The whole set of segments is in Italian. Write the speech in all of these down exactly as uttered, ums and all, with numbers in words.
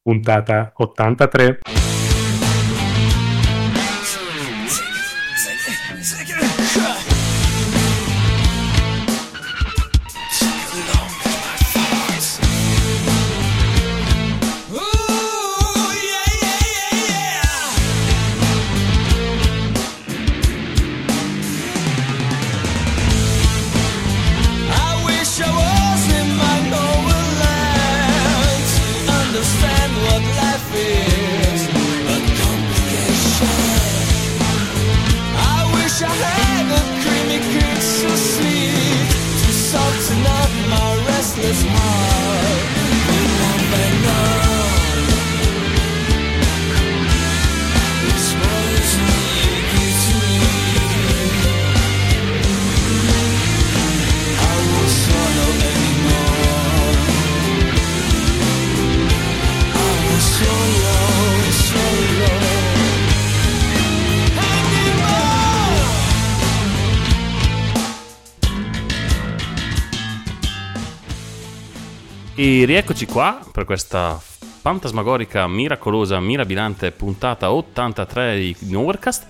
puntata ottantatré. E rieccoci qua per questa fantasmagorica, miracolosa, mirabilante puntata ottantatré di Nowherecast.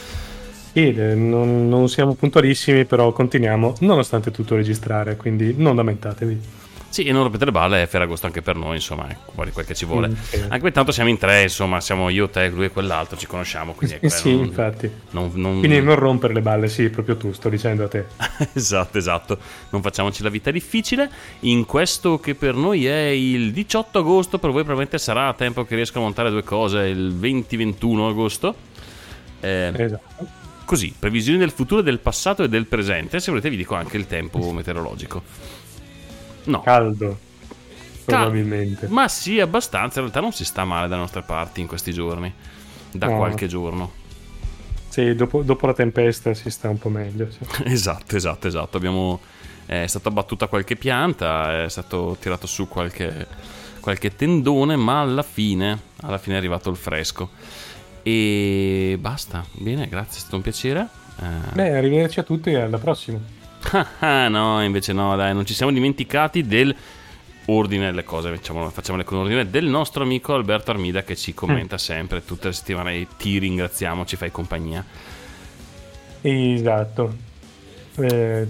Sì, non, non siamo puntualissimi, però continuiamo nonostante tutto registrare, quindi non lamentatevi. Sì, e non rompete le balle, è Ferragosto anche per noi, insomma, è quel che ci vuole. Mm, sì. Anche perché tanto siamo in tre, insomma, siamo io, te, lui e quell'altro, ci conosciamo, quindi è sì, non, infatti. Non, non... Quindi non rompere le balle, sì, proprio tu, sto dicendo a te. Esatto, esatto. Non facciamoci la vita difficile. In questo che per noi è il diciotto agosto, per voi probabilmente sarà a tempo che riesco a montare due cose, il venti ventuno agosto. Eh, esatto. Così, previsioni del futuro, del passato e del presente. Se volete vi dico anche il tempo meteorologico. No. Caldo, probabilmente. Cal- ma sì, abbastanza. In realtà non si sta male da nostre parti in questi giorni. Da no. qualche giorno. Sì, dopo, dopo la tempesta si sta un po' meglio. Sì. Esatto, esatto, esatto. Abbiamo, è stata abbattuta qualche pianta, è stato tirato su qualche, qualche tendone, ma alla fine, alla fine è arrivato il fresco. E basta. Bene, grazie, è stato un piacere. Eh... Beh, arrivederci a tutti e alla prossima. Ah, no, invece no, dai, non ci siamo dimenticati del ordine delle cose, facciamole, facciamole con ordine, del nostro amico Alberto Armida che ci commenta mm. sempre, tutte le settimane, e ti ringraziamo, ci fai compagnia. Esatto. Eh,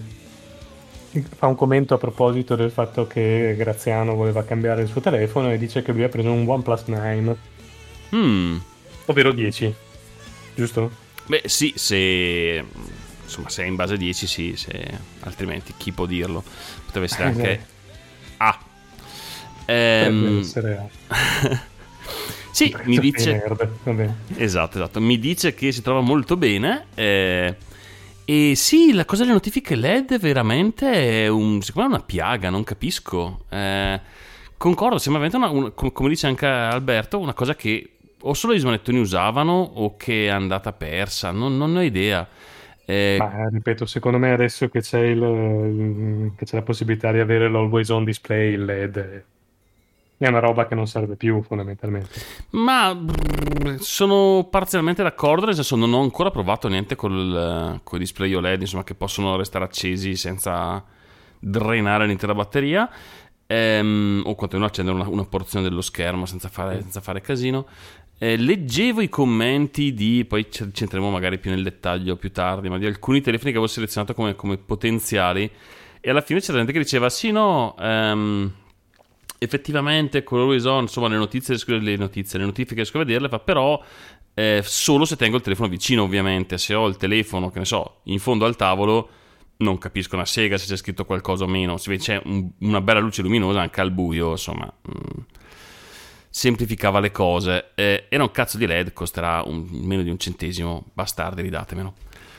fa un commento a proposito del fatto che Graziano voleva cambiare il suo telefono e dice che lui ha preso un OnePlus nove. Mm. Ovvero dieci, giusto? Beh, sì, se... Insomma, se è in base dieci, sì, se... altrimenti chi può dirlo? Potrebbe essere anche A. Ehm... Potrebbe essere A. Sì, mi dice... Nerd. Vabbè. Esatto, esatto. Mi dice che si trova molto bene. Eh... E sì, la cosa delle notifiche L E D veramente è un... secondo me è una piaga, non capisco. Eh... Concordo, sembra veramente, una, una, come dice anche Alberto, una cosa che o solo gli smanettoni usavano o che è andata persa, non, non ho idea. Eh, Ma ripeto, secondo me adesso che c'è, il, che c'è la possibilità di avere l'always on display, il L E D è una roba che non serve più fondamentalmente. Ma sono parzialmente d'accordo, nel senso non ho ancora provato niente con i display O L E D, insomma, che possono restare accesi senza drenare l'intera batteria, ehm, o quantomeno accendere una, una porzione dello schermo senza fare, senza fare casino. Eh, leggevo i commenti di, poi ci centreremo magari più nel dettaglio più tardi, ma di alcuni telefoni che avevo selezionato come, come potenziali, e alla fine c'era gente che diceva sì no, um, effettivamente con l'Always On, insomma le notizie, le notizie, le notifiche riesco a vederle, fa però eh, solo se tengo il telefono vicino, ovviamente. Se ho il telefono, che ne so, in fondo al tavolo, non capisco una sega se c'è scritto qualcosa o meno. Se c'è un, una bella luce luminosa anche al buio, insomma, mh, semplificava le cose. Eh, era un cazzo di L E D, costerà un, meno di un centesimo, bastardi, ridatemelo.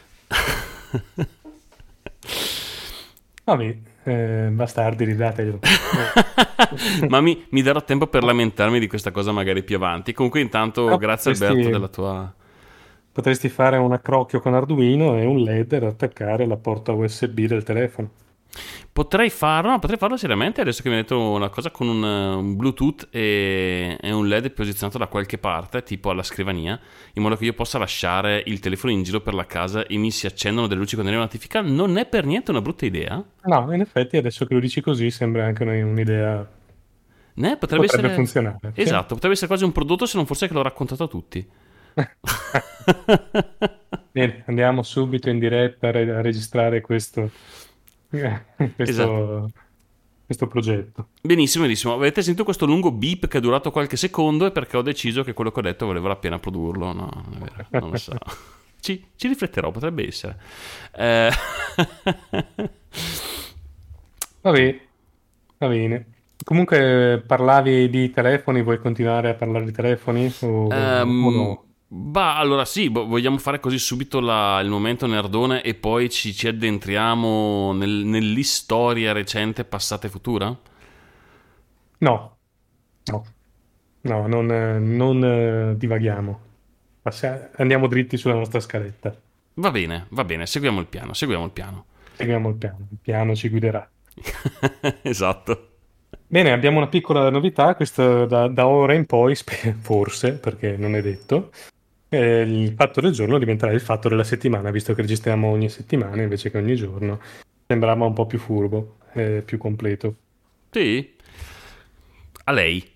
Vabbè, eh, bastardi, ridateglielo. Ma mi, mi darò tempo per lamentarmi di questa cosa magari più avanti. Comunque intanto no, grazie potresti, Alberto della tua... Potresti fare un accrocchio con Arduino e un L E D da attaccare alla porta U S B del telefono. Potrei farlo, no, potrei farlo seriamente adesso che mi hai detto una cosa con un, un Bluetooth e, e un L E D posizionato da qualche parte, tipo alla scrivania, in modo che io possa lasciare il telefono in giro per la casa e mi si accendono delle luci quando arriva una notifica. Non è per niente una brutta idea. No, in effetti adesso che lo dici così sembra anche un'idea Ne? Potrebbe, Potrebbe essere... funzionare. Sì. Esatto, potrebbe essere quasi un prodotto se non fosse che l'ho raccontato a tutti. Bene, andiamo subito in diretta a, re- a registrare questo, Esatto. questo, questo progetto. Benissimo, benissimo. Avete sentito questo lungo beep che è durato qualche secondo? È perché ho deciso che quello che ho detto valeva la pena produrlo. No, non è vero, non lo so. Ci, ci rifletterò, potrebbe essere. Eh... Va bene, va bene. Comunque parlavi di telefoni, vuoi continuare a parlare di telefoni o, o Ehm, no? bah, allora sì, bo- vogliamo fare così subito la- il momento nerdone e poi ci, ci addentriamo nel- nell'istoria recente, passata e futura? No, no, no, non, eh, non, eh, divaghiamo. Passia- andiamo dritti sulla nostra scaletta. Va bene, va bene, seguiamo il piano, seguiamo il piano. Seguiamo il piano, il piano ci guiderà. Esatto. Bene, abbiamo una piccola novità, questo da, da ora in poi, spe- forse, perché non è detto, eh, il fatto del giorno diventerà il fatto della settimana, visto che registriamo ogni settimana invece che ogni giorno. Sembrava un po' più furbo, eh, più completo. Sì, a lei.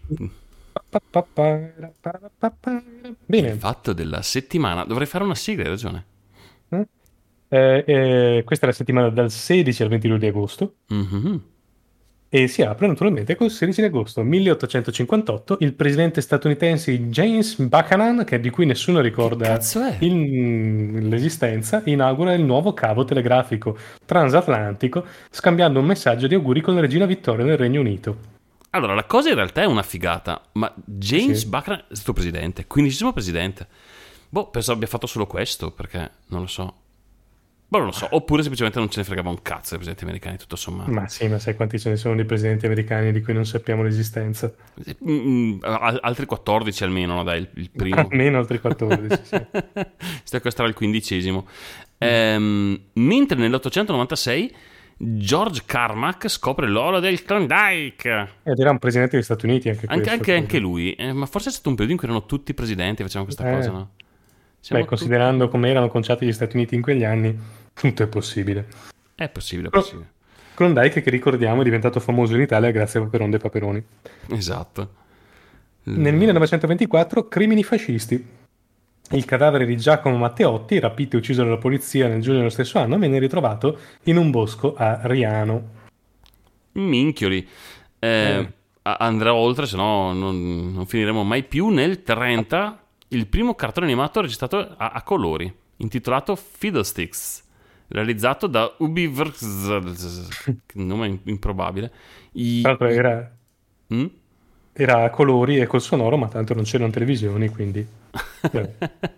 Il Bene, fatto della settimana. Dovrei fare una sigla, hai ragione. eh, eh, questa è la settimana dal sedici al ventidue di agosto. Mhm. E si apre naturalmente col sedici di agosto milleottocentocinquantotto, il presidente statunitense James Buchanan, che di cui nessuno Che ricorda cazzo è? il- l'esistenza, inaugura il nuovo cavo telegrafico transatlantico, scambiando un messaggio di auguri con la regina Vittoria nel Regno Unito. Allora, la cosa in realtà è una figata, ma Sì, James sì. Buchanan è stato presidente, quindicesimo presidente. Boh, penso abbia fatto solo questo, perché non lo so. Boh, non lo so. Oppure semplicemente non ce ne fregava un cazzo dei presidenti americani, tutto sommato. Ma sì, ma sai quanti ce ne sono di presidenti americani di cui non sappiamo l'esistenza? Mm, mm, al- altri quattordici almeno, no? Dai, il, il primo. Almeno altri quattordici, sì. Questo sarà il quindicesimo. Ehm, mentre nell'ottocentonovantasei George Carmack scopre l'oro del Klondike. Ed era un presidente degli Stati Uniti anche Anche, questo, anche- credo. anche lui. Eh, ma forse è stato un periodo in cui erano tutti presidenti e facevano questa cosa, Eh, no? beh, Siamo tutti... considerando come erano conciati gli Stati Uniti in quegli anni, tutto è possibile. È possibile, è Clo- possibile. Klondike, che ricordiamo, è diventato famoso in Italia grazie a Paperon dei Paperoni. Esatto. Nel L- millenovecentoventiquattro, crimini fascisti. Il cadavere di Giacomo Matteotti, rapito e ucciso dalla polizia nel giugno dello stesso anno, venne ritrovato in un bosco a Riano. Minchioli. Eh, Eh, a- andrà oltre, se no non, non finiremo mai più. Nel trenta, il primo cartone animato registrato a, a colori, intitolato Fiddlesticks, realizzato da Ubiverx, nome improbabile. Tra I, l'altro i- era, mm? era a colori e col sonoro, ma tanto non c'erano televisioni, quindi... vabbè.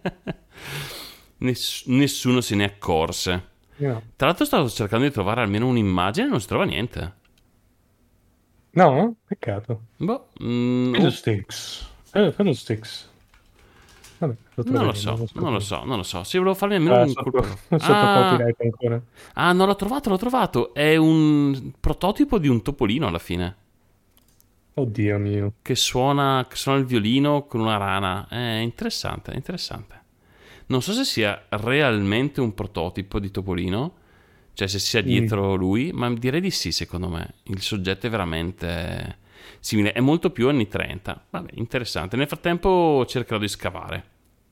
Ness- nessuno se ne accorse. No, Tra l'altro stavo cercando di trovare almeno un'immagine, non si trova niente. no? Peccato. Boh, mm, oh, Fiddlesticks. Eh, Fiddlesticks. Vabbè, lo non lo troveremo, so, lo non lo scopriremo. so, non lo so. Se volevo farmi almeno Ah, un sotto, colpo. sotto Ah, copyright ancora. ah, no, l'ho trovato, l'ho trovato. È un prototipo di un topolino alla fine. Oddio mio. Che suona, che suona il violino con una rana. È interessante, è interessante. Non so se sia realmente un prototipo di topolino, cioè se sia Mm. dietro lui, ma direi di sì, secondo me. Il soggetto è veramente simile, è molto più anni trenta. Vabbè, interessante. Nel frattempo cercherò di scavare.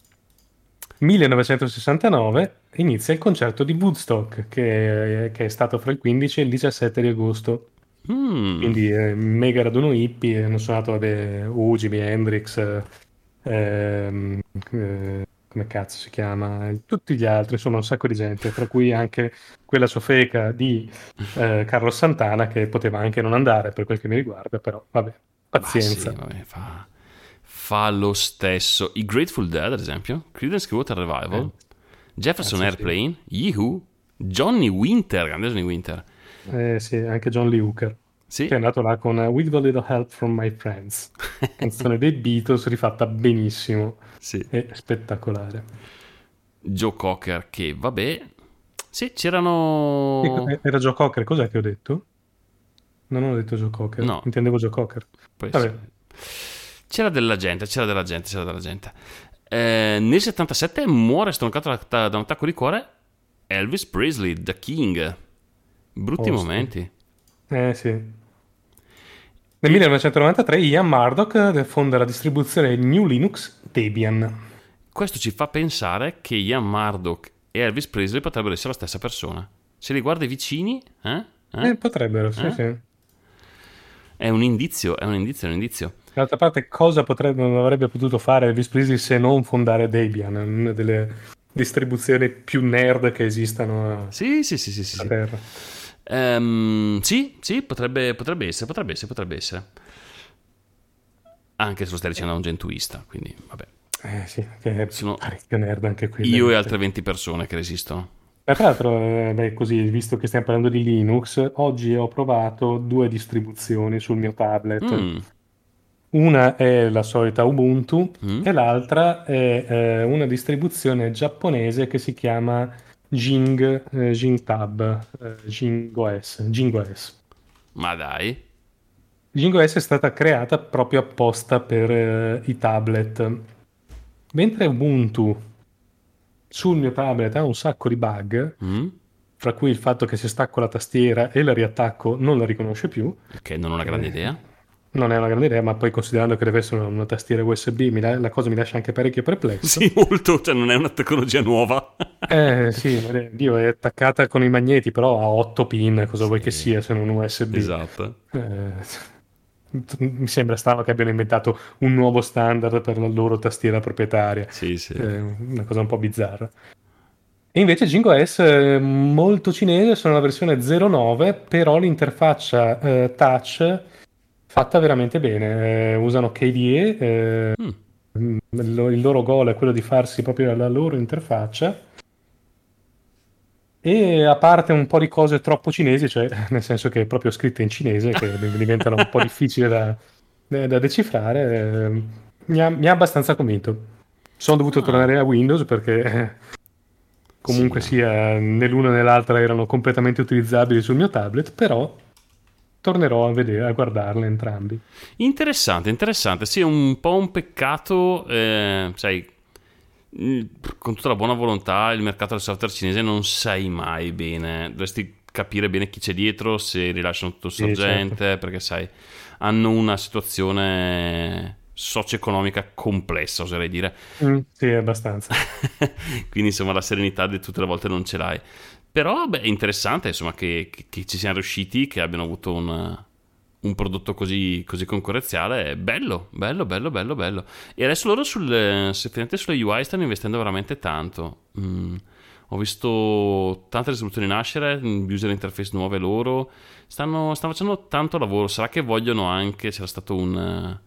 millenovecentosessantanove inizia il concerto di Woodstock, che, che è stato fra il quindici e il diciassette di agosto. Mm, Quindi eh, mega raduno hippie, hanno suonato vabbè, U, Jimi Hendrix, eh, ehm, eh, come cazzo si chiama, tutti gli altri, insomma un sacco di gente, tra cui anche quella sofeca di eh, Carlos Santana, che poteva anche non andare per quel che mi riguarda, però vabbè, ma sì, pazienza. vabbè, fa, fa lo stesso. I Grateful Dead, ad esempio, Creedence Clearwater Revival, Eh, Jefferson cazzo sì. Airplane, Yehoo, Johnny Winter, grande Johnny Winter. Eh, sì, anche John Lee Hooker, che è Sì, andato là con eh, With a Little Help from My Friends, canzone dei Beatles rifatta benissimo sì. e spettacolare. Joe Cocker, che vabbè, sì, Ecco, c'erano... eh, era Joe Cocker, cos'è che ho detto? Non ho detto Joe Cocker, No, intendevo Joe Cocker. può Vabbè, essere. C'era della gente, c'era della gente, c'era della gente. Eh, nel settantasette muore stroncato da, da un attacco di cuore Elvis Presley, The King. Brutti osti. momenti. Eh sì, Nel E millenovecentonovantatré Ian Murdoch fonda la distribuzione New Linux Debian. questo ci fa pensare che Ian Murdoch e Elvis Presley potrebbero essere la stessa persona. Se li guardi vicini, eh? Eh? Eh, potrebbero, sì, Eh? sì. È un indizio, è un indizio, è un indizio. D'altra parte, cosa potrebbe, non avrebbe potuto fare Elvis Presley se non fondare Debian, una delle distribuzioni più nerd che esistano Sì, sì, sì, sì, sì, sulla sì. Terra. Ehm, sì, sì, potrebbe, potrebbe essere, potrebbe essere, potrebbe essere. Anche se lo stai dicendo a un gentuista, quindi vabbè. Eh sì, che è Sono parecchio nerd anche io e quelle. altre venti persone che resistono. Ma tra l'altro, eh, beh, così, visto che stiamo parlando di Linux, oggi ho provato due distribuzioni sul mio tablet. Mm, Una è la solita Ubuntu mm. e l'altra è eh, una distribuzione giapponese che si chiama Jing, eh, Jingtab, eh, JingOS, JingOS. Ma dai. JingOS è stata creata proprio apposta per eh, i tablet. Mentre Ubuntu sul mio tablet ha un sacco di bug, Mm? fra cui il fatto che se stacco la tastiera e la riattacco non la riconosce più, Ok, non ho una grande che idea. non è una grande idea, ma poi considerando che deve essere una, una tastiera U S B, mi la, la cosa mi lascia anche parecchio perplesso. Sì, molto, cioè non è una tecnologia nuova. Eh sì, Dio, è attaccata con i magneti, però ha otto pin, cosa vuoi che Sì, sia se non U S B? esatto. Eh, mi sembra strano che abbiano inventato un nuovo standard per la loro tastiera proprietaria. Sì, sì. Eh, una cosa un po' bizzarra. E invece JingoS è molto cinese, sono la versione zero nove, però l'interfaccia eh, touch fatta veramente bene. Eh, usano K D E, eh, Mm. il lo- il loro goal è quello di farsi proprio la loro interfaccia. E a parte un po' di cose troppo cinesi, cioè nel senso che è proprio scritte in cinese, che diventano un po' difficili da, da decifrare, eh, mi ha, mi ha abbastanza convinto. Sono dovuto Ah, tornare a Windows perché eh, sì, comunque no. sia né l'una né l'altra erano completamente utilizzabili sul mio tablet, però tornerò a vedere, a guardarle entrambi. Interessante, interessante. Sì, è un po' un peccato, eh, sai, mm, con tutta la buona volontà, il mercato del software cinese non sai mai bene. Dovresti capire bene chi c'è dietro, se rilasciano tutto il Sì, certo. sorgente, perché sai, hanno una situazione socio-economica complessa, oserei dire. Mm, sì, abbastanza. Quindi insomma la serenità di tutte le volte non ce l'hai. Però beh, è interessante insomma che, che- che ci siano riusciti, che abbiano avuto un, un prodotto così, così concorrenziale. È bello, bello, bello, bello, bello. E adesso loro sul, effettivamente sulle U I stanno investendo veramente tanto. Mm, ho visto tante risoluzioni nascere, mm, user interface nuove loro. Stanno, stanno facendo tanto lavoro. Sarà che vogliono anche, c'era stato un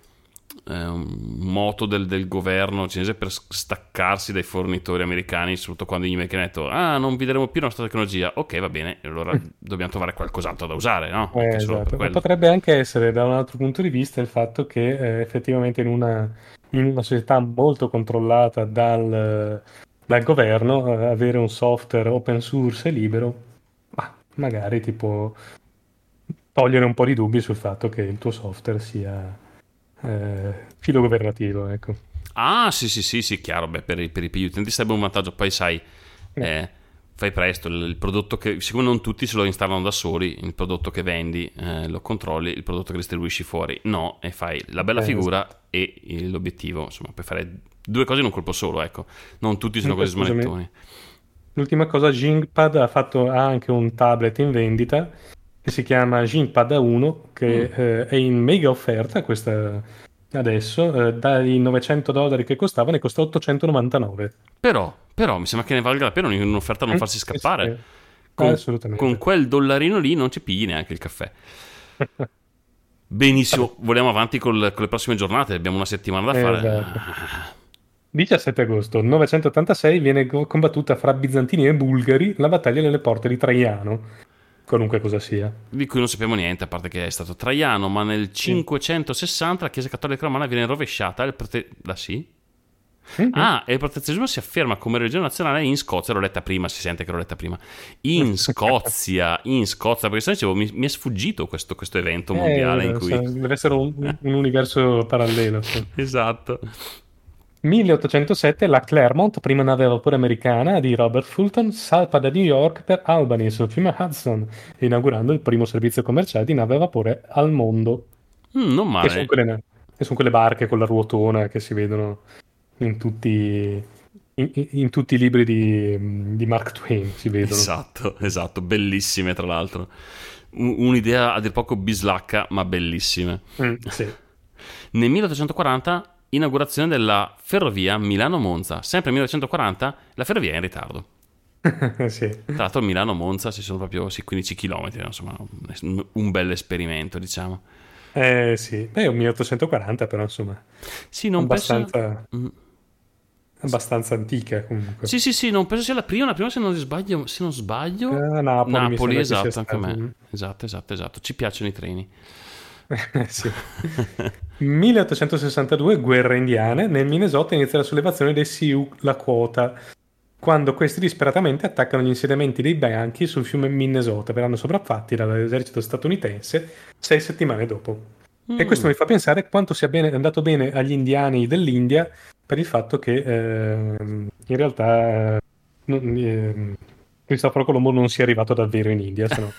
eh, un moto del, del governo cinese per staccarsi dai fornitori americani, soprattutto quando gli americani hanno detto ah non vi daremo più la nostra tecnologia, ok va bene, allora dobbiamo trovare qualcos'altro da usare, no? Anche Eh, solo per esatto, ma quello. potrebbe anche essere da un altro punto di vista il fatto che eh, effettivamente in una, in una società molto controllata dal, dal governo, eh, avere un software open source e libero, ma magari ti può togliere un po' di dubbi sul fatto che il tuo software sia eh, filo governativo, ecco. Ah sì sì sì sì, chiaro, beh, per, i- per, i- per gli utenti sarebbe un vantaggio, poi sai, Eh, eh, fai presto, il, il prodotto che, siccome non tutti se lo installano da soli, il prodotto che vendi eh, lo controlli, il prodotto che distribuisci fuori no, e fai la bella eh, figura e il- l'obiettivo, insomma, puoi fare due cose in un colpo solo, ecco, non tutti sono comunque, così scusami, smanettoni. l'ultima cosa, Jingpad ha fatto, ha anche un tablet in vendita che si chiama Jingpad A uno, che Mm. eh, è in mega offerta questa, adesso, eh, dai novecento dollari che costava ne costa ottocentonovantanove. Però, però, mi sembra che ne valga la pena in un'offerta non Mm, farsi sì, sì, scappare. Con, con assolutamente. quel dollarino lì non ci pigli neanche il caffè. Benissimo, Vabbè, vogliamo avanti col- con le prossime giornate, abbiamo una settimana da fare. esatto. diciassette agosto novecentottantasei viene co- combattuta fra bizantini e bulgari la battaglia delle porte di Traiano, qualunque cosa sia. Di cui non sappiamo niente, a parte che è stato Traiano, ma nel Sì. cinquecentosessanta la Chiesa Cattolica Romana viene rovesciata. Il prote- la sì? Mhm. Ah, e il protezionismo si afferma come religione nazionale in Scozia. L'ho letta prima, si sente che l'ho letta prima. In Scozia, in Scozia, perché se no dicevo, mi, mi è sfuggito questo, questo evento mondiale in Eh, sa- cui... deve essere un, un universo parallelo, sì. Esatto. milleottocentosette la Clermont, prima nave a vapore americana di Robert Fulton, salpa da New York per Albany sul fiume Hudson, inaugurando il primo servizio commerciale di nave a vapore al mondo. Mm, non Che sono male. quelle, che son quelle barche con la ruotona che si vedono in tutti, in, in- in tutti i libri di, di Mark Twain, si vedono. Esatto, esatto, bellissime tra l'altro. Un- un'idea a dir poco bislacca, ma bellissime. Mm, sì. Nel milleottocentoquaranta, inaugurazione della ferrovia Milano-Monza. Sempre nel millenovecentoquaranta, la ferrovia è in ritardo. Sì. Tra l'altro Milano-Monza ci sono proprio sì, quindici chilometri, insomma, un, un bel esperimento, diciamo. Eh sì, beh, è un milleottocentoquaranta, però insomma, Sì, non penso... abbastanza, mm, abbastanza antica comunque. Sì, sì, sì, non penso sia la prima, la prima se non sbaglio, se non sbaglio... A Napoli mi Napoli, sembra che sia esatto, anche a stato. me. Esatto, esatto, esatto. Ci piacciono i treni. Eh, sì. milleottocentosessantadue, guerre indiane, nel Minnesota inizia la sollevazione dei Sioux Lakota, quando questi disperatamente attaccano gli insediamenti dei bianchi sul fiume Minnesota, verranno sopraffatti dall'esercito statunitense sei settimane dopo. E questo Mm. mi fa pensare quanto sia bene- andato bene agli indiani dell'India per il fatto che ehm, in realtà eh, non- ehm, Cristoforo Colombo non sia arrivato davvero in India, se no.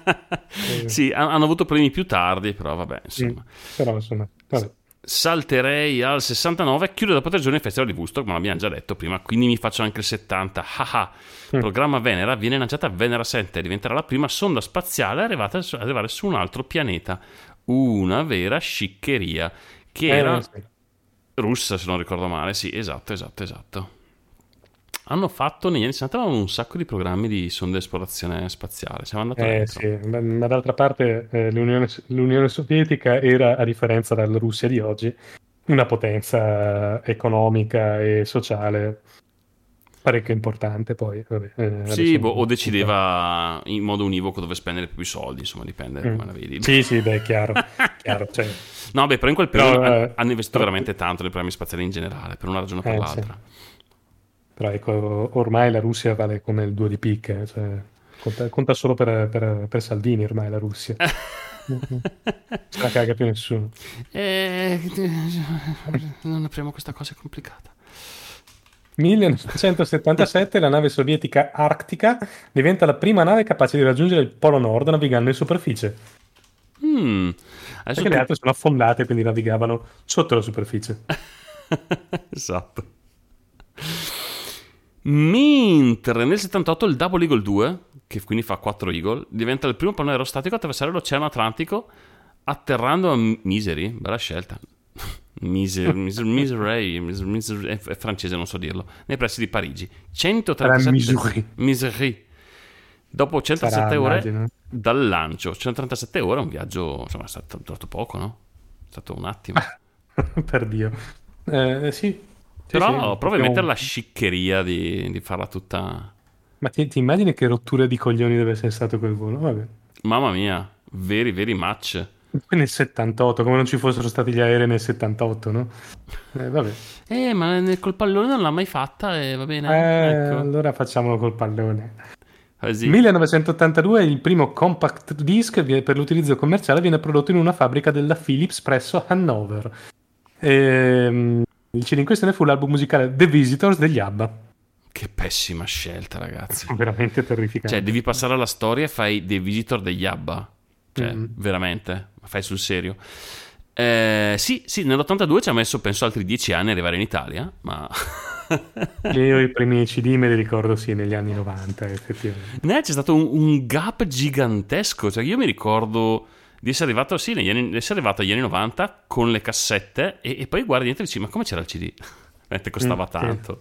eh, Sì, han- hanno avuto problemi più tardi, però vabbè, mm, insomma. però insomma, S- vabbè. Salterei al sessantanove, chiude dopo tre giorni il Festival di Woodstock, ma l'abbiamo già detto prima, quindi mi faccio anche il settanta. Haha. Mm. Programma Venera, viene lanciata Venera sette, diventerà la prima sonda spaziale arrivata ad arrivare su un altro pianeta. Una vera sciccheria, che Eh, era sì. russa se non ricordo male, sì, esatto, esatto, esatto. Hanno fatto negli anni sessanta un sacco di programmi di sonde esplorazione spaziale, siamo andati Eh, dentro. sì, ma, ma d'altra parte eh, l'Unione, l'Unione Sovietica era, a differenza della Russia di oggi, una potenza economica e sociale parecchio importante. Poi, vabbè, eh, Sì, adesso boh, o non entriamo. decideva in modo univoco dove spendere più soldi, insomma, dipende Mm. come la vedi. Sì, sì, beh, chiaro, chiaro, cioè, No, beh, però in quel periodo però, han- eh, hanno investito però, veramente tanto nei programmi spaziali in generale, per una ragione o per eh, sì. l'altra. Però ecco, ormai la Russia vale come il due di picche, cioè, conta, conta solo per, per- per Salvini ormai la Russia. Mm-mm. Se la caga più nessuno. Eh, non apriamo questa cosa, è complicata. millenovecentosettantasette la nave sovietica Arctica diventa la prima nave capace di raggiungere il Polo Nord navigando in superficie, Mm, adesso perché le tu... altre sono affondate, quindi navigavano sotto la superficie. Esatto. Mentre nel settantotto il Double Eagle due, che quindi fa quattro Eagle, diventa il primo pallone aerostatico a attraversare l'Oceano Atlantico atterrando a Misery, bella scelta. Miser, miser, misery, miser, miser- è è francese, non so dirlo, nei pressi di Parigi. Sarà centotrentasette Missouri, Misery. Dopo sarà, centotrentasette ore immagino. dal lancio. centotrentasette ore è un viaggio, insomma, è stato durato poco, no? È stato un attimo. Per Dio. Eh, sì, sì, sì, Però prova a mettere proprio- la sciccheria di, di farla tutta... Ma ti, ti immagini che rottura di coglioni deve essere stato quel volo? Vabbè. Mamma mia, veri, veri match. Poi nel settantotto, come non ci fossero stati gli aerei nel settantotto, no? Eh, vabbè. Eh, ma nel- col pallone non l'ha mai fatta e va Eh, bene, ecco. allora facciamolo col pallone. Così. millenovecentottantadue il primo compact disc vie- per l'utilizzo commerciale viene prodotto in una fabbrica della Philips presso Hannover. Ehm, il C D in questione fu l'album musicale The Visitors degli ABBA. Che pessima scelta, ragazzi. Veramente Cioè, terrificante. devi passare alla storia e fai The Visitor degli ABBA. Cioè, Mm. veramente, fai sul serio. Eh, sì, sì, nell'ottantadue ci ha messo, penso, altri dieci anni ad arrivare in Italia, ma... Io i primi C D me li ricordo sì negli anni novanta, effettivamente. Ne c'è stato un, un gap gigantesco. Cioè, io mi ricordo di essere arrivato, sì, negli anni, di essere arrivato agli anni novanta con le cassette e, e poi guardi dietro e dici, ma come c'era il C D? Veramente costava Mm, sì. tanto.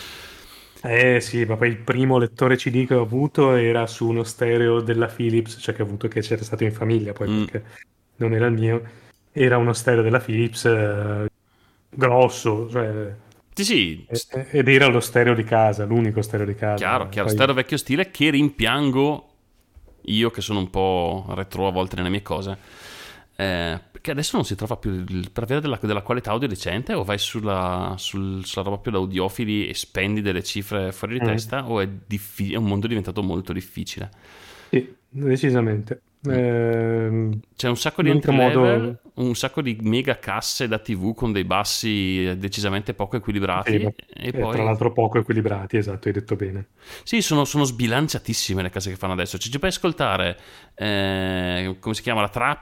Eh sì, ma poi il primo lettore C D che ho avuto era su uno stereo della Philips, cioè che ho avuto che c'era stato in famiglia poi Mm. perché non era il mio, era uno stereo della Philips eh, grosso, cioè, Sì, sì, e- e- ed era lo stereo di casa, l'unico stereo di casa. chiaro, chiaro, Poi, stereo vecchio stile che rimpiango io che sono un po' retro a volte nelle mie cose. Eh, perché adesso non si trova più il- per avere della, della qualità audio decente o vai sulla, sul- sulla roba più da audiofili e spendi delle cifre fuori di mm, testa o è, diffi- è un mondo diventato molto difficile. sì, decisamente. Ehm, C'è un sacco di l'unico entry level, modo, un sacco di mega casse da T V con dei bassi decisamente poco sì, equilibrati ma- e eh, tra poi l'altro poco equilibrati, esatto, hai detto bene. sì, sono, sono sbilanciatissime le case che fanno adesso. Cioè, ci puoi ascoltare, eh, come si chiama, la trap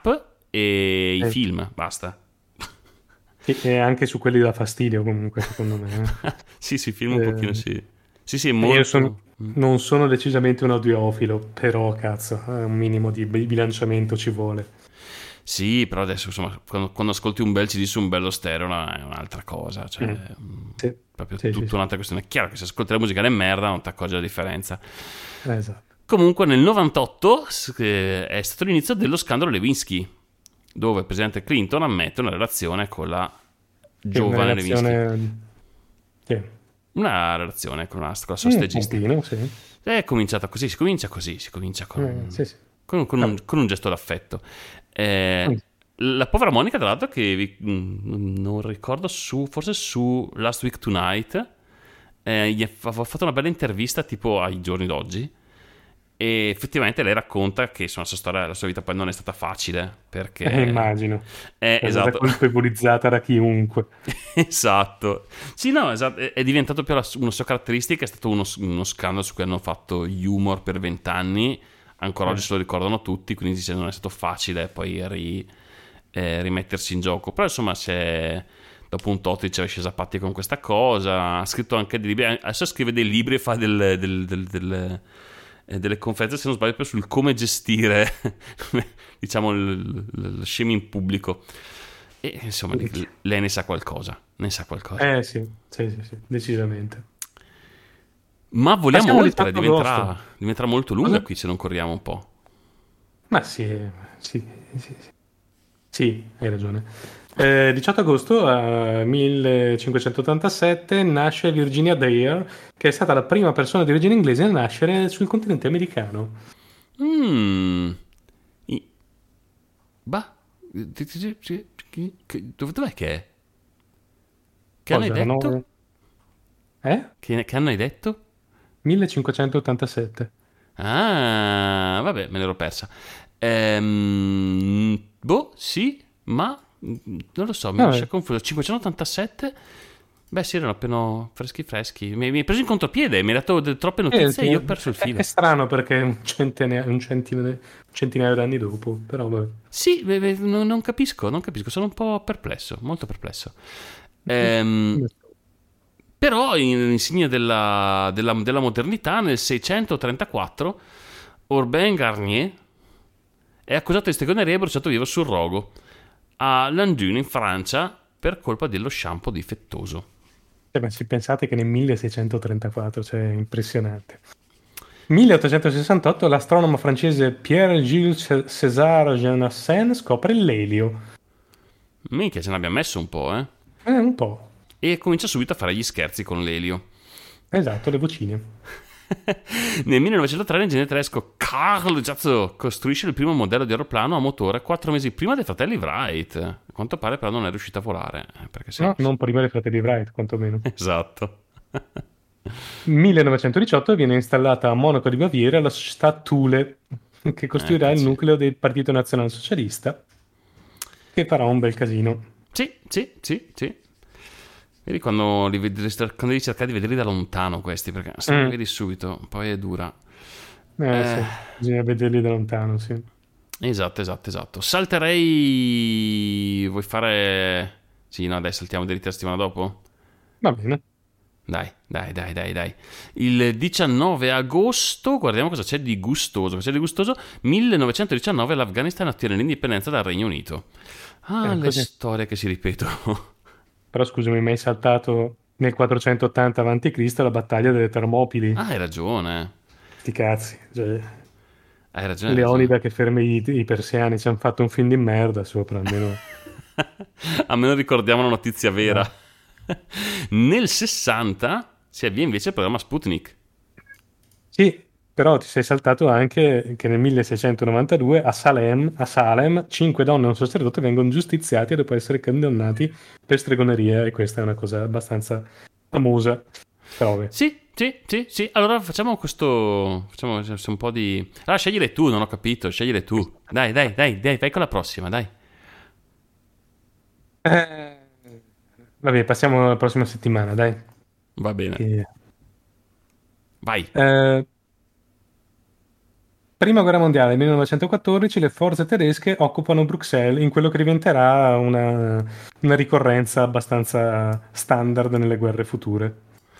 e i Eh, film, basta. E e anche su quelli da fastidio, comunque, secondo me. Sì, sui film un pochino Eh, sì. Sì, sì, è io son- molto... mm. non sono decisamente un audiofilo, però cazzo, eh, un minimo di bi- bilanciamento ci vuole. Sì, però adesso insomma, quando, quando ascolti un bel C D su un bello stereo no, è un'altra cosa, cioè Mm. mm, Sì, proprio sì, sì, tutta sì. un'altra questione. È chiaro che se ascolti la musica è merda non ti accorgi la differenza. Eh, esatto. Comunque nel novantotto s- eh, è stato l'inizio dello scandalo Lewinsky, dove il presidente Clinton ammette una relazione con la Sì, una giovane Lewinsky. relazione... Sì. Una relazione con una, con la sua Un stagista. pompino, sì. È cominciata così, si comincia così, si comincia Eh, con, sì, sì. con- con un, Vabbè. con un gesto d'affetto. Eh, Mm. la povera Monica, tra l'altro, che vi- mm, non ricordo su, forse su Last Week Tonight, eh, gli ha fa- ha fatto una bella intervista tipo ai giorni d'oggi. E effettivamente lei racconta che insomma, la sua storia, la sua vita poi non è stata facile Eh, perché immagino. è È stata esatto. colpevolizzata da chiunque. Esatto. Sì, no, esatto. È è diventato più la- una sua caratteristica, è stato uno, uno scandalo su cui hanno fatto humor per vent'anni, ancora oggi Eh. se lo ricordano tutti, quindi dice, non è stato facile poi ri- eh, rimettersi in gioco. Però insomma, se dopo un tot diceva scesa a patti con questa cosa, ha scritto anche dei libri, adesso scrive dei libri e fa del- del- del- del- eh, delle conferenze, se non sbaglio, proprio sul come gestire, diciamo, il- il- lo shaming pubblico. E insomma, di- lei ne sa qualcosa, ne sa qualcosa. Eh sì, sì, sì, sì, decisamente. Ma vogliamo Passiamo al oltre, diciotto agosto. diventerà, diventerà molto lunga Cosa? qui se non corriamo un po'. Ma sì, sì, sì, sì. Sì, hai ragione. Eh, diciotto agosto eh, millecinquecentottantasette nasce Virginia Dare, che è stata la prima persona di origine inglese a nascere sul continente americano. Mmm. Bah. Dove, dov'è che è? Che anno hai Cosa? detto? No? Eh? Che, che anno hai detto? millecinquecentottantasette. Ah, vabbè, me l'ero persa. Ehm, boh, sì, ma mm, non lo so, mi lascia Vabbè. confuso. cinquecentottantasette? Beh, sì, erano appena freschi freschi. Mi, mi hai preso in contropiede, mi hai dato de- troppe Eh, notizie sì, e io ho perso il è, è filo. strano perché è un centinaio, un centinaio, un centinaio d'anni dopo, però vabbè. Sì, beh, beh, non, non capisco, non capisco, sono un po' perplesso, molto perplesso. Ehm, però in insegna della, della, della modernità, nel seicentotrentaquattro, Urbain Garnier è accusato di stregoneria e bruciato vivo sul rogo a Landune in Francia per colpa dello shampoo difettoso. Eh, ma ci pensate che nel milleseicentotrentaquattro, cioè impressionante. milleottocentosessantotto l'astronomo francese Pierre-Gilles César Janassin scopre l'elio. Minchia, ce n'abbiamo messo un po', eh? Eh, un po'. E comincia subito a fare gli scherzi con l'elio. Esatto, le vocine. Nel millenovecentotre l'ingegnere tedesco Carl Giazzo costruisce il primo modello di aeroplano a motore quattro mesi prima dei fratelli Wright. A quanto pare però non è riuscito a volare. eh, Perché se... No, non prima dei fratelli Wright, quantomeno. Esatto. millenovecentodiciotto viene installata a Monaco di Baviera la società Thule, che costruirà il Eccoci. nucleo del Partito Nazionalsocialista, che farà un bel casino. Sì, sì, sì, sì. Vedi quando li, vedi, quando devi cercare di vederli da lontano questi, perché se non li Mm. vedi subito, poi è dura. Eh Eh, sì, bisogna vederli da lontano, sì. esatto, esatto, esatto. Salterei... Vuoi fare... Sì, no, dai, saltiamo dritti la settimana dopo? Va bene. Dai, dai, dai, dai, dai. Il diciannove agosto, guardiamo cosa c'è di gustoso. Cosa c'è di gustoso? millenovecentodiciannove l'Afghanistan ottiene l'indipendenza dal Regno Unito. Ah, Eh, le così. storie che si ripetono. Però scusami, mi hai saltato nel quattrocentottanta avanti Cristo la battaglia delle Termopili. Ah, hai ragione. Sti cazzi. Cioè, Hai ragione, hai ragione. Leonida che ferma i, i persiani, ci hanno fatto un film di merda sopra, almeno. Almeno ricordiamo una notizia vera. No. Nel sessanta si avvia invece il programma Sputnik. Sì, però ti sei saltato anche che nel milleseicentonovantadue a Salem, a Salem cinque donne e un sacerdote vengono giustiziati dopo essere condannati per stregoneria e questa è una cosa abbastanza famosa. Però vabbè. Sì, sì, sì, sì. Allora facciamo questo. Facciamo un po' di. Allora scegliere tu, non ho capito. Scegliere tu. Dai, dai, dai, dai, vai con la prossima, dai. Eh, vabbè, passiamo alla prossima settimana, dai. Va bene. Che- Vai. Eh, Prima guerra mondiale, millenovecentoquattordici, le forze tedesche occupano Bruxelles in quello che diventerà una, una ricorrenza abbastanza standard nelle guerre future.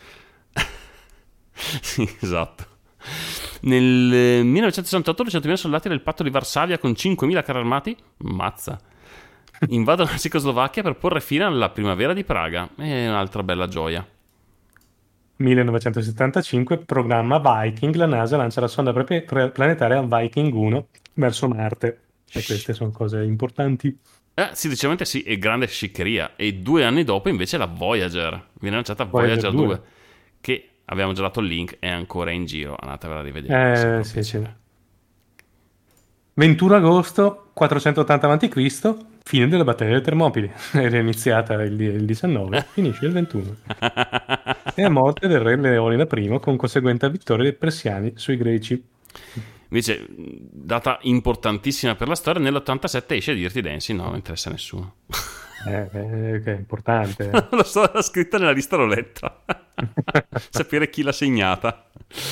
Sì, esatto. Nel eh, millenovecentosessantotto duecentomila soldati del patto di Varsavia con cinquemila carri armati, mazza, invadono la Cecoslovacchia per porre fine alla primavera di Praga. È un'altra bella gioia. millenovecentosettantacinque, programma Viking, la NASA lancia la sonda pre- pre- planetaria Viking uno verso Marte. E queste sono cose importanti. Eh, sì, decisamente sì, è grande sciccheria. E due anni dopo invece la Voyager. Viene lanciata Voyager Voyager due. due, che abbiamo già dato il link, è ancora in giro. Andatevela a rivedere. sempre Eh, un sì, sì. piacere. ventuno agosto, quattrocentottanta avanti Cristo, fine della battaglia delle Termopili. Era iniziata il, il diciannove, finisce il ventuno. E a morte del re Leonida I, con conseguente vittoria dei persiani sui greci. Invece, data importantissima per la storia, nell'ottantasette esce Dirty Dancing, no, non interessa a nessuno. Eh, eh, che è importante. Lo so, l'ha scritta nella lista, l'ho letta. Sapere chi l'ha segnata.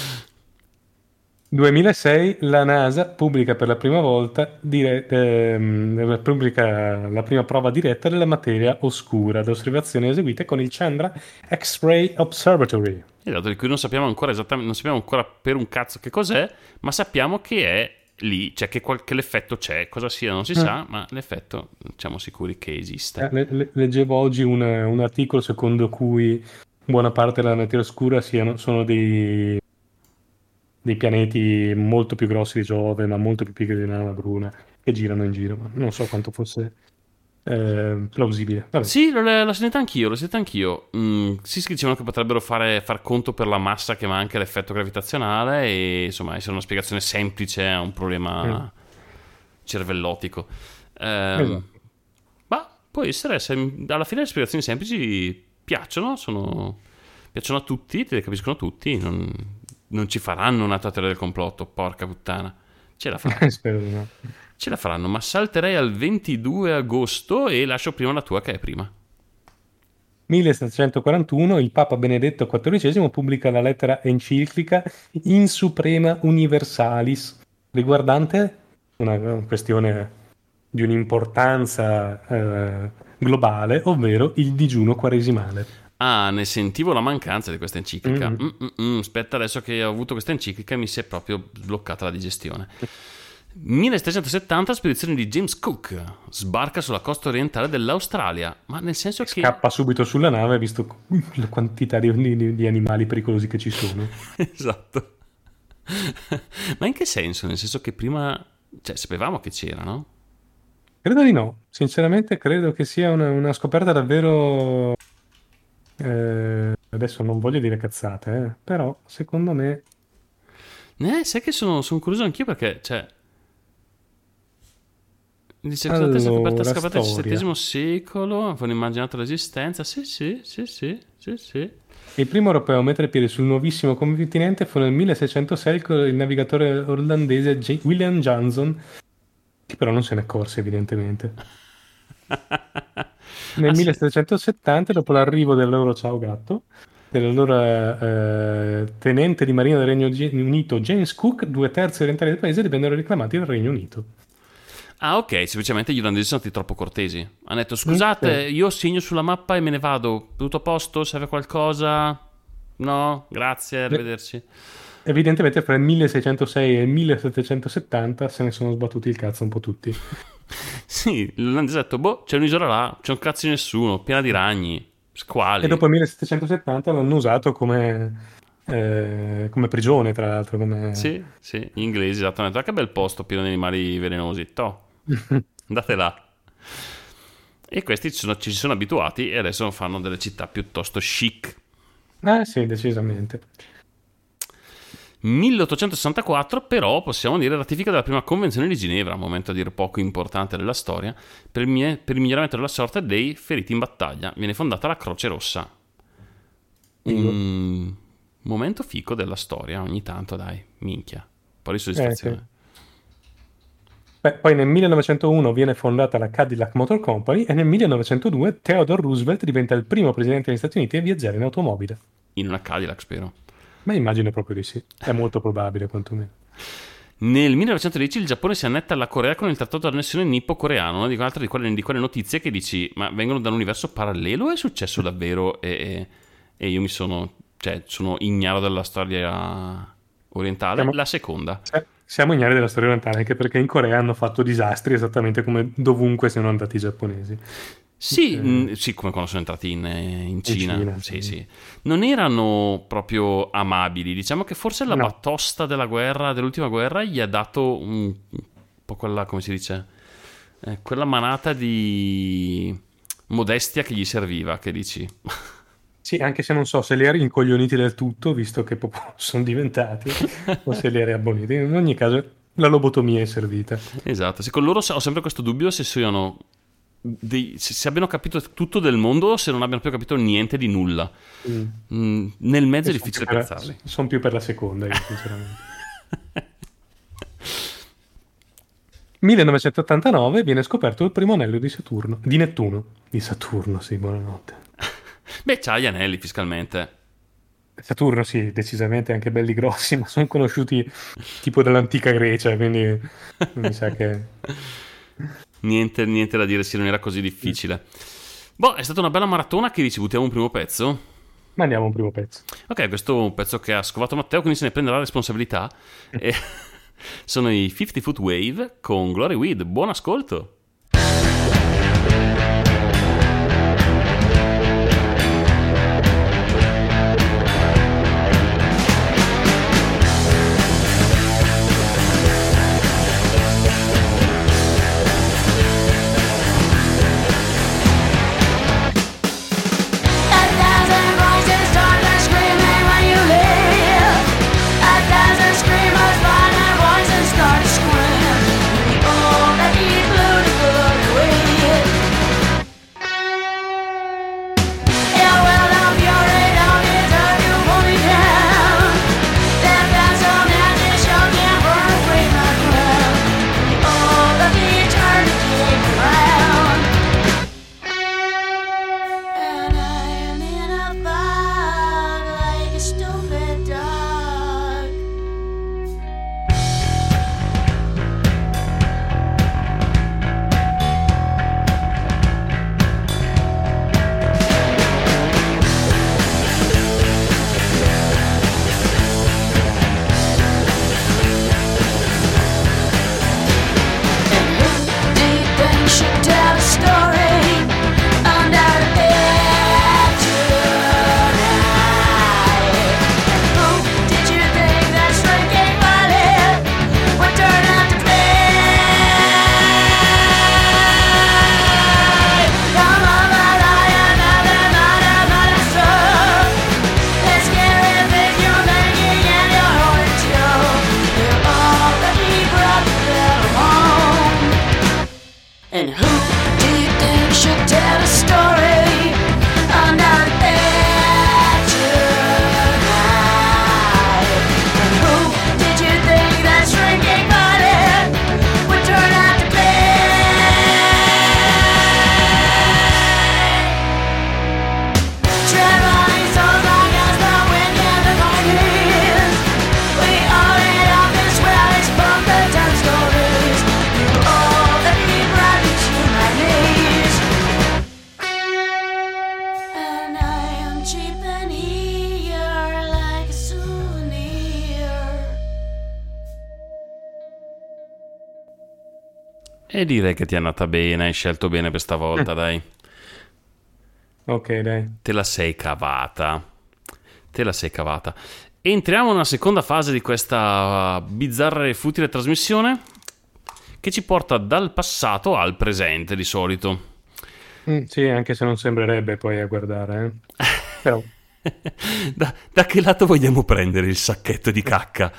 duemilasei la NASA pubblica per la prima volta dire- ehm, pubblica la prima prova diretta della materia oscura da osservazioni eseguite con il Chandra X-Ray Observatory. Esatto, di cui non sappiamo ancora esattamente, non sappiamo ancora per un cazzo che cos'è, ma sappiamo che è lì, cioè che, qual- che l'effetto c'è, cosa sia non si Mm. sa, ma l'effetto siamo sicuri che esiste. Eh, le- le- leggevo oggi un, un articolo secondo cui buona parte della materia oscura siano, sono dei, dei pianeti molto più grossi di Giove, ma molto più piccoli di Nana Bruna, che girano in giro, ma non so quanto fosse eh, plausibile. Vabbè. Sì, l'ho, l'ho sentita anch'io, l'ho sentita anch'io. Mm, sì, si dicevano che potrebbero fare, far conto per la massa che manca l'effetto gravitazionale e insomma essere una spiegazione semplice a un problema Mm. cervellotico. Ehm, Esatto. ma può essere, se- alla fine le spiegazioni semplici piacciono, sono, piacciono a tutti, te le capiscono tutti, non, non ci faranno una teoria del complotto, porca puttana. Ce la faranno. Spero di no. Ce la faranno, ma salterei al ventidue agosto e lascio prima la tua che è prima. millesettecentoquarantuno il Papa Benedetto quattordicesimo pubblica la lettera enciclica In Suprema Universalis, riguardante una una questione di un'importanza eh, globale, ovvero il digiuno quaresimale. Ah, ne sentivo la mancanza di questa enciclica. Mm. Mm, mm, mm, aspetta, adesso che ho avuto questa enciclica mi si è proprio bloccata la digestione. millesettecentosettanta, spedizione di James Cook sbarca sulla costa orientale dell'Australia, ma nel senso che... Scappa subito sulla nave, visto la quantità di, di- di animali pericolosi che ci sono. Esatto. Ma in che senso? Nel senso che prima... Cioè, sapevamo che c'era, no? Credo di no, sinceramente credo che sia una, una scoperta davvero... eh, adesso non voglio dire cazzate, eh, però secondo me... Eh, sai che sono, sono curioso anch'io perché, cioè... Dice cosa è scoperta, Allora, scoperta nel storia. diciassettesimo secolo, avevano immaginato l'esistenza. Sì, sì, sì, sì, sì, sì. Il primo europeo a mettere piede sul nuovissimo continente fu nel milleseicentosei con il navigatore olandese J- William Johnson, che però non se ne accorse evidentemente. Nel Ah, sì. millesettecentosettanta, dopo l'arrivo del loro ciao gatto, dell'allora eh, tenente di marina del Regno Gi- Unito James Cook, due terzi orientali del paese vennero reclamati dal Regno Unito. Ah, ok, semplicemente gli olandesi sono stati troppo cortesi. Hanno detto, Mm, scusate, sì. io segno sulla mappa e me ne vado. Tutto a posto? Serve qualcosa? No? Grazie, arrivederci. Evidentemente fra il milleseicentosei e il millesettecentosettanta se ne sono sbattuti il cazzo un po' tutti. Sì, l'olandese ha detto, boh, c'è un'isola là, c'è un cazzo di nessuno, piena di ragni, squali. E dopo il millesettecentosettanta l'hanno usato come, eh, come prigione, tra l'altro. Come... Sì, sì, gli inglesi, esatto, hanno detto, ah, che bel posto pieno di animali velenosi. Toh, andate là. E questi ci sono, ci si sono abituati e adesso fanno delle città piuttosto chic. Ah sì, decisamente. milleottocentosessantaquattro, però, possiamo dire ratifica della prima convenzione di Ginevra, momento a dire poco importante della storia, per il, mie- per il miglioramento della sorte dei feriti in battaglia. Viene fondata la Croce Rossa. Figo. Un momento fico della storia, ogni tanto, dai, minchia. Un po' di Eh, sì. soddisfazione. Beh, poi nel millenovecentouno viene fondata la Cadillac Motor Company e nel millenovecentodue Theodore Roosevelt diventa il primo presidente degli Stati Uniti a viaggiare in automobile. In una Cadillac, spero. Ma immagino proprio di sì. È molto probabile, quantomeno. Nel millenovecentodieci il Giappone si annetta alla Corea con il trattato di annessione nippo-coreano, una di un'altra di quelle, di quelle notizie che dici, ma vengono da un universo parallelo o è successo davvero? E, e- e io mi sono, cioè, sono ignaro della storia orientale. Siamo, La seconda. siamo ignari della storia orientale, anche perché in Corea hanno fatto disastri esattamente come dovunque siano andati i giapponesi. Sì, Eh, mh, sì, come quando sono entrati in, in in Cina. Cina, Sì, sì. sì. Non erano proprio amabili. Diciamo che forse la No, batosta della guerra, dell'ultima guerra, gli ha dato un, un po' quella, come si dice, Eh, quella manata di modestia che gli serviva, che dici. sì, anche se non so se li ha rincoglioniti del tutto, visto che proprio sono diventati, o se li ha riabboniti. In ogni caso, la lobotomia è servita. Esatto, sì, con loro ho sempre questo dubbio se siano dei- se se abbiano capito tutto del mondo o se non abbiano più capito niente di nulla. Mm. Mm, nel mezzo è Sono più difficile per la, pensarli. son più per la seconda, io, sinceramente. millenovecentottantanove viene scoperto il primo anello di Saturno, di Nettuno. Di Saturno, sì, buonanotte. Beh, c'ha gli anelli fiscalmente. Saturno, sì, decisamente anche belli grossi, ma sono conosciuti tipo dall'antica Grecia, quindi mi sa che... Niente, niente da dire, sì, non era così difficile. Boh, è stata una bella maratona che dici, buttiamo un primo pezzo? Ma andiamo a un primo pezzo. Ok, questo è un pezzo che ha scovato Matteo, quindi se ne prenderà la responsabilità. E sono i fifty Foot Wave con Glory Weed. Buon ascolto! A thousand voices start to screaming when you leave. A thousand screamers find their voices start to scream. Oh, that deep blue to good weed. Yeah, well, I'm fury down deserve you pull me down. They've got some nasty show can't burn free my ground. Oh, the beach turn to keep around. And I am in a fog like a stupid dog. And who do you think should tell a story under the bed tonight? And who did you think that shrinking violet would turn out to be? Come on, my lion, another mother, mother struck. The scary things you're thinking and you're holding to. You're all the deeper up the home. And who do you think should tell a story under the bed tonight? And who did you think that shrinking violet would turn out to be? Traveling souls like us, the wind and the monkeys. We all end up in swellies from the dumb stories. You all the deep rabbits to my knees. And I am cheap and eager like a souvenir. E direi che ti è andata bene, hai scelto bene per stavolta, dai. Ok, dai. Te la sei cavata. Te la sei cavata. Entriamo nella seconda fase di questa bizzarra e futile trasmissione che ci porta dal passato al presente di solito. Mm, sì, anche se non sembrerebbe poi a guardare, eh. Però... Da, da che lato vogliamo prendere il sacchetto di cacca?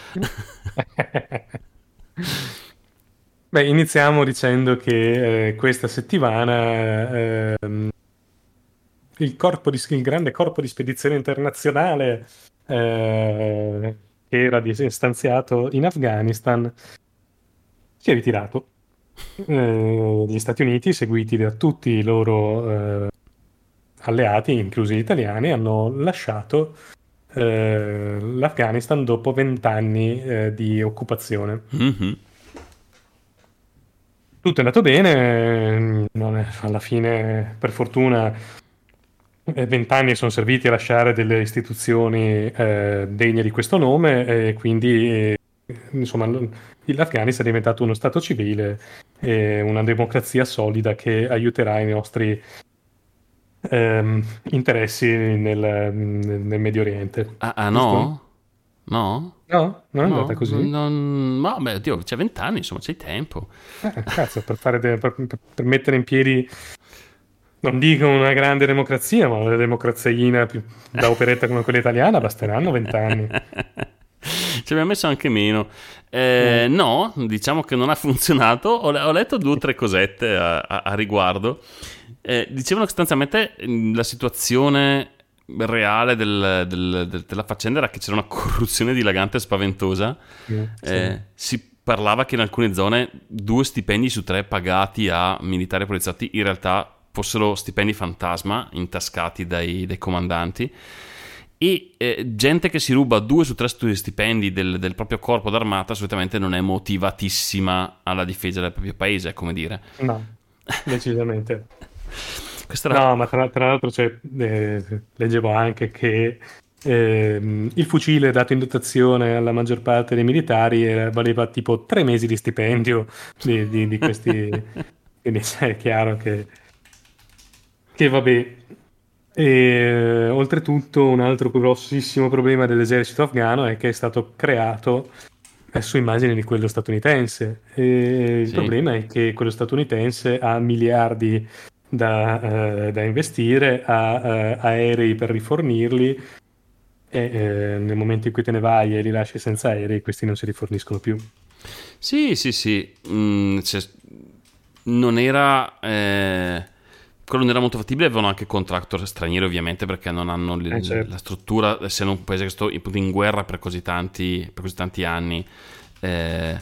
Beh, iniziamo dicendo che eh, questa settimana ehm, il, corpo di, il grande corpo di spedizione internazionale eh, che era dis- stanziato in Afghanistan si è ritirato. Eh, gli Stati Uniti, seguiti da tutti i loro eh, alleati, inclusi gli italiani, hanno lasciato eh, l'Afghanistan dopo vent'anni eh, di occupazione. Mhm. Tutto è andato bene, non è- alla fine, per fortuna, eh, vent'anni sono serviti a lasciare delle istituzioni eh, degne di questo nome e quindi eh, insomma l- l'Afghanistan è diventato uno stato civile e una democrazia solida che aiuterà i nostri ehm, interessi nel, nel Medio Oriente. Ah, ah, Giusto? no? No? No? Non è andata No? Non, così? non... No, beh, oddio, c'è vent'anni, insomma, c'è tempo. Eh, cazzo, per fare de- per, per- per mettere in piedi, non dico una grande democrazia, ma una democrazia più da operetta come quella italiana, basteranno vent'anni. Ci abbiamo messo anche meno. Eh, Eh, no, diciamo che non ha funzionato. Ho, ho letto due o tre cosette a, a- a riguardo. Eh, dicevano che sostanzialmente mh, la situazione reale del- del- del- della faccenda era che c'era una corruzione dilagante e spaventosa. sì, sì. Eh, si parlava che in alcune zone due stipendi su tre pagati a militari e poliziotti in realtà fossero stipendi fantasma intascati dai, dai comandanti e eh, gente che si ruba due su tre stu- stipendi del, del proprio corpo d'armata solitamente non è motivatissima alla difesa del proprio paese, è come dire. No, decisamente. Questa era... No, ma tra, tra l'altro cioè, eh, leggevo anche che ehm, il fucile dato in dotazione alla maggior parte dei militari era- valeva tipo tre mesi di stipendio di, di- di questi. Quindi sai, è chiaro che, che vabbè. E oltretutto un altro grossissimo problema dell'esercito afghano è che è stato creato eh, su immagini di quello statunitense. E il Sì. problema è che quello statunitense ha miliardi da, eh, da investire, ha eh, aerei per rifornirli e eh, nel momento in cui te ne vai e li lasci senza aerei, questi non si riforniscono più. Sì, sì, sì. Mm, cioè, non era... eh, quello non era molto fattibile, avevano anche contractor stranieri ovviamente perché non hanno Eh, l- la certo. struttura, essendo un paese che sto appunto in guerra per così tanti, per così tanti anni, eh,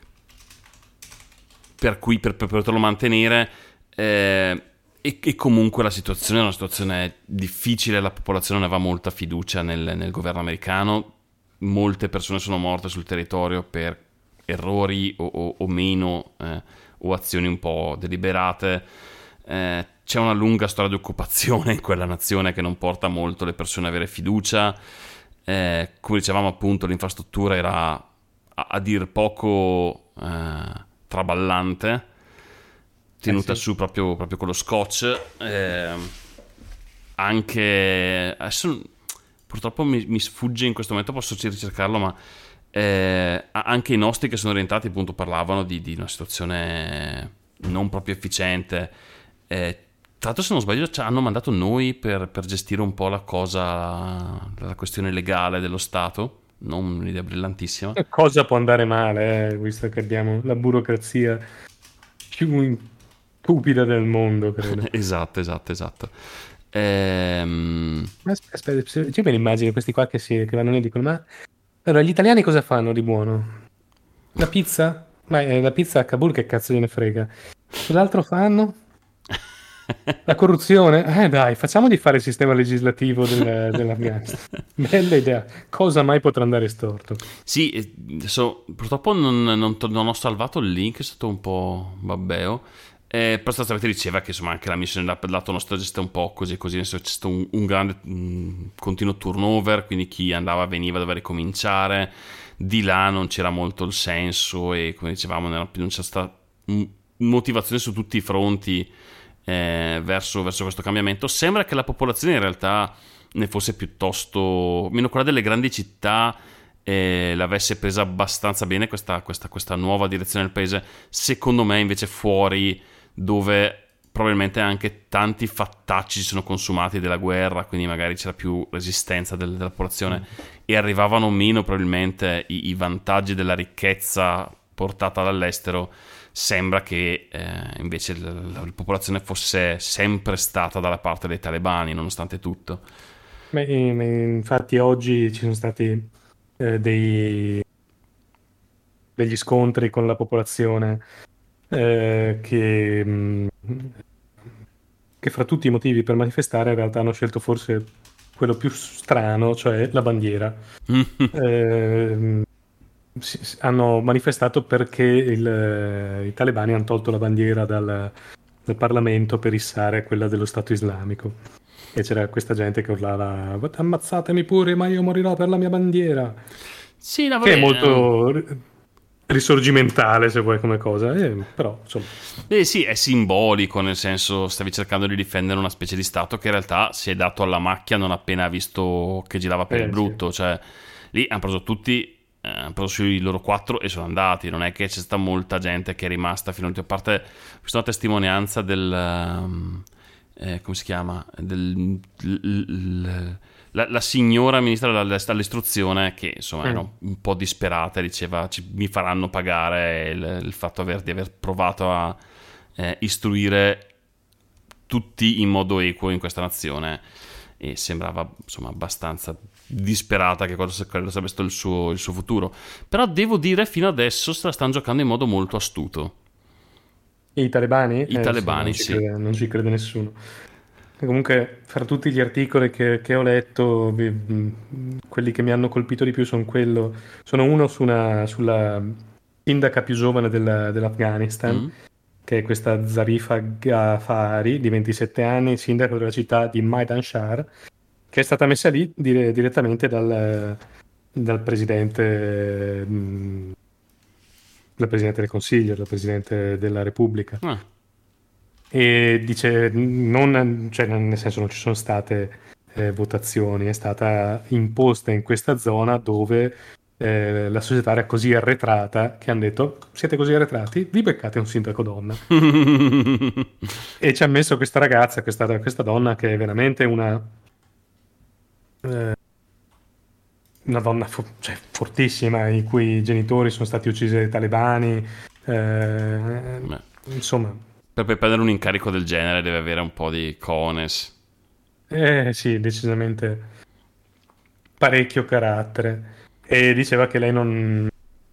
per cui per, per poterlo mantenere eh, e, e comunque la situazione è una situazione difficile, la popolazione non aveva molta fiducia nel, nel governo americano, molte persone sono morte sul territorio per errori o, o- o meno eh, o azioni un po' deliberate. Eh, c'è una lunga storia di occupazione in quella nazione che non porta molto le persone ad avere fiducia. Eh, come dicevamo appunto l'infrastruttura era a, a dir poco eh, traballante, Eh tenuta sì. su proprio, proprio con lo scotch. Eh, anche adesso purtroppo mi, mi sfugge in questo momento, posso ricercarlo, ma eh, anche i nostri che sono orientati appunto parlavano di, di una situazione non proprio efficiente. Eh, tra l'altro, se non sbaglio, ci hanno mandato noi per, per gestire un po' la cosa, la questione legale dello Stato. Non un'idea brillantissima. Cosa può andare male, eh, visto che abbiamo la burocrazia più stupida del mondo, credo. Esatto, esatto, esatto. Ehm, Ma asp- aspetta, se- io me ne immagino questi qua che, si, che vanno lì e dicono: Ma allora, gli italiani cosa fanno di buono? La pizza? Ma eh, la pizza a Kabul che cazzo gliene frega? Cos'altro fanno? La corruzione? Eh dai, facciamo di fare il sistema legislativo del- dell'Afghanistan. Bella idea. Cosa mai potrà andare storto? Sì, eh, adesso purtroppo non, non to- non ho salvato il link, è stato un po' babbeo. Eh, però sostanzialmente diceva che insomma anche la missione dal lato nostro è gestita un po' così così, nel senso c'è stato un, un grande mh, continuo turnover, quindi chi andava veniva doveva ricominciare, di là non c'era molto il senso e come dicevamo non non c'è stata mh, motivazione su tutti i fronti eh, verso, verso questo cambiamento. Sembra che la popolazione in realtà ne fosse piuttosto, meno quella delle grandi città, eh, l'avesse presa abbastanza bene questa, questa, questa nuova direzione del paese. Secondo me invece fuori, dove probabilmente anche tanti fattacci si sono consumati della guerra, quindi magari c'era più resistenza del- della popolazione e arrivavano meno probabilmente i, i vantaggi della ricchezza portata dall'estero. Sembra che eh, invece la, la- la popolazione fosse sempre stata dalla parte dei talebani, nonostante tutto. Beh, eh, infatti oggi ci sono stati eh, dei- degli scontri con la popolazione eh, che, mh, che fra tutti i motivi per manifestare in realtà hanno scelto forse quello più strano, cioè la bandiera. Eh, si- si- hanno manifestato perché il- eh, i talebani hanno tolto la bandiera dal, dal Parlamento per issare quella dello Stato islamico. E c'era questa gente che urlava: ammazzatemi pure, ma io morirò per la mia bandiera. Sì, no, Che è vabbè, eh, molto ri- risorgimentale, se vuoi, come cosa. Eh, però, insomma, eh, sì, è simbolico, nel senso stavi cercando di difendere una specie di stato che in realtà si è dato alla macchia non appena ha visto che girava per il eh, sì. brutto, cioè lì hanno preso tutti, eh, hanno preso sui loro quattro e sono andati, non è che c'è stata molta gente che è rimasta fino all'ultimo, a parte questa una testimonianza del, ehm, eh, come si chiama, del, l- l- la, la signora ministra dell'est- dell'istruzione che insomma era Mm. un, un po' disperata, diceva "Ci- mi faranno pagare il, il fatto aver- di aver provato a eh, istruire tutti in modo equo in questa nazione", e sembrava insomma abbastanza disperata che cosa quello sarebbe stato il suo, il suo futuro. Però devo dire fino adesso se la stanno giocando in modo molto astuto I talebani? i Eh, sì, non talebani, ci sì. crede, non ci crede nessuno. E comunque, fra tutti gli articoli che, che ho letto, vi- mh, quelli che mi hanno colpito di più sono quello, sono uno su una, sulla sindaca più giovane della- dell'Afghanistan, Mm? che è questa Zarifa Ghafari, di ventisette anni, sindaco della città di Maidanshar, che è stata messa lì dire- direttamente dal, dal presidente, mh, dal presidente del Consiglio, dal presidente della Repubblica. Ah. E dice, non, cioè, nel senso non ci sono state eh, votazioni, è stata imposta in questa zona dove eh, la società era così arretrata che hanno detto: siete così arretrati? Vi beccate un sindaco donna. E ci ha messo questa ragazza, questa, questa donna che è veramente una, eh, una donna fo- cioè, fortissima, i cui genitori sono stati uccisi dai talebani. eh, Beh, insomma, per poi prendere un incarico del genere deve avere un po' di cones. eh, sì, decisamente parecchio carattere. E diceva che lei non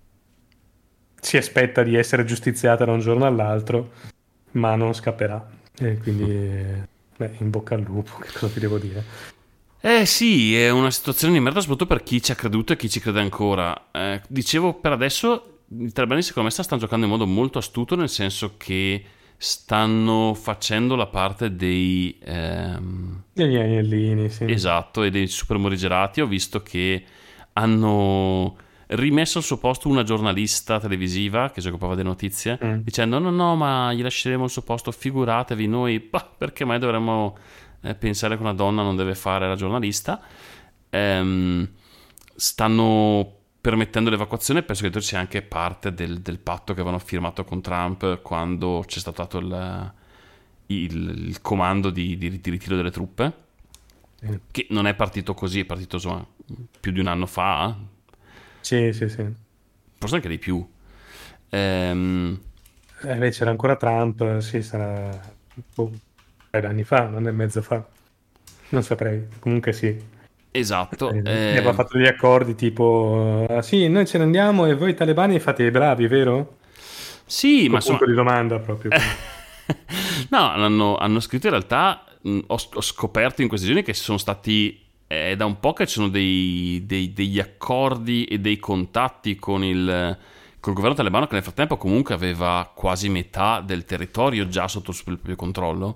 si aspetta di essere giustiziata da un giorno all'altro, ma non scapperà. E quindi, eh, beh, in bocca al lupo, che cosa ti devo dire? Eh sì, è una situazione di merda soprattutto per chi ci ha creduto e chi ci crede ancora. Eh, dicevo, per adesso i talebani secondo me sta- stanno giocando in modo molto astuto, nel senso che stanno facendo la parte dei... ehm, Gli agnellini, sì. esatto, e dei super morigerati. Ho visto che hanno rimesso al suo posto una giornalista televisiva che si occupava delle notizie, Mm. dicendo no no ma gli lasceremo il suo posto, figuratevi noi, bah, perché mai dovremmo eh, pensare che una donna non deve fare la giornalista. Ehm, stanno permettendo l'evacuazione, penso che sia anche parte del, del patto che avevano firmato con Trump quando c'è stato dato il, il, il comando di, di, di ritiro delle truppe, Sì, che non è partito così, è partito insomma più di un anno fa, sì, sì, sì. forse anche di più. Ehm, Eh, beh, c'era ancora Trump, sì, sarà boh, un paio d'anni fa, un anno e mezzo fa. Non saprei. Comunque sì. Eh, esatto. e aveva ehm, fatto degli accordi tipo, ah, sì, noi ce ne andiamo e voi talebani fate i bravi, vero? sì, ma Col insomma... punto di domanda proprio. no, hanno, hanno scritto in realtà, mh, ho, ho scoperto in questi giorni che sono stati, è da un po' che ci sono dei, dei- degli accordi e dei contatti con il, col governo talebano, che nel frattempo comunque aveva quasi metà del territorio già sotto il suo proprio controllo,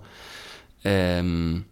ehm,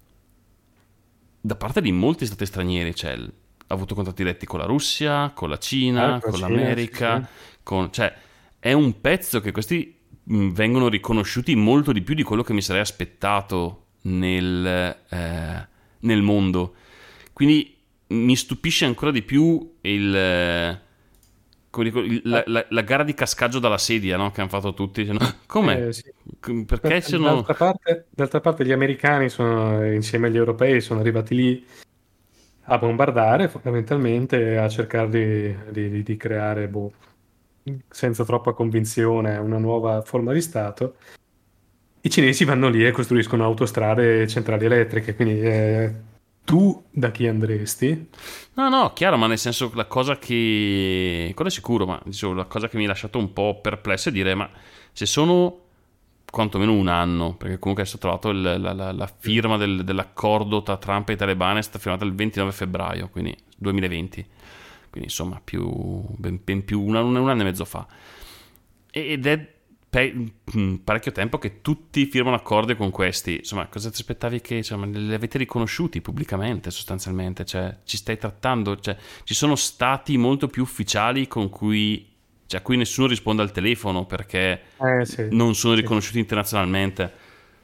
da parte di molti stati stranieri, cioè l- ha avuto contatti diretti con la Russia, con la Ah, Cina, con la con Cina, sì, l'America, sì. con, cioè è un pezzo che questi mh, vengono riconosciuti molto di più di quello che mi sarei aspettato nel, eh, nel mondo. Quindi mi stupisce ancora di più il, eh, come dico, il- la, la- la gara di cascaggio dalla sedia, no? Che hanno fatto tutti. Cioè, no, come? Eh, sì. C- Perché sono... D'altra parte, d'altra parte gli americani sono, insieme agli europei, sono arrivati lì a bombardare fondamentalmente, a cercare di, di- di creare, boh, senza troppa convinzione, una nuova forma di Stato. I cinesi vanno lì e costruiscono autostrade e centrali elettriche, quindi eh, tu da chi andresti? No, no, chiaro, ma nel senso la cosa che... quello è sicuro, ma dicevo, la cosa che mi ha lasciato un po' perplesso è dire, ma se sono quantomeno un anno, perché comunque adesso ho trovato il- la, la- la firma del- dell'accordo tra Trump e i talebani è stata firmata il ventinove febbraio, quindi duemilaventi, quindi insomma più, ben, ben più un, un anno e mezzo fa. Ed è pe- mh, parecchio tempo che tutti firmano accordi con questi. Insomma, cosa ti aspettavi che, insomma, li avete riconosciuti pubblicamente sostanzialmente? Cioè, ci stai trattando, cioè, ci sono stati molto più ufficiali con cui, cioè, a cui nessuno risponde al telefono perché Eh, sì, non sono sì. riconosciuti internazionalmente.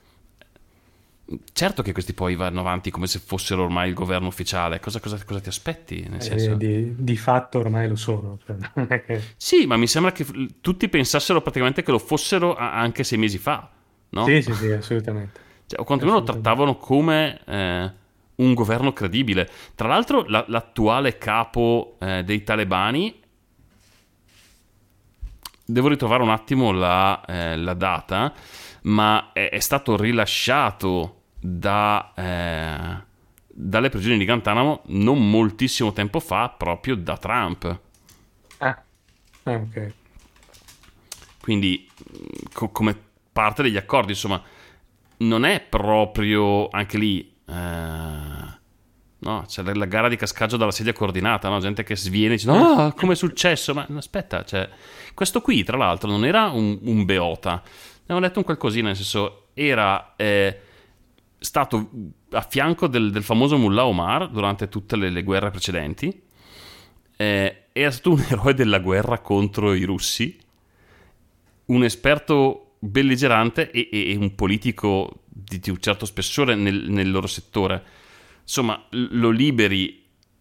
Certo che questi poi vanno avanti come se fossero ormai il governo ufficiale. Cosa, cosa- cosa ti aspetti? Nel Eh, senso... di, di fatto ormai lo sono. Cioè, non è che- Sì, ma mi sembra che f- tutti pensassero praticamente che lo fossero a- anche sei mesi fa, no? Sì, sì, sì, assolutamente. Cioè, o quantomeno lo Assolutamente. trattavano come eh, un governo credibile. Tra l'altro, la- l'attuale capo eh, dei talebani, devo ritrovare un attimo la, eh, la data, ma è, è stato rilasciato da, eh, dalle prigioni di Guantanamo non moltissimo tempo fa, proprio da Trump. Ah, ah, ok. Quindi co- come parte degli accordi, insomma, non è proprio anche lì eh, no, c'è la, la gara di cascaggio dalla sedia coordinata, no? Gente che sviene e dice no, come è successo? Ma aspetta, cioè, questo qui tra l'altro non era un, un beota, ne ho letto un qualcosina, nel senso era eh, stato a fianco del, del famoso Mullah Omar durante tutte le, le guerre precedenti, eh, era stato un eroe della guerra contro i russi, un esperto belligerante e, e- e un politico di, di un certo spessore nel, nel loro settore. Insomma, l- lo liberi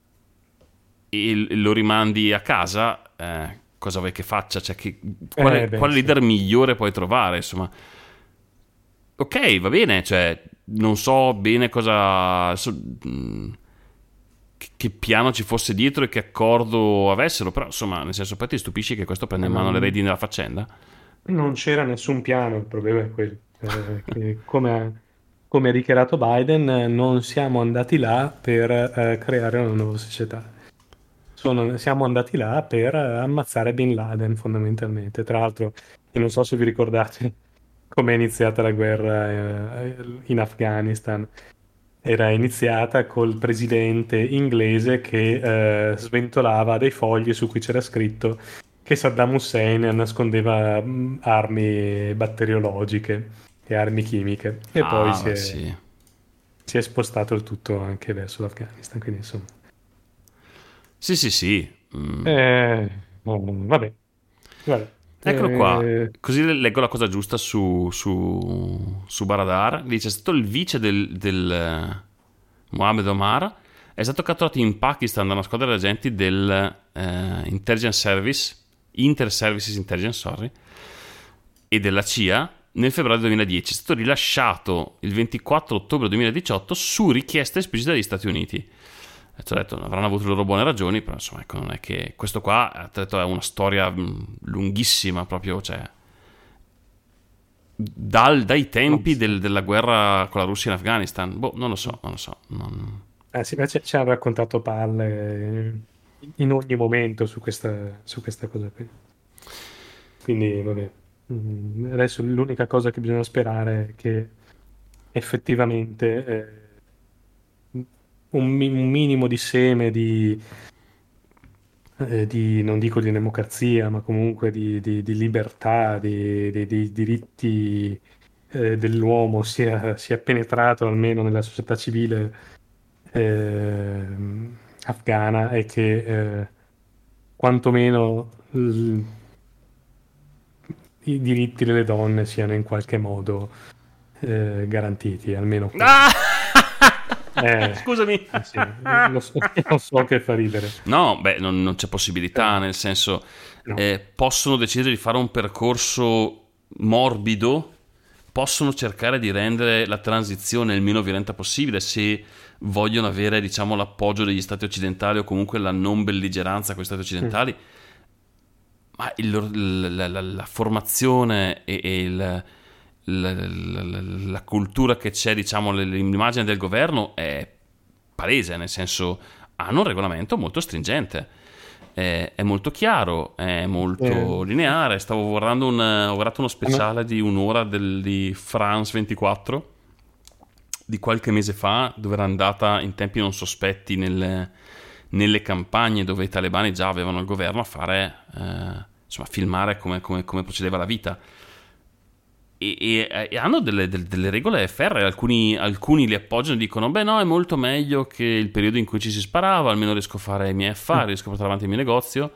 e l- lo rimandi a casa, eh, cosa vuoi che faccia? Cioè, che, quale, Eh, beh, quale sì. leader migliore puoi trovare? Insomma, ok, va bene, cioè, non so bene cosa... so- mh, che, che piano ci fosse dietro e che accordo avessero, però insomma, nel senso, poi ti stupisci che questo prende in mano le Non, redini della faccenda? non c'era nessun piano, il problema è quello. eh, che come, come ha dichiarato Biden, eh, non siamo andati là per eh, creare una nuova società. Sono- siamo andati là per eh, ammazzare Bin Laden, fondamentalmente. Tra l'altro, io non so se vi ricordate come è iniziata la guerra eh, in Afghanistan. Era iniziata col presidente inglese che eh, sventolava dei fogli su cui c'era scritto che Saddam Hussein nascondeva mh, armi batteriologiche e armi chimiche. E poi Ah, si beh, è, sì. si è spostato il tutto anche verso l'Afghanistan. Quindi, insomma. Sì, sì, sì. Mm. Eh, mm, vabbè, vabbè. Eccolo qua. Eh, Così le- leggo la cosa giusta su, su, su Baradar. Dice: è stato il vice del, del eh, Mohammed Omar. È stato catturato in Pakistan da una squadra di agenti del eh, Intelligence Service, Inter Services Intelligence, sorry, e della C I A nel febbraio duemiladieci. È stato rilasciato il ventiquattro ottobre duemiladiciotto su richiesta esplicita degli Stati Uniti. E ti ho detto, avranno avuto le loro buone ragioni, però insomma, ecco, non è che questo qua, ti ho detto, è una storia mh, lunghissima, proprio, cioè, dal- dai tempi del- della guerra con la Russia in Afghanistan. Boh, non lo so, non lo so. non- eh, sì, beh, ci, ci hanno raccontato palle eh, in ogni momento su questa, su questa cosa qui. Quindi, vabbè. Mm, adesso l'unica cosa che bisogna sperare è che effettivamente eh, un, mi- un minimo di seme di, eh, di, non dico di democrazia, ma comunque di, di- di libertà, di, di- di diritti eh, dell'uomo sia, sia penetrato almeno nella società civile ehm, afghana e che eh, quantomeno l- i diritti delle donne siano in qualche modo eh, garantiti, almeno quello. Ah! Eh, Scusami. eh sì, lo so, lo so che fa ridere. No, beh, non, non c'è possibilità, Eh, nel senso, no. eh, possono decidere di fare un percorso morbido, possono cercare di rendere la transizione il meno violenta possibile se vogliono avere, diciamo, l'appoggio degli stati occidentali o comunque la non belligeranza con gli stati occidentali, ma il loro- la, la- la formazione e, e il- la, la- la- la cultura che c'è, diciamo, l'immagine del governo è palese, nel senso hanno un regolamento molto stringente. è, è molto chiaro, è molto Eh. lineare. Stavo guardando un, ho guardato uno speciale di un'ora del, di France ventiquattro di qualche mese fa, dove era andata in tempi non sospetti nelle, nelle campagne dove i talebani già avevano il governo a fare, eh, insomma, filmare come, come, come procedeva la vita. E, e, e hanno delle, delle, delle regole ferree. Alcuni, alcuni li appoggiano e dicono: beh, no, è molto meglio che il periodo in cui ci si sparava, almeno riesco a fare i miei affari, riesco a portare avanti il mio negozio.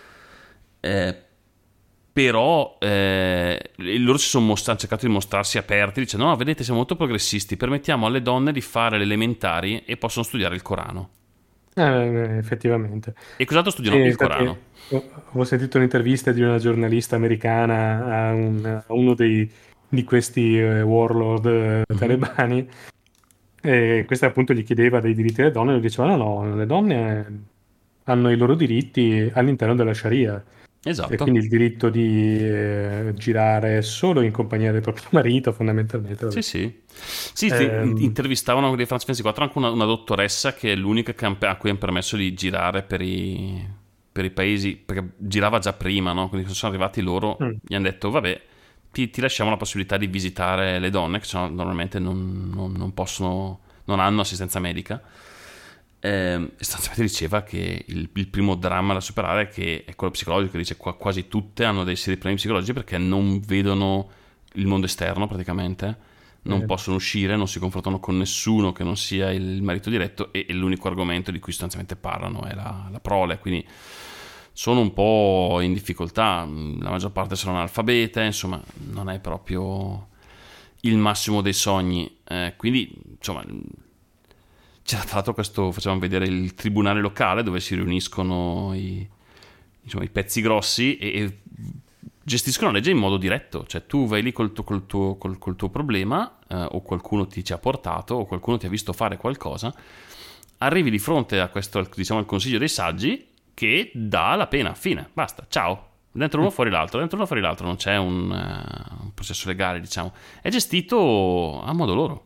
Eh, però eh, loro si sono most- hanno cercato di mostrarsi aperti, dicendo: no, vedete, siamo molto progressisti, permettiamo alle donne di fare le elementari e possono studiare il Corano. Eh, effettivamente. E cos'altro Sì, studiano? Il infatti Corano. ho ho sentito un'intervista di una giornalista americana a, un- a uno dei, di questi eh, warlord eh, Mhm. talebani, e questa appunto gli chiedeva dei diritti delle donne, e lui diceva: no, no, le donne hanno i loro diritti all'interno della Sharia, e Esatto. quindi il diritto di eh, girare solo in compagnia del proprio marito, fondamentalmente. Sì, Vabbè. sì. Sì, sì, in- Ehm, intervistavano di France ventiquattro anche una, una dottoressa che è l'unica che han- a cui hanno permesso di girare per i, per i paesi, perché girava già prima, no? Quindi quando sono arrivati loro, mm, gli hanno detto: vabbè, ti, ti lasciamo la possibilità di visitare le donne, che sennò normalmente non, non- non possono, non hanno assistenza medica. Eh, sostanzialmente diceva che il, il primo dramma da superare è che è quello psicologico, che dice qua, quasi tutte hanno dei seri problemi psicologici perché non vedono il mondo esterno praticamente, non eh, possono uscire, non si confrontano con nessuno che non sia il marito diretto, e, e l'unico argomento di cui sostanzialmente parlano è la, la prole, quindi sono un po' in difficoltà, la maggior parte sono analfabete, insomma non è proprio il massimo dei sogni. Eh, quindi insomma c'era tra l'altro questo, facevamo vedere il tribunale locale dove si riuniscono i, diciamo, i pezzi grossi e, e gestiscono la legge in modo diretto, cioè tu vai lì col tuo, col tuo, col, col tuo problema, eh, o qualcuno ti ci ha portato o qualcuno ti ha visto fare qualcosa, arrivi di fronte a questo, diciamo, al consiglio dei saggi che dà la pena, fine, basta, ciao, dentro uno fuori l'altro, dentro uno fuori l'altro, non c'è un, uh, un processo legale, diciamo, è gestito a modo loro.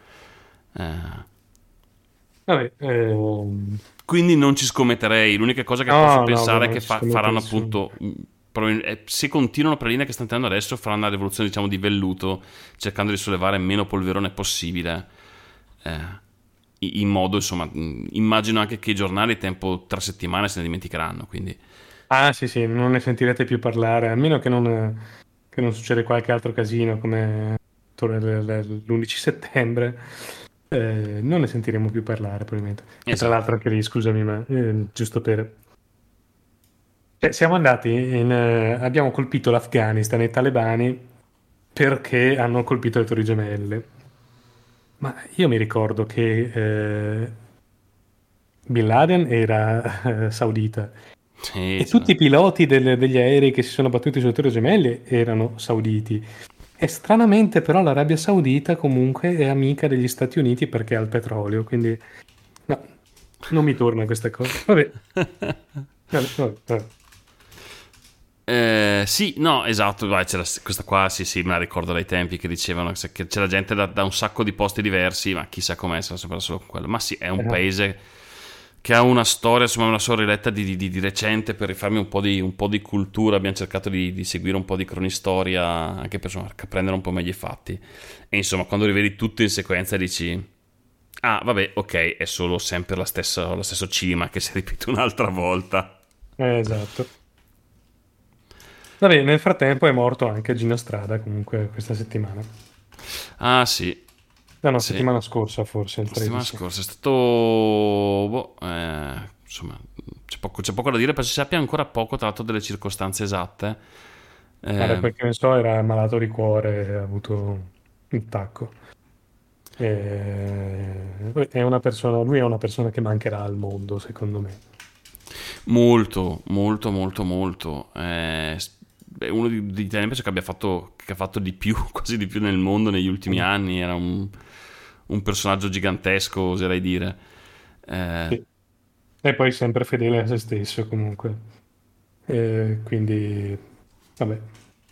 Eh, vabbè, ehm, Quindi non ci scommetterei. L'unica cosa che posso no, no, beh, pensare è non che ci fa- scommette faranno nessuno. appunto, mh, probabil- eh, se continuano per la linea che stanno tenendo adesso, faranno una rivoluzione, diciamo, di velluto, cercando di sollevare meno polverone possibile, eh, i- in modo, insomma, mh, immagino anche che i giornali tempo tre settimane se ne dimenticheranno, quindi Ah, sì, sì, non ne sentirete più parlare, a meno che non, che non succede qualche altro casino come l'undici settembre, eh, non ne sentiremo più parlare probabilmente. E tra esatto. l'altro anche lì, scusami, ma eh, giusto per... Cioè, siamo andati in... eh, abbiamo colpito l'Afghanistan e i talebani perché hanno colpito le Torri Gemelle. Ma io mi ricordo che eh, Bin Laden era eh, saudita. Sì, E ce tutti l'ha. i piloti del- degli aerei che si sono battuti sulle Torri Gemelle erano sauditi. E stranamente però l'Arabia Saudita comunque è amica degli Stati Uniti perché ha il petrolio, quindi no, non mi torna questa cosa. Vabbè, vabbè, vabbè, vabbè. Eh, sì, no, esatto, vai, c'era questa qua, sì, sì, me la ricordo dai tempi che dicevano che che c'era gente da, da un sacco di posti diversi, ma chissà com'è, sarà sempre solo quello. Ma sì, è un Eh, paese che ha una storia, insomma, una storia riletta di, di- di recente, per rifarmi un po' di, un po' di cultura, abbiamo cercato di, di seguire un po' di cronistoria, anche per, insomma, prendere un po' meglio i fatti. E insomma, quando rivedi tutto in sequenza dici: ah, vabbè, ok, è solo sempre la stessa, lo stesso cinema che si ripete un'altra volta. eh, esatto. Vabbè, nel frattempo è morto anche Gino Strada comunque questa settimana. Ah, sì, No, no, sì. settimana scorsa forse, il La settimana tredici. scorsa è stato, boh, eh, insomma, c'è poco, c'è poco da dire, penso si sappia ancora poco tra l'altro delle circostanze esatte. Ma da Eh, quel che ne so era malato di cuore e ha avuto un tacco. E- È una persona, lui è una persona che mancherà al mondo, secondo me. molto, molto, molto, molto. Eh, è uno di- degli italiani penso che abbia fatto, che ha fatto di più, quasi di più nel mondo negli ultimi Mm. anni. Era un, un personaggio gigantesco, oserei dire. Eh, Sì. E poi sempre fedele a se stesso comunque. E quindi, vabbè.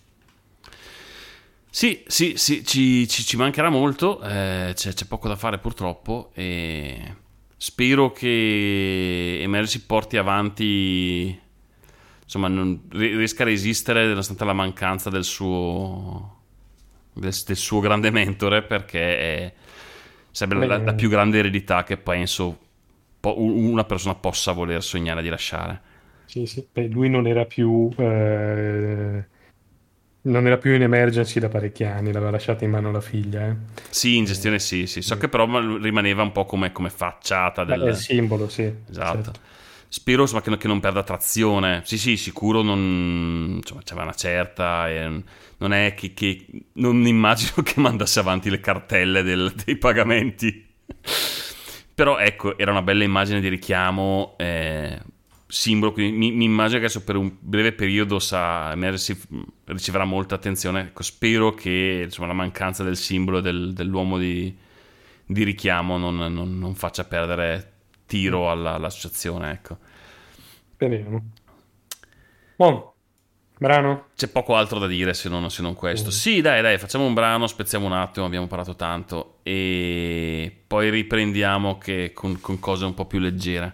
Sì, sì, sì, ci, ci- ci mancherà molto, eh, c'è, c'è poco da fare purtroppo, e spero che Emergency porti avanti, insomma, non riesca a resistere nonostante la mancanza del suo del, del suo grande mentore, perché è, sarebbe la, la più grande eredità che penso po- una persona possa voler sognare di lasciare. Sì, sì. Beh, lui non era più eh, non era più in Emergency da parecchi anni, l'aveva lasciata in mano alla figlia. Eh. Sì, in gestione sì, sì. So che però rimaneva un po' come, come facciata del... Beh, è il simbolo, sì. Esatto. Certo. Spero insomma che, che non perda trazione. Sì, sì, sicuro non... insomma, c'aveva una certa... E non è che, che... non immagino che mandasse avanti le cartelle del, dei pagamenti. Però ecco, era una bella immagine di richiamo... Eh... simbolo, quindi mi, mi immagino che adesso per un breve periodo sa, Emergency riceverà molta attenzione. Ecco, spero che insomma, la mancanza del simbolo del, dell'uomo di, di richiamo non, non, non faccia perdere tiro alla, all'associazione, ecco. Speriamo. Buon brano? C'è poco altro da dire se non, se non questo. Mm. Sì, dai, dai, facciamo un brano, spezziamo un attimo, abbiamo parlato tanto e poi riprendiamo che, con, con cose un po' più leggere.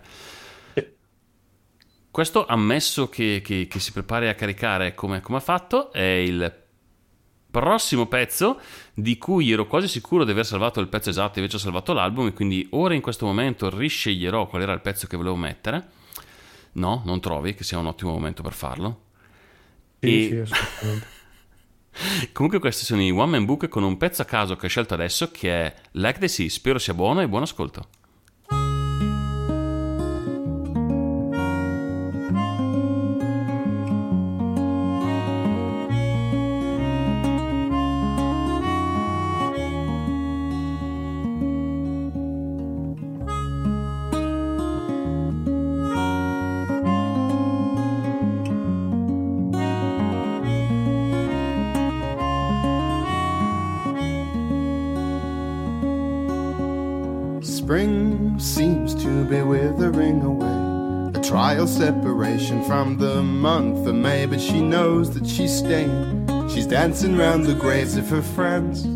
Questo, ammesso che, che, che si prepari a caricare come, come ha fatto, è il prossimo pezzo di cui ero quasi sicuro di aver salvato il pezzo esatto, invece ho salvato l'album, e quindi ora in questo momento risceglierò qual era il pezzo che volevo mettere. No, non trovi che sia un ottimo momento per farlo? Sì, e... sì, assolutamente. Comunque questi sono i One Man Book con un pezzo a caso che ho scelto adesso, che è Like the Sea. Spero sia buono e buon ascolto. Spring seems to be withering away, a trial separation from the month of May, but she knows that she's staying. She's dancing round the graves of her friends.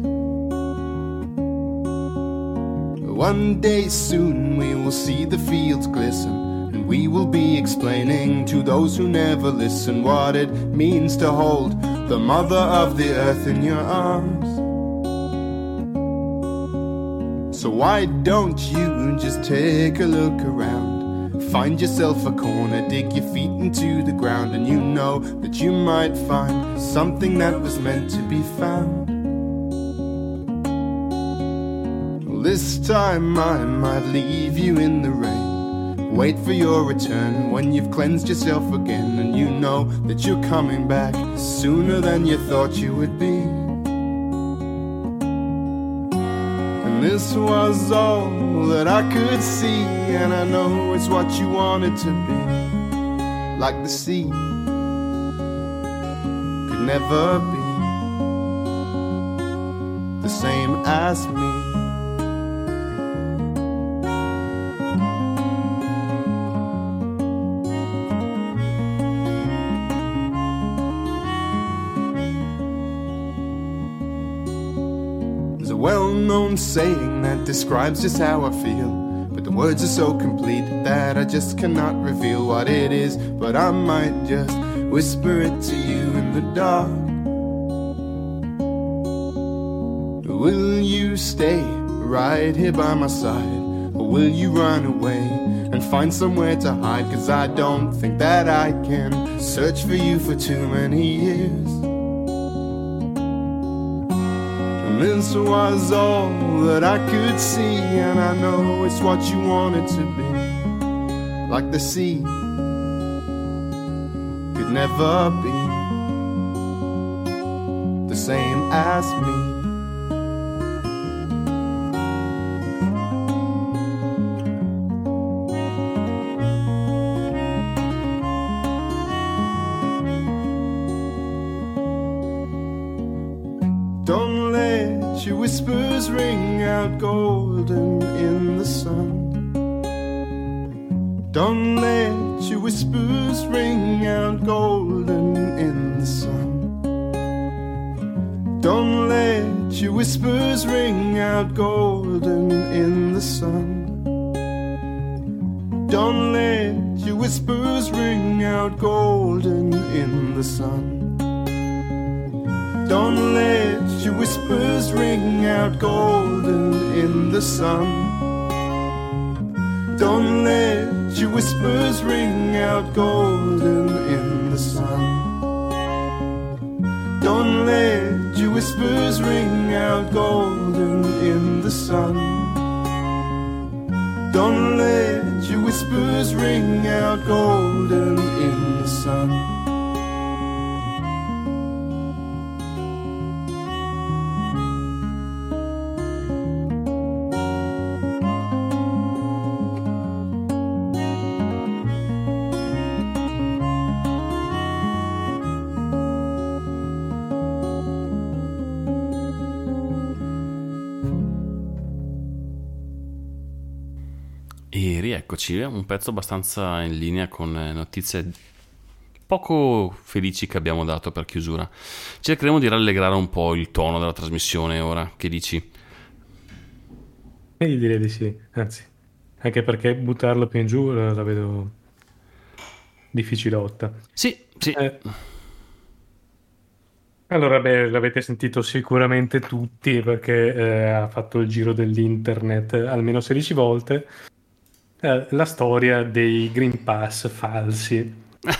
One day soon we will see the fields glisten, and we will be explaining to those who never listen what it means to hold the mother of the earth in your arms. So why don't you just take a look around, find yourself a corner, dig your feet into the ground, and you know that you might find something that was meant to be found. Well, this time I might leave you in the rain, wait for your return when you've cleansed yourself again, and you know that you're coming back sooner than you thought you would be. This was all that I could see, and I know it's what you wanted to be. Like the sea could never be the same as me. Well-known saying that describes just how I feel, but the words are so complete that I just cannot reveal what it is. But I might just whisper it to you in the dark. Will you stay right here by my side, or will you run away and find somewhere to hide? 'Cause I don't think that I can search for you for too many years. This was all that I could see, and I know it's what you wanted to be. Like the sea could never be the same as me. Don't let your whispers ring out golden in the sun. Don't let your whispers ring out golden in the sun. Don't let your whispers ring out golden in the sun. Don't let your whispers ring out golden in the sun. Don't let your whispers ring out golden in the sun. Don't let your whispers ring out golden in the sun. Don't let your whispers ring out golden in the sun. Don't let your whispers ring out golden in the sun. E rieccoci, un pezzo abbastanza in linea con notizie poco felici che abbiamo dato per chiusura. Cercheremo di rallegrare un po' il tono della trasmissione ora, che dici? E io direi di sì, anzi, anche perché buttarlo più in giù la, la vedo difficilotta. Sì, sì. Eh, allora, beh, l'avete sentito sicuramente tutti perché eh, ha fatto il giro dell'internet almeno sedici volte. Eh, la storia dei Green Pass falsi.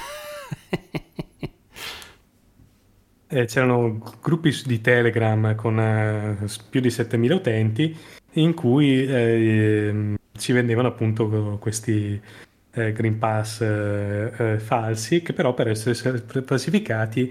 Eh, c'erano gruppi su- di Telegram con eh, s- più di settemila utenti in cui eh, ci vendevano appunto questi eh, Green Pass eh, eh, falsi che però per essere s- classificati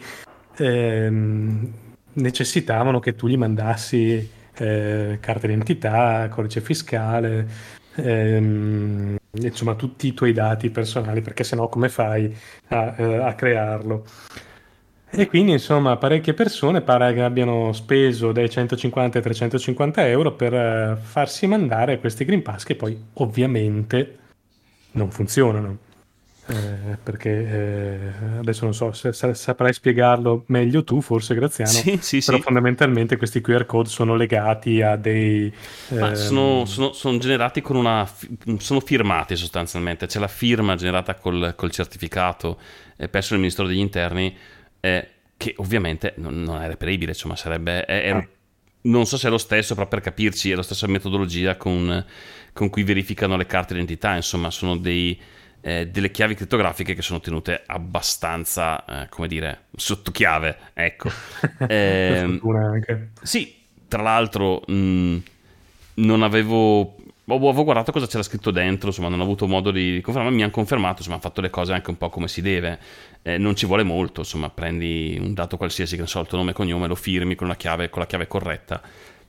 ehm, necessitavano che tu gli mandassi eh, carta d'identità, codice fiscale, ehm, insomma tutti i tuoi dati personali, perché sennò come fai a, eh, a crearlo? E quindi insomma parecchie persone pare che abbiano speso dai centocinquanta ai trecentocinquanta euro per eh, farsi mandare questi Green Pass che poi ovviamente non funzionano. Eh, perché eh, adesso non so se sa- saprai spiegarlo meglio tu, forse Graziano, Sì, sì, però sì. fondamentalmente questi Q R code sono legati a dei... Ma sono, ehm, sono- sono generati con una... fi- sono firmati sostanzialmente. C'è la firma generata col, col certificato eh, presso il Ministero degli Interni, eh, che ovviamente non, non è reperibile, insomma sarebbe... è- è- Ah. non so se è lo stesso, però per capirci è la stessa metodologia con, con cui verificano le carte d'identità, insomma sono dei, eh, delle chiavi crittografiche che sono tenute abbastanza, eh, come dire, sotto chiave, ecco. per Ehm, fortuna anche. sì, tra l'altro mh, non avevo... Avevo guardato cosa c'era scritto dentro, insomma non ho avuto modo di confermare, mi hanno confermato, insomma hanno fatto le cose anche un po' come si deve. Eh, non ci vuole molto, insomma prendi un dato qualsiasi, che ne so, il tuo nome e cognome, lo firmi con una chiave, con la chiave corretta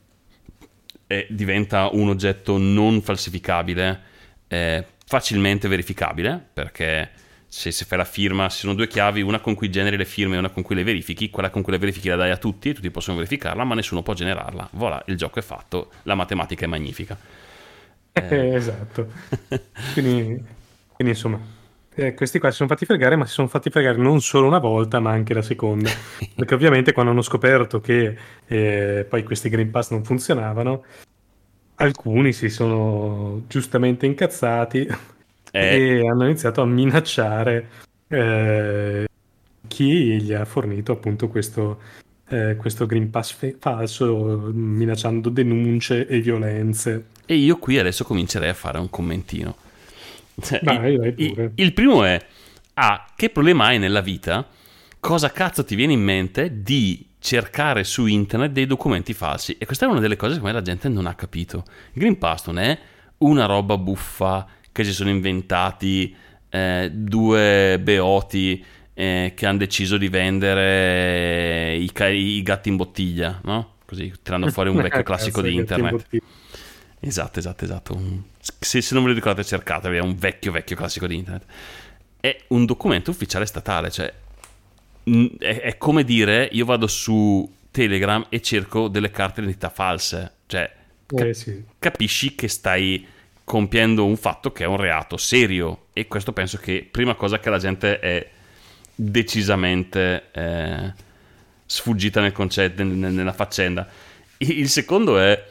e diventa un oggetto non falsificabile, eh, facilmente verificabile, perché se, se fai la firma, se sono due chiavi, una con cui generi le firme e una con cui le verifichi, quella con cui le verifichi la dai a tutti e tutti possono verificarla, ma nessuno può generarla. Voilà, il gioco è fatto, la matematica è magnifica. Eh, esatto. Quindi, quindi, insomma, eh, questi qua si sono fatti fregare, ma si sono fatti fregare non solo una volta, ma anche la seconda. Perché ovviamente quando hanno scoperto che eh, poi questi Green Pass non funzionavano, alcuni si sono giustamente incazzati Eh, e hanno iniziato a minacciare eh, chi gli ha fornito appunto questo, eh, questo Green Pass fe- falso, minacciando denunce e violenze. E io qui adesso comincerei a fare un commentino. Cioè, Vai, il, vai il- pure. il primo è: ah, che problema hai nella vita? Cosa cazzo ti viene in mente di cercare su internet dei documenti falsi? E questa è una delle cose che la gente non ha capito. Il Green Pass non è una roba buffa che si sono inventati eh, due beoti eh, che hanno deciso di vendere i, ca- i gatti in bottiglia, no? Così, tirando fuori un vecchio classico Cazzo, di che internet. tempo- Esatto, esatto, esatto. Un- Se, se non ve lo ricordate, cercatevi, è un vecchio, vecchio classico di internet. È un documento ufficiale statale, cioè mh, è, è come dire io vado su Telegram e cerco delle carte d'identità false. Cioè, ca- Eh sì. capisci che stai compiendo un fatto che è un reato serio. E questo penso che prima cosa che la gente è decisamente eh, sfuggita nel concetto, nel- nella faccenda. Il secondo è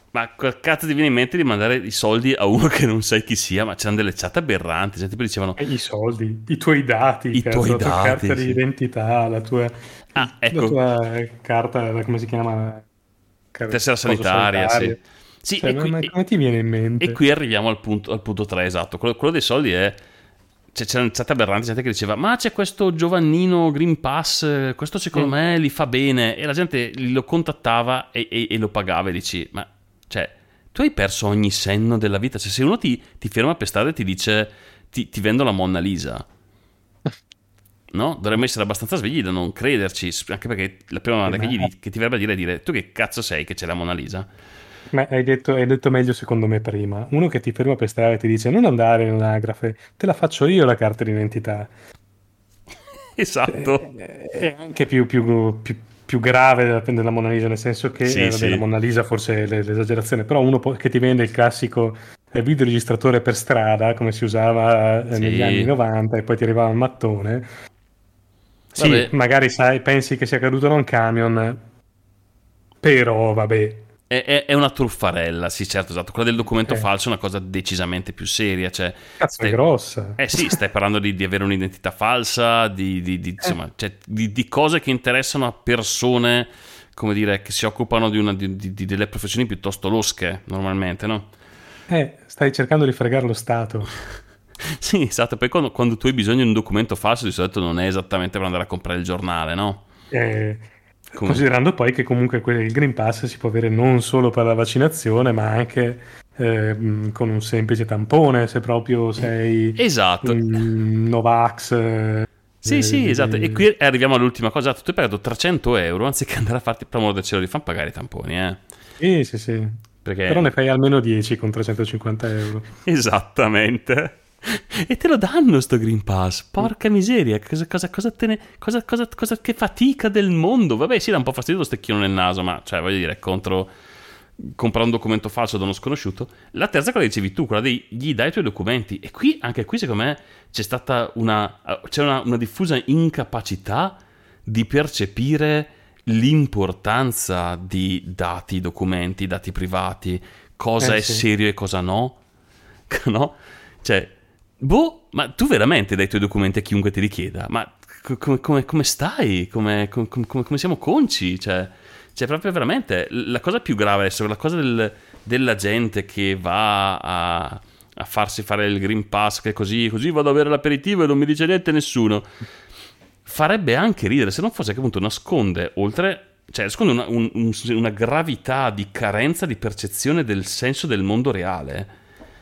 Ma quel cazzo ti viene in mente di mandare i soldi a uno che non sai chi sia? Ma c'erano delle chat aberranti, cioè, tipo dicevano E i soldi, i tuoi dati, I cazzo, tuoi la tua dati, carta sì. di identità, la tua, Ah, la ecco, tua carta, come si chiama? Car- tessera coso sanitaria, sì. Sì, Cioè, e ma, qui, ma e- come ti viene in mente? e qui arriviamo al punto, al punto tre, esatto. Quello, quello dei soldi è... Cioè, c'era una chat aberrante, gente che diceva ma c'è questo Giovannino Green Pass, eh, questo secondo Mm. me li fa bene, e la gente lo contattava e, e- e lo pagava, e dici ma cioè tu hai perso ogni senno della vita. Cioè, se uno ti, ti ferma per strada e ti dice ti, ti vendo la Monna Lisa, no? Dovremmo essere abbastanza svegli da non crederci, anche perché la prima domanda Eh, che, ma- gli, di- che ti verrebbe a dire è dire tu che cazzo sei che c'è la Monna Lisa? Ma hai detto, hai detto meglio secondo me prima. Uno che ti ferma per strada e ti dice non andare in un'anagrafe, te la faccio io la carta d'identità. Esatto. Eh, È anche più, più- più- più grave della, della Mona Lisa, nel senso che Sì, eh, vabbè, sì. la Mona Lisa forse è l- l'esagerazione, però uno può- che ti vende il classico eh, videoregistratore per strada, come si usava eh, Sì. negli anni novanta, e poi ti arrivava il mattone. Sì, Vabbè. magari sai, pensi che sia caduto da un camion, però vabbè. È, è- è una truffarella, sì, certo, esatto. Quella del documento Eh. falso è una cosa decisamente più seria. Cioè, Cazzo, stai- è grossa. Eh sì, stai parlando di, di avere un'identità falsa, di, di- di- insomma, cioè, di, di cose che interessano a persone, come dire, che si occupano di, una, di- di- di delle professioni piuttosto losche, normalmente, no? Eh, stai cercando di fregare lo Stato. Sì, esatto. Poi quando, quando tu hai bisogno di un documento falso, di solito non è esattamente per andare a comprare il giornale, no? Eh, Com- considerando poi che comunque que- il Green Pass si può avere non solo per la vaccinazione, ma anche eh, mh, con un semplice tampone, se proprio sei Esatto. un Novax. eh, Sì, sì, eh, esatto. E eh, qui arriviamo all'ultima cosa. Tu hai pagato trecento euro, anziché andare a farti, per amor del cielo, li fanno pagare i tamponi, eh? Sì, sì, sì. Perché... Però ne fai almeno dieci con trecentocinquanta euro. Esattamente. E te lo danno sto Green Pass. Porca miseria, cosa, cosa, cosa te ne... Cosa, cosa, cosa, che fatica del mondo. Vabbè, sì, dà un po' fastidio lo stecchino nel naso, ma, cioè, voglio dire, contro... comprare un documento falso da uno sconosciuto. La terza cosa dicevi tu, quella dei gli dai i tuoi documenti. E qui, anche qui, secondo me, c'è stata una... c'è una, una diffusa incapacità di percepire l'importanza di dati, documenti, dati privati, cosa Eh, è sì. serio e cosa no. No? Cioè, boh, ma tu veramente dai i tuoi documenti a chiunque te li chieda? Ma co- come, come- come stai? Come, com- com- come- come siamo conci? Cioè, cioè, proprio veramente, la cosa più grave adesso, la cosa del- della gente che va a, a farsi fare il Green Pass, che così, così vado ad avere l'aperitivo e non mi dice niente nessuno. Farebbe anche ridere se non fosse che appunto nasconde, oltre, cioè nasconde una, un- un- una gravità di carenza di percezione del senso del mondo reale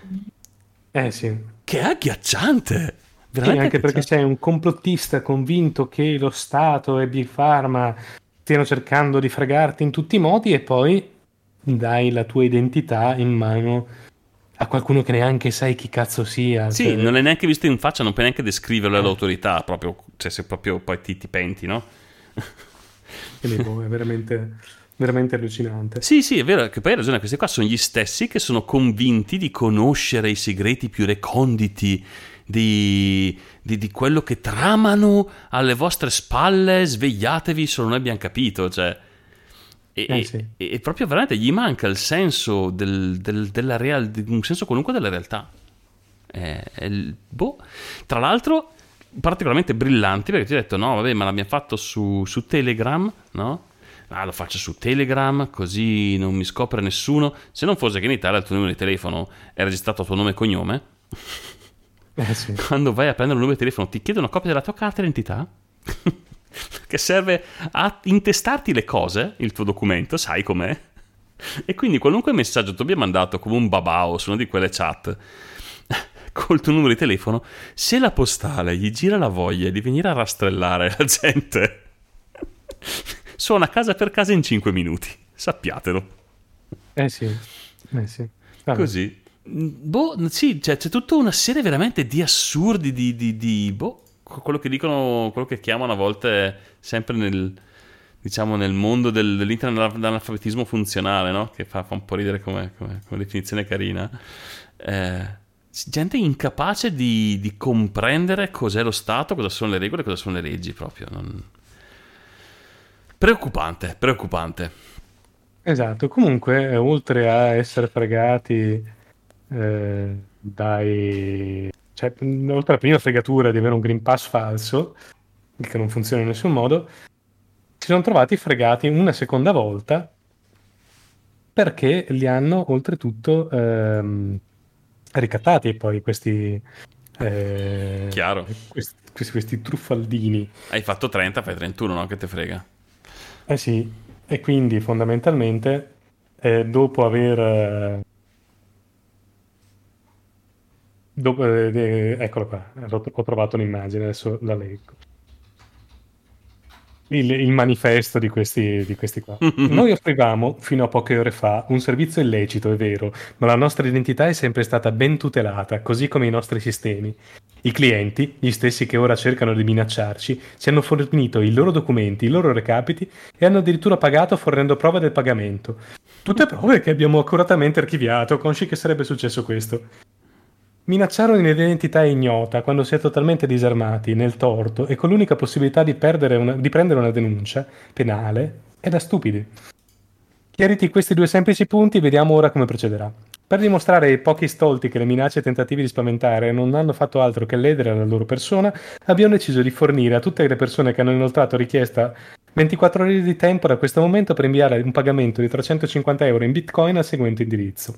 Eh sì. che è agghiacciante. Sì, Veramente anche perché agghiacciante. sei un complottista convinto che lo Stato e Big Pharma stiano cercando di fregarti in tutti i modi e poi dai la tua identità in mano a qualcuno che neanche sai chi cazzo sia. Sì, cioè, non l'hai neanche visto in faccia, non puoi neanche descriverlo all'autorità, proprio, cioè se proprio poi ti, ti penti, no? quindi, boh, è veramente, veramente allucinante. Sì, sì, è vero, che poi hai ragione, questi qua sono gli stessi che sono convinti di conoscere i segreti più reconditi di, di, di quello che tramano alle vostre spalle, svegliatevi, solo noi abbiamo capito, cioè... E, Eh, e- sì. e proprio veramente gli manca il senso del, del- della real, di un senso qualunque della realtà. È- è il- boh. Tra l'altro, particolarmente brillanti, perché ti ho detto, no, vabbè, ma l'abbiamo fatto su, su Telegram, no? Ah, lo faccio su Telegram, così non mi scopre nessuno. Se non fosse che in Italia il tuo numero di telefono è registrato a tuo nome e cognome, Eh, sì. quando vai a prendere un numero di telefono ti chiede una copia della tua carta d'identità che serve a intestarti le cose, il tuo documento, sai com'è, e quindi qualunque messaggio tu abbia mandato come un babao su una di quelle chat col tuo numero di telefono, se la postale gli gira la voglia di venire a rastrellare la gente, suona casa per casa in cinque minuti, sappiatelo. Eh sì. Eh sì. Vabbè. Così. Boh, sì, cioè, c'è tutta una serie veramente di assurdi, di, di, di boh, quello che dicono, quello che chiamano a volte, sempre nel, diciamo, nel mondo del, dell'internet, dell'analfabetismo funzionale, no? Che fa, fa un po' ridere come, come, come definizione carina. Eh, gente incapace di, di comprendere cos'è lo Stato, cosa sono le regole, cosa sono le leggi, proprio. Non... Preoccupante, preoccupante. Esatto, comunque, eh, oltre a essere fregati eh, dai... cioè, mh, oltre alla prima fregatura di avere un Green Pass falso, che non funziona in nessun modo, si sono trovati fregati una seconda volta perché li hanno oltretutto ehm, ricattati poi questi, eh, Chiaro. questi, questi, questi truffaldini. Hai fatto trenta, fai trentuno, no? Che te frega. Eh sì, e quindi fondamentalmente eh, dopo aver... eh, dopo, eh, eh, eccolo qua, ho ho trovato un'immagine, adesso la leggo. Il, il manifesto di questi, di questi qua. Noi offrivamo, fino a poche ore fa, un servizio illecito, è vero, ma la nostra identità è sempre stata ben tutelata, così come i nostri sistemi. I clienti, gli stessi che ora cercano di minacciarci, ci hanno fornito i loro documenti, i loro recapiti e hanno addirittura pagato fornendo prova del pagamento. Tutte prove che abbiamo accuratamente archiviato, consci che sarebbe successo questo. Minacciare un'identità ignota quando si è totalmente disarmati, nel torto e con l'unica possibilità di, perdere una- di prendere una denuncia penale è da stupidi. Chiariti questi due semplici punti, vediamo ora come procederà. Per dimostrare ai pochi stolti che le minacce e tentativi di spaventare non hanno fatto altro che ledere la loro persona, abbiamo deciso di fornire a tutte le persone che hanno inoltrato richiesta ventiquattro ore di tempo da questo momento per inviare un pagamento di trecentocinquanta euro in bitcoin al seguente indirizzo.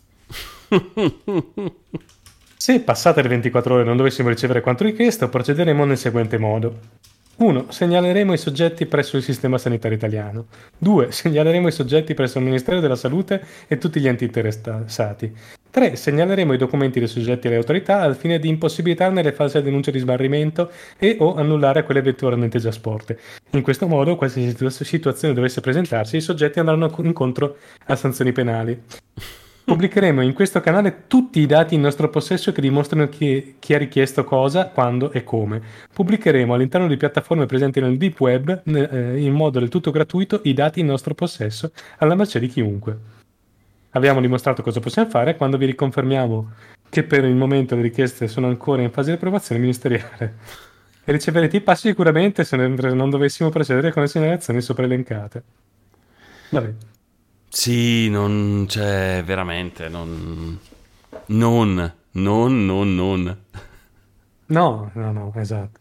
Se passate le ventiquattro ore non dovessimo ricevere quanto richiesto, procederemo nel seguente modo. uno. Segnaleremo i soggetti presso il sistema sanitario italiano. due. Segnaleremo i soggetti presso il Ministero della Salute e tutti gli enti interessati. tre. Segnaleremo i documenti dei soggetti alle autorità al fine di impossibilitarne le false denunce di sbarrimento e o annullare quelle eventualmente già sporte. In questo modo, qualsiasi situazione dovesse presentarsi, i soggetti andranno incontro a sanzioni penali. Pubblicheremo in questo canale tutti i dati in nostro possesso che dimostrano chi, chi ha richiesto cosa, quando e come. Pubblicheremo all'interno di piattaforme presenti nel deep web, eh, in modo del tutto gratuito, i dati in nostro possesso, alla mercé di chiunque. Abbiamo dimostrato cosa possiamo fare quando vi riconfermiamo che per il momento le richieste sono ancora in fase di approvazione ministeriale. E riceverete i passi sicuramente se non dovessimo procedere con le segnalazioni sopra elencate. Vabbè. Sì, non c'è veramente, non... Non, non, non, non. No, no, no, esatto.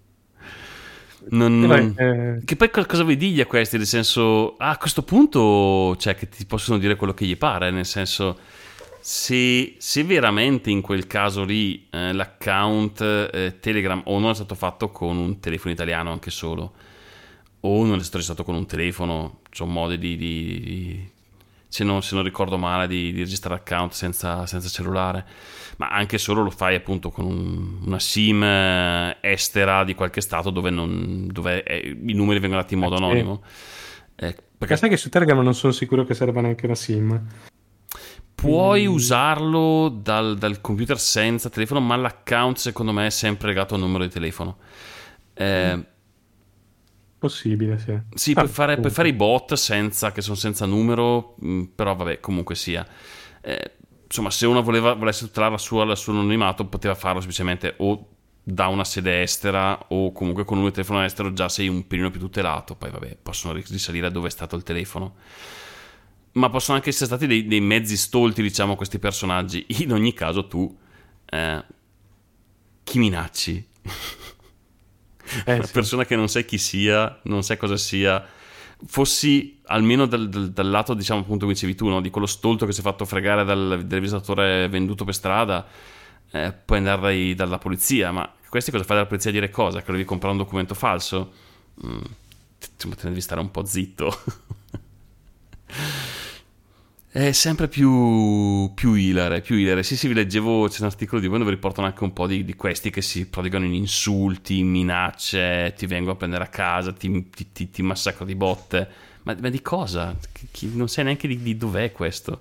Non, E non- vai, eh, Che poi co- cosa vuoi dirgli a questi? Nel senso, ah, a questo punto, cioè, che ti possono dire quello che gli pare, nel senso, se, se veramente in quel caso lì eh, l'account eh, Telegram o non è stato fatto con un telefono italiano anche solo, o non è stato registrato con un telefono, c'ho modi di... di- di- se, non, se non ricordo male, di, di registrare account senza, senza cellulare, ma anche solo lo fai appunto con un- una SIM eh, estera di qualche stato dove, non, dove eh, i numeri vengono dati in modo sì. anonimo. Eh, Perché perché sai che su Telegram non sono sicuro che serva neanche una SIM. puoi Mm. usarlo dal, dal computer senza telefono, ma l'account secondo me è sempre legato al numero di telefono. Eh, Possibile, sì. Sì, Ah, puoi fare, puoi comunque. fare i bot senza, che sono senza numero, mh, però vabbè, comunque sia. Eh, insomma, se uno voleva, volesse tutelare la sua, il suo anonimato, poteva farlo semplicemente o da una sede estera o comunque con un telefono estero, già sei un pelino più tutelato. Poi vabbè, possono ris- risalire a dove è stato il telefono. Ma possono anche essere stati dei, dei mezzi stolti, diciamo, questi personaggi. In ogni caso tu, eh, chi minacci? Eh, Una sì. persona che non sai chi sia, non sai cosa sia, fossi almeno dal, dal- dal lato, diciamo, appunto, come dicevi tu, no? Di quello stolto che si è fatto fregare dal televisatore venduto per strada, eh, puoi andare dai- dalla polizia, ma questi cosa fai dalla polizia a dire cosa? Che devi comprare un documento falso? Mm, te te ne devi stare un po' zitto. È sempre più, più ilare, più ilare. Sì, sì, vi leggevo, c'è un articolo di voi dove riportano anche un po' di, di questi che si prodigano in insulti, in minacce, ti vengono a prendere a casa, ti, ti, ti, ti massacro di botte. Ma, ma di cosa? Chi- chi- non sai neanche di, di dov'è questo.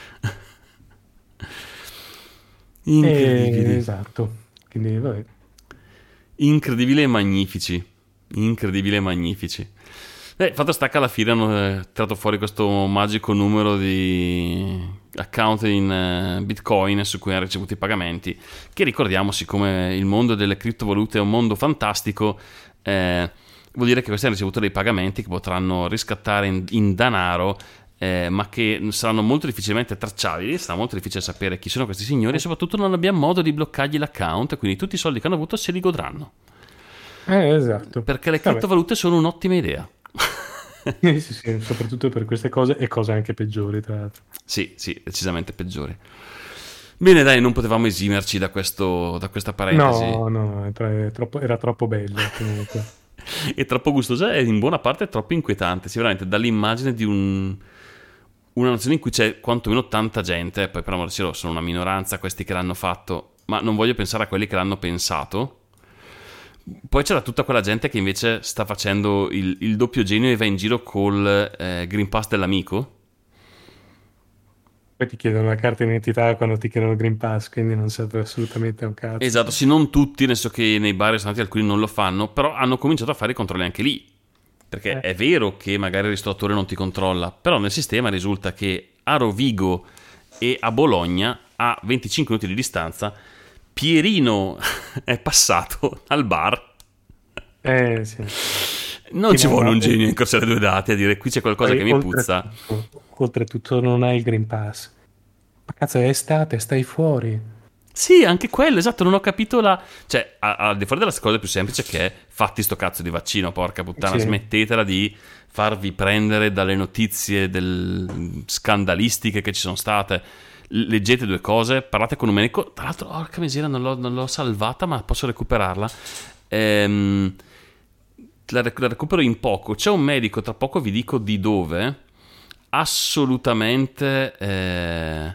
Eh, Incredibili. esatto. Quindi, vabbè. Incredibili e magnifici. Incredibili e magnifici. Beh, fatto sta che alla fine hanno eh, tirato fuori questo magico numero di account in eh, Bitcoin su cui hanno ricevuto i pagamenti, che ricordiamo, siccome il mondo delle criptovalute è un mondo fantastico, eh, vuol dire che questi hanno ricevuto dei pagamenti che potranno riscattare in, in denaro eh, ma che saranno molto difficilmente tracciabili, sarà molto difficile sapere chi sono questi signori e soprattutto non abbiamo modo di bloccargli l'account, quindi tutti i soldi che hanno avuto se li godranno. Eh, esatto. Perché le Vabbè. criptovalute sono un'ottima idea. Eh, sì, sì, soprattutto per queste cose e cose anche peggiori, tra l'altro. Sì, sì, decisamente peggiori. Bene, dai, non potevamo esimerci da, questo, da questa parentesi. No, no, è tra- è troppo- era troppo bello comunque. È troppo gustosa e in buona parte è troppo inquietante. Sicuramente dall'immagine di un, una nazione in cui c'è quantomeno tanta gente, poi per amor di cielo sono una minoranza questi che l'hanno fatto, ma non voglio pensare a quelli che l'hanno pensato. Poi c'era tutta quella gente che invece sta facendo il, il doppio genio e va in giro col eh, Green Pass dell'amico. Poi ti chiedono la carta d'identità quando ti chiedono il Green Pass, quindi non serve assolutamente a un cazzo. Esatto, sì, non tutti, nel senso che nei bar e ristoranti alcuni non lo fanno, però hanno cominciato a fare i controlli anche lì. Perché Eh. è vero che magari il ristoratore non ti controlla, però nel sistema risulta che a Rovigo e a Bologna, a venticinque minuti di distanza, Pierino è passato al bar. Eh, sì. Non Sì, ci ma vuole un guarda- genio in incrociare due dati a dire qui c'è qualcosa Poi, che mi oltretutto- puzza. Oltretutto non hai il Green Pass. Ma cazzo, è estate, stai fuori. Sì, anche quello, esatto, non ho capito la... Cioè, a- al di fuori della cosa più semplice che è fatti sto cazzo di vaccino, porca puttana, Sì. smettetela di farvi prendere dalle notizie del... scandalistiche che ci sono state. L- leggete due cose, parlate con un medico, tra l'altro, porca miseria, non l'ho, non l'ho salvata, ma posso recuperarla. Ehm... La, rec- la recupero in poco. C'è un medico, tra poco vi dico di dove, assolutamente eh,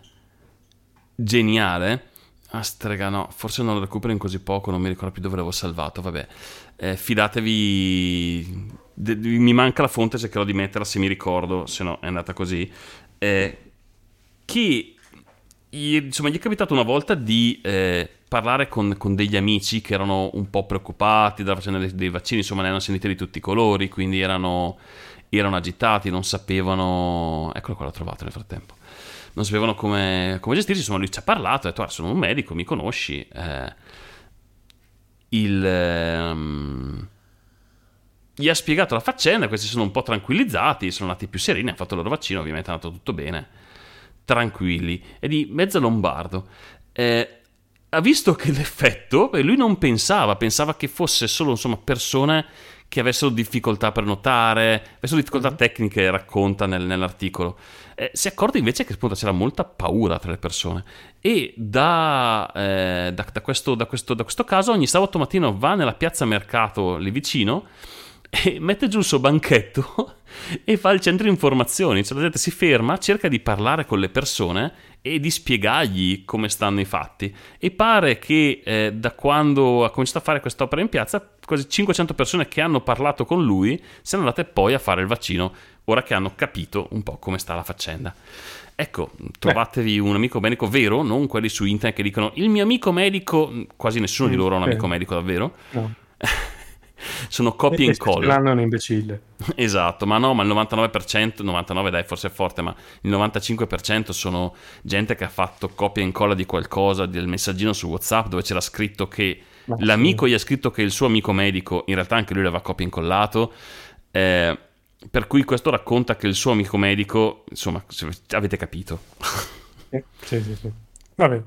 geniale. Ah, strega, no, forse non lo recupero in così poco, non mi ricordo più dove l'avevo salvato, vabbè. Eh, fidatevi, de- de- mi manca la fonte, cercherò di metterla se mi ricordo, se no è andata così. Eh, che, gli, insomma, gli è capitato una volta di eh, parlare con, con degli amici che erano un po' preoccupati dalla faccenda dei, dei vaccini, insomma ne hanno sentiti di tutti i colori, quindi erano, erano agitati, non sapevano... Eccolo qua, l'ho trovato nel frattempo. Non sapevano come, come gestirsi, insomma lui ci ha parlato, ha detto, ah, sono un medico, mi conosci, eh, il, ehm, gli ha spiegato la faccenda, questi sono un po' tranquillizzati, sono andati più sereni, hanno fatto il loro vaccino, ovviamente è andato tutto bene, tranquilli, e di mezzo lombardo. Eh, ha visto che l'effetto, beh, lui non pensava, pensava che fosse solo, insomma, persone che avessero difficoltà per notare, avessero difficoltà tecniche, racconta nel, nell'articolo. Eh, si è accorto invece che appunto c'era molta paura tra le persone e da, eh, da, da, questo, da, questo, da questo caso ogni sabato mattino va nella piazza mercato lì vicino e mette giù il suo banchetto e fa il centro informazioni, cioè la gente si ferma, cerca di parlare con le persone e di spiegargli come stanno i fatti, e pare che eh, da quando ha cominciato a fare quest'opera in piazza quasi cinquecento persone che hanno parlato con lui siano andate poi a fare il vaccino ora che hanno capito un po' come sta la faccenda. Ecco, trovatevi un amico medico vero, non quelli su internet che dicono il mio amico medico, quasi nessuno di loro ha un amico medico davvero. No. Sono copia e E se ce incolla. l'hanno è un imbecille. Esatto, ma no, ma il novantanove per cento, novantanove dai forse è forte, ma il novantacinque per cento sono gente che ha fatto copia e incolla di qualcosa, del messaggino su WhatsApp dove c'era scritto che Ma l'amico sì. gli ha scritto che il suo amico medico, in realtà anche lui l'aveva copia e incollato, eh, per cui questo racconta che il suo amico medico, insomma, se avete capito. Eh, sì, sì, sì. Vabbè.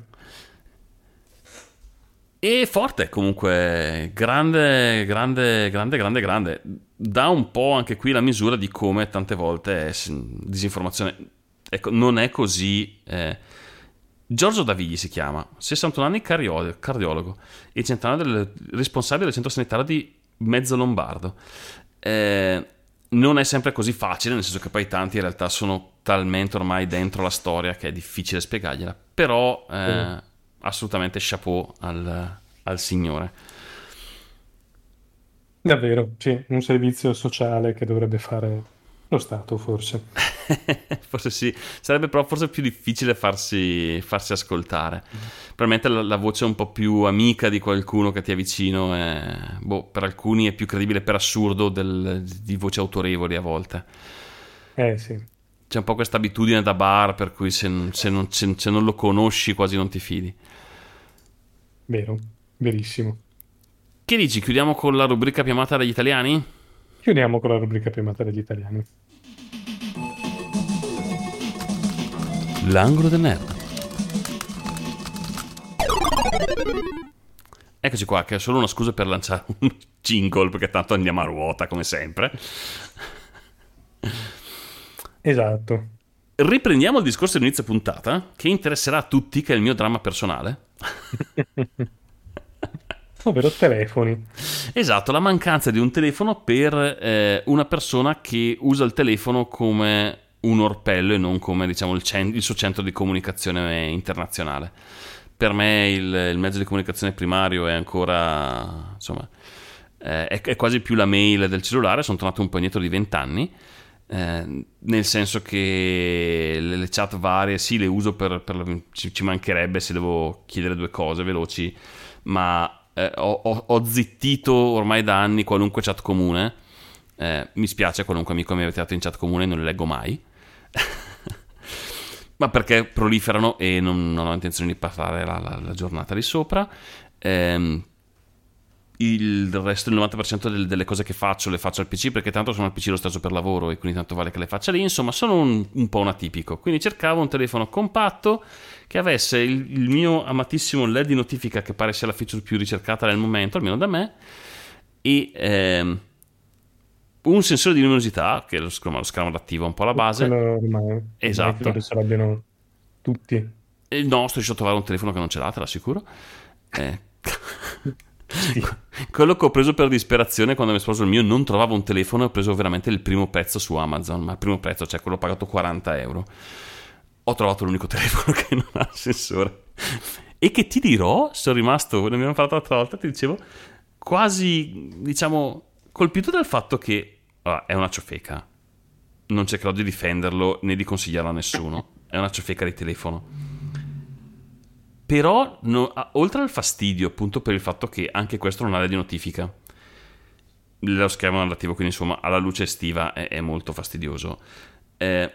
E forte comunque, grande, grande, grande, grande, grande. Dà un po' anche qui la misura di come tante volte è disinformazione. Ecco, non è così. Eh. Giorgio Davigli si chiama, sessantuno anni, cardiologo, cardiologo e centenario del responsabile del centro sanitario di Mezzo Lombardo. Eh, non è sempre così facile, nel senso che poi tanti in realtà sono talmente ormai dentro la storia che è difficile spiegargliela, però eh, mm. assolutamente chapeau al, al signore. Davvero, sì, un servizio sociale che dovrebbe fare lo Stato, forse. Forse sì, sarebbe però forse più difficile farsi, farsi ascoltare. Mm. Probabilmente la, la voce un po' più amica di qualcuno che ti è vicino è, boh, per alcuni è più credibile per assurdo del, di voci autorevoli a volte. Eh sì. C'è un po' questa abitudine da bar per cui se, se, non, se, se non lo conosci quasi non ti fidi. Vero, verissimo. Che dici? Chiudiamo con la rubrica più amata dagli italiani? Chiudiamo con la rubrica più amata dagli italiani. L'angolo del nerd. Eccoci qua, che è solo una scusa per lanciare un jingle, perché tanto andiamo a ruota come sempre. Esatto. Riprendiamo il discorso dell'inizio puntata, che interesserà a tutti, che è il mio dramma personale. Ovvero telefoni. Esatto, la mancanza di un telefono per eh, una persona che usa il telefono come un orpello e non come, diciamo, il, cent- il suo centro di comunicazione internazionale. Per me il, il mezzo di comunicazione primario è ancora, insomma, eh, è, è quasi più la mail del cellulare. Sono tornato un po' indietro di vent'anni, eh, nel senso che le, le chat varie sì, le uso per, per ci, ci mancherebbe se devo chiedere due cose veloci, ma eh, ho, ho, ho zittito ormai da anni qualunque chat comune. Eh, mi spiace, qualunque amico mi avete dato in chat comune non le leggo mai. Ma perché proliferano e non, non ho intenzione di passare la, la, la giornata lì sopra. Ehm, il resto, il novanta per cento del, delle cose che faccio le faccio al P C, perché tanto sono al P C lo stesso per lavoro e quindi tanto vale che le faccia lì. Insomma, sono un, un po' un atipico. Quindi cercavo un telefono compatto che avesse il, il mio amatissimo L E D di notifica, che pare sia la feature più ricercata nel momento, almeno da me, e ehm, un sensore di luminosità, che è lo schermo, lo schermo adattivo un po' alla base. Quello ormai, Esatto. ormai credo ce l'abbiano tutti. E no, sto riuscendo a trovare un telefono che non ce l'ha, te l'assicuro. Eh. Sì. Quello che ho preso per disperazione quando mi è sposo il mio, non trovavo un telefono e ho preso veramente il primo prezzo su Amazon, ma il primo prezzo, cioè quello pagato quaranta euro. Ho trovato l'unico telefono che non ha sensore. E che ti dirò, sono rimasto, ne abbiamo parlato l'altra volta, ti dicevo, quasi, diciamo, colpito dal fatto che allora, è una ciofeca. Non cercherò di difenderlo né di consigliarlo a nessuno. È una ciofeca di telefono. Però, no, oltre al fastidio, appunto per il fatto che anche questo non ha di notifica, lo schermo adattivo, quindi insomma alla luce estiva è, è molto fastidioso. Eh,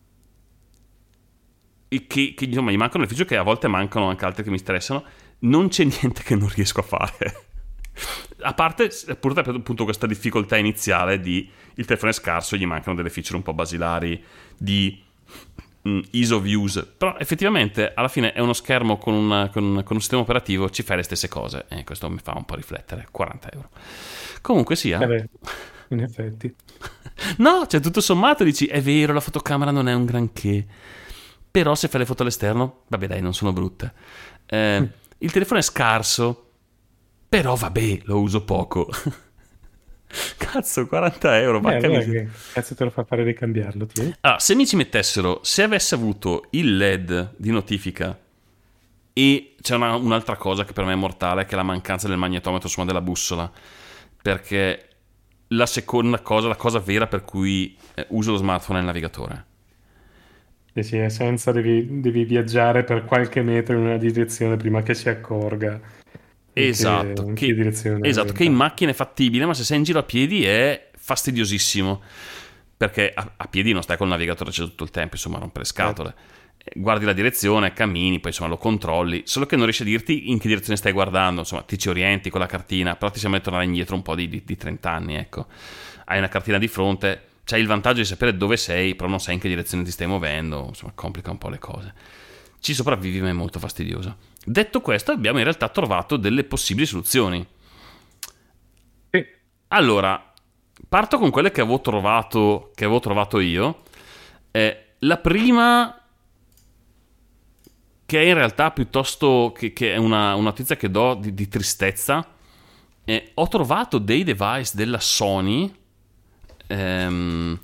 e che, che insomma gli mancano le feature, che a volte mancano anche altre che mi interessano. Non c'è niente che non riesco a fare. A parte appunto questa difficoltà iniziale di il telefono è scarso, gli mancano delle feature un po' basilari di mm, ease of use, però effettivamente alla fine è uno schermo con, una, con, con un sistema operativo, ci fai le stesse cose e questo mi fa un po' riflettere. quaranta euro comunque sia. Eh beh, in effetti No, cioè tutto sommato dici è vero, la fotocamera non è un granché, però se fai le foto all'esterno, vabbè dai, non sono brutte. eh, il telefono è scarso, però vabbè, lo uso poco. Cazzo, quaranta euro, ma eh, che cazzo te lo fa fare di cambiarlo? Ti? Allora, se mi ci mettessero, se avesse avuto il L E D di notifica, e c'è una, un'altra cosa che per me è mortale, che è la mancanza del magnetometro, insomma della bussola, perché la seconda cosa, la cosa vera per cui eh, uso lo smartphone è il navigatore. Sì, sì, senza devi, devi viaggiare per qualche metro in una direzione prima che si accorga. Esatto, che, che, che, direzione esatto che in macchina è fattibile, ma se sei in giro a piedi è fastidiosissimo, perché a, a piedi non stai col navigatore acceso tutto il tempo, insomma rompere scatole. Eh. Guardi la direzione, cammini, poi insomma lo controlli, solo che non riesci a dirti in che direzione stai guardando, insomma ti ci orienti con la cartina, però ti sembra di tornare indietro un po' di, di, di trenta anni, ecco. Hai una cartina di fronte, c'hai il vantaggio di sapere dove sei, però non sai in che direzione ti stai muovendo, insomma complica un po' le cose. Ci sopravvivi, ma è molto fastidioso. Detto questo, abbiamo in realtà trovato delle possibili soluzioni. Sì. Allora, parto con quelle che avevo trovato, che avevo trovato io. Eh, la prima, che è in realtà piuttosto che, che è una, una notizia che do di, di tristezza. Eh, ho trovato dei device della Sony. Ehm,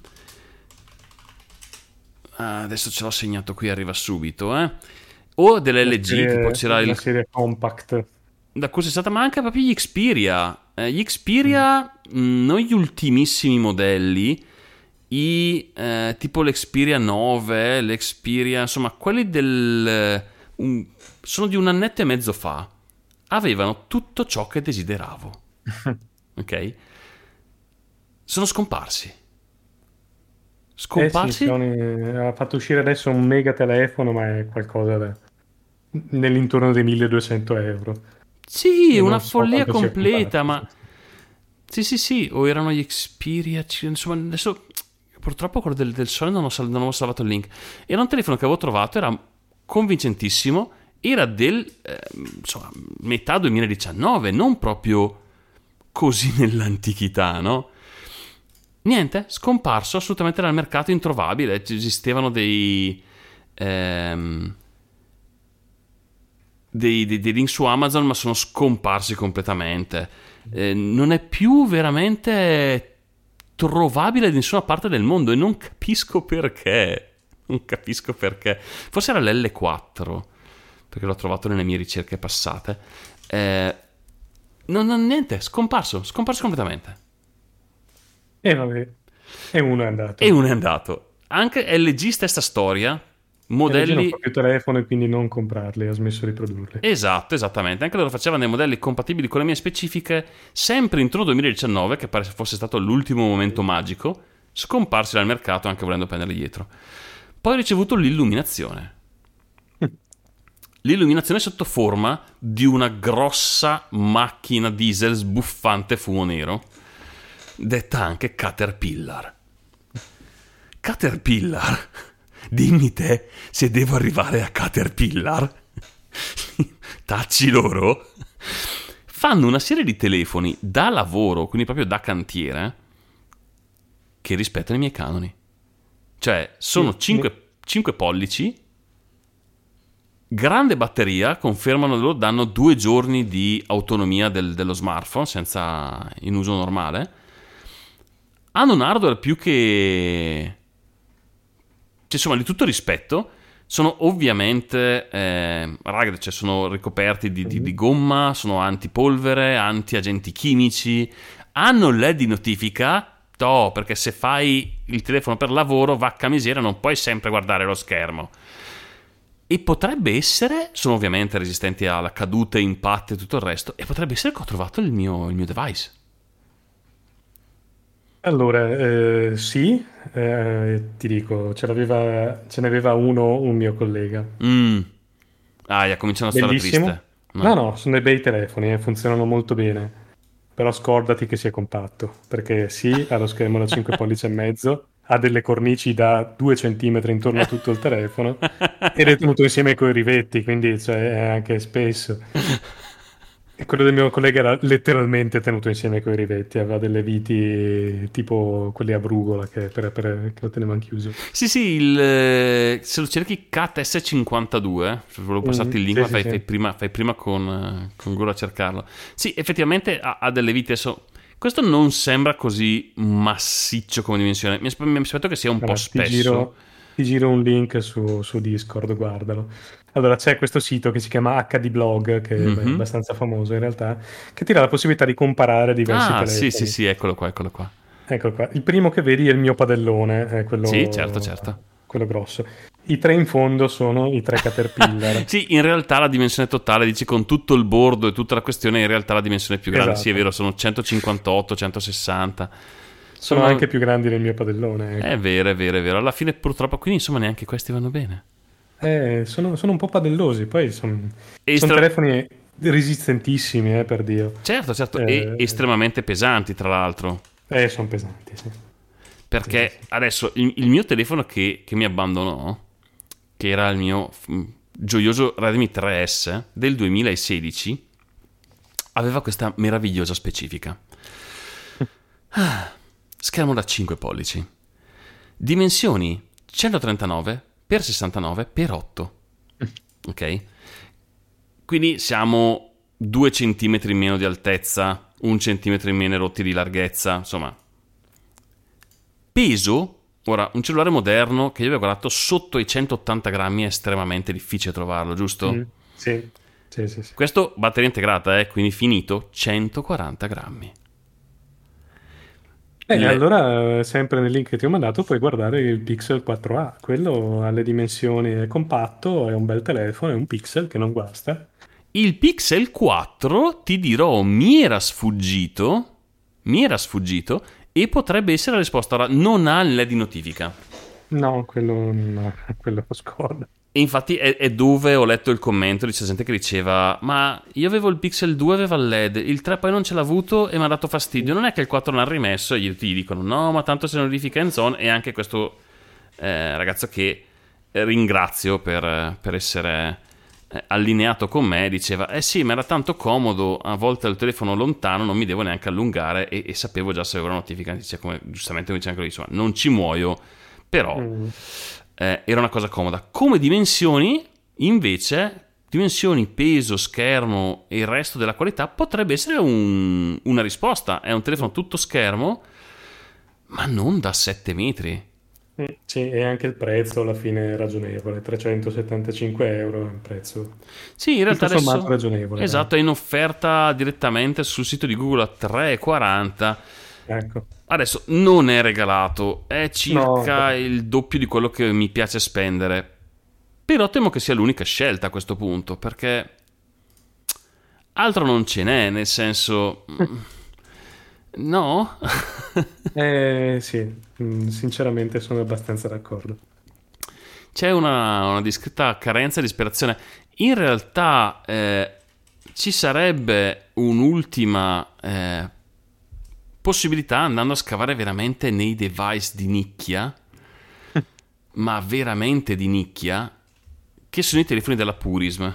adesso ce l'ho segnato qui, arriva subito, eh. O delle L G, serie, tipo c'era il... la serie compact. Da cui è stata, ma anche proprio gli Xperia. Eh, gli Xperia, mm. mh, non gli ultimissimi modelli, i, eh, tipo l'Xperia nove, l'Xperia, insomma, quelli del... Um, sono di un annetto e mezzo fa. Avevano tutto ciò che desideravo. Ok? Sono scomparsi. Scomparsi? Eh sì, Sony ha fatto uscire adesso un mega telefono, ma è qualcosa da... nell'intorno dei milleduecento euro. Sì, e una so follia completa, comprato, ma... Sì, sì, sì, o erano gli Xperia, insomma, adesso purtroppo quello del, del Sony non ho, sal- non ho salvato il link. Era un telefono che avevo trovato, era convincentissimo, era del eh, insomma, metà duemiladiciannove, non proprio così nell'antichità, no? Niente, scomparso assolutamente dal mercato, introvabile. Esistevano dei, ehm, dei, dei, dei link su Amazon, ma sono scomparsi completamente. Eh, non è più veramente trovabile da nessuna parte del mondo e non capisco perché. Non capisco perché. Forse era l'L quattro, perché l'ho trovato nelle mie ricerche passate. Eh, non, non, niente, scomparso, scomparso completamente. E vabbè, e uno è andato. E uno è andato. Anche L G stessa storia. L G Modelli... non fa più telefono e quindi non comprarli, ha smesso di produrli. Esatto, esattamente. Anche loro facevano dei modelli compatibili con le mie specifiche, sempre intorno al duemiladiciannove, che pare fosse stato l'ultimo momento magico, scomparsi dal mercato anche volendo prenderli dietro. Poi ho ricevuto l'illuminazione. L'illuminazione sotto forma di una grossa macchina diesel sbuffante fumo nero, detta anche Caterpillar. Caterpillar? Dimmi te se devo arrivare a Caterpillar. Tacci loro. Fanno una serie di telefoni da lavoro, quindi proprio da cantiere, che rispettano i miei canoni. Cioè, sono cinque pollici, grande batteria, confermano loro, danno due giorni di autonomia del, dello smartphone senza in uso normale. Hanno un hardware più che... cioè, insomma, di tutto rispetto. Sono ovviamente eh, rugged, cioè sono ricoperti di, di, di gomma, sono antipolvere, anti-agenti chimici, hanno L E D di notifica, no, perché se fai il telefono per lavoro, vacca miseria, non puoi sempre guardare lo schermo. E potrebbe essere, sono ovviamente resistenti alla caduta, impatti e tutto il resto, e potrebbe essere che ho trovato il mio, il mio device. Allora, eh, sì, eh, ti dico, ce l'aveva, ce ne aveva uno un mio collega. Mm. Ah, ja, comincia una storia Bellissimo. triste. No, no, sono dei bei telefoni, eh, funzionano molto bene. Però scordati che sia compatto, perché sì, ha lo schermo da cinque pollici e mezzo, ha delle cornici da due centimetri intorno a tutto il telefono ed è tenuto insieme coi rivetti, quindi cioè, è anche spesso. E quello del mio collega era letteralmente tenuto insieme coi rivetti, aveva delle viti tipo quelli a brugola che, per, per, che lo tenevano chiuso. Sì, sì, il, eh, se lo cerchi K T S cinquantadue, se volevo passarti Mm, il link, sì, ma sì, fai, sì. fai prima, fai prima con, eh, con Goro a cercarlo. Sì, effettivamente ha, ha delle viti adesso. Questo non sembra così massiccio come dimensione. Mi, aspe- mi aspetto che sia un Guarda, po' ti spesso. giro, ti giro un link su, su Discord, guardalo. Allora, c'è questo sito che si chiama H D Blog, che beh, è Mhm. abbastanza famoso in realtà, che ti dà la possibilità di comparare diversi Ah, telefoni. sì, sì, sì, eccolo qua, eccolo qua. Ecco qua. Il primo che vedi è il mio padellone, è quello, Sì, certo, certo. quello grosso. I tre in fondo sono i tre Caterpillar. Sì, in realtà la dimensione totale, dici con tutto il bordo e tutta la questione, in realtà la dimensione è più grande. Esatto. Sì, è vero, sono centocinquantotto, centosessanta. Sono anche più grandi del mio padellone. ecco. È vero, è vero, è vero. Alla fine purtroppo, quindi insomma neanche questi vanno bene. Eh, sono, sono un po' padellosi, poi sono E son stra- telefoni resistentissimi, eh, per Dio. Certo, certo, Eh, e estremamente pesanti, tra l'altro. Eh, sono pesanti, sì. Perché Sì, sì, sì. adesso il, il mio telefono che, che mi abbandonò, che era il mio mm, gioioso Redmi tre S del duemilasedici, aveva questa meravigliosa specifica. Ah, schermo da cinque pollici. Dimensioni centotrentanove per sessantanove per otto. Ok? Quindi siamo due centimetri in meno di altezza, un centimetro in meno rotti di larghezza, insomma. Peso, ora, un cellulare moderno che io avevo guardato sotto i centottanta grammi è estremamente difficile trovarlo, giusto? Mm, sì, sì, sì, sì. Questo batteria integrata, eh, quindi finito, centoquaranta grammi. Eh, Le- allora, eh, sempre nel link che ti ho mandato, puoi guardare il Pixel quattro a. Quello ha le dimensioni, è compatto, è un bel telefono, è un Pixel che non guasta. Il Pixel quattro, ti dirò, mi era sfuggito, mi era sfuggito, e potrebbe essere la risposta. Ora, non ha il L E D di notifica. No, quello, no, quello lo scorda. E infatti è, è dove ho letto il commento di gente che diceva: ma io avevo il Pixel due, aveva il L E D, il tre poi non ce l'ha avuto e mi ha dato fastidio. Non è che il quattro l'hanno rimesso e gli, gli dicono no, ma tanto se notifica in zone. E anche questo eh, ragazzo che ringrazio per, per essere eh, allineato con me diceva eh sì, ma era tanto comodo, a volte il telefono lontano non mi devo neanche allungare e, e sapevo già se avevo una notifica. Dice, come giustamente mi dice anche lui, insomma, non ci muoio, però mm. eh, era una cosa comoda. Come dimensioni invece, dimensioni, peso, schermo e il resto della qualità potrebbe essere un, una risposta. È un telefono tutto schermo ma non da sette metri. Sì, e anche il prezzo alla fine è ragionevole, trecentosettantacinque euro è un prezzo sì, in realtà tutto sommato adesso, ragionevole. Esatto, eh. è in offerta direttamente sul sito di Google a tre e quaranta. Ecco. Adesso non è regalato, è circa No. il doppio di quello che mi piace spendere, però temo che sia l'unica scelta a questo punto, perché altro non ce n'è, nel senso... No? eh, sì, sinceramente sono abbastanza d'accordo. C'è una, una discreta carenza di ispirazione. In realtà eh, ci sarebbe un'ultima eh, possibilità andando a scavare veramente nei device di nicchia, ma veramente di nicchia, che sono i telefoni della Purism.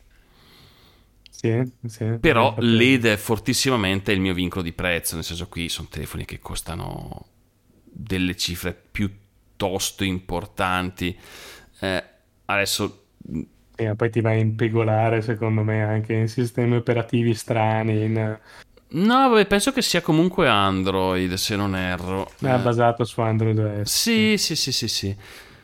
Sì, sì, però lede fortissimamente il mio vincolo di prezzo, nel senso, qui sono telefoni che costano delle cifre piuttosto importanti. Eh, adesso sì, ma poi ti vai a impegolare secondo me anche in sistemi operativi strani in... no, vabbè, penso che sia comunque Android, se non erro. È eh, basato su Android O S. Sì, sì, sì, sì, sì.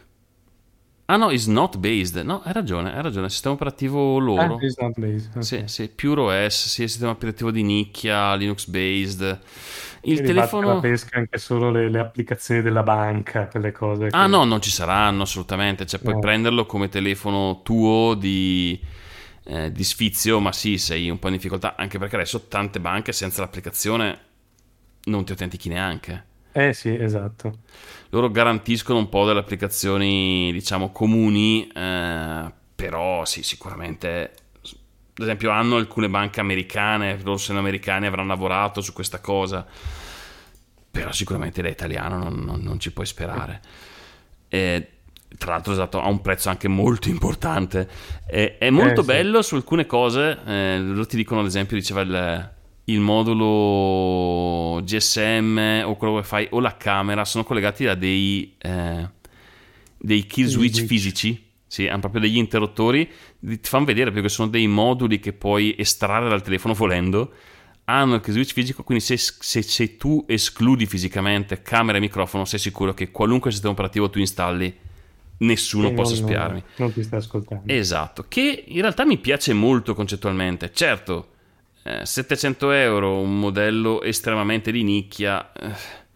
Ah no, is not based. No, hai ragione, hai ragione. Sistema operativo loro. Ah, is not based. Okay. Sì, sì, Pure O S, sì, sistema operativo di nicchia, Linux based. Il Quindi telefono... la pesca anche solo le, le applicazioni della banca, quelle cose. Ah che... no, non ci saranno assolutamente. Cioè, puoi no. prenderlo come telefono tuo di, eh, di sfizio, ma sì, sei un po' in difficoltà, anche perché adesso tante banche senza l'applicazione non ti autentichi neanche. Eh sì, esatto. Loro garantiscono un po' delle applicazioni, diciamo, comuni, eh, però sì, sicuramente, ad esempio, hanno alcune banche americane, loro sono americani, avranno lavorato su questa cosa, però sicuramente da italiano non, non, non ci puoi sperare. E, tra l'altro, esatto, ha un prezzo anche molto importante. E, è molto eh, bello sì. Su alcune cose, eh, loro ti dicono, ad esempio, diceva il... il modulo G S M o quello Wi-Fi o la camera sono collegati a dei eh, dei kill switch switch. fisici, sì, hanno proprio degli interruttori, ti fanno vedere perché sono dei moduli che puoi estrarre dal telefono volendo, hanno il kill switch fisico, quindi se, se, se tu escludi fisicamente camera e microfono sei sicuro che qualunque sistema operativo tu installi nessuno sì, possa non, spiarmi. Non, non ti sta ascoltando. Esatto, che in realtà mi piace molto concettualmente. Certo, Eh, settecento euro, un modello estremamente di nicchia. Eh,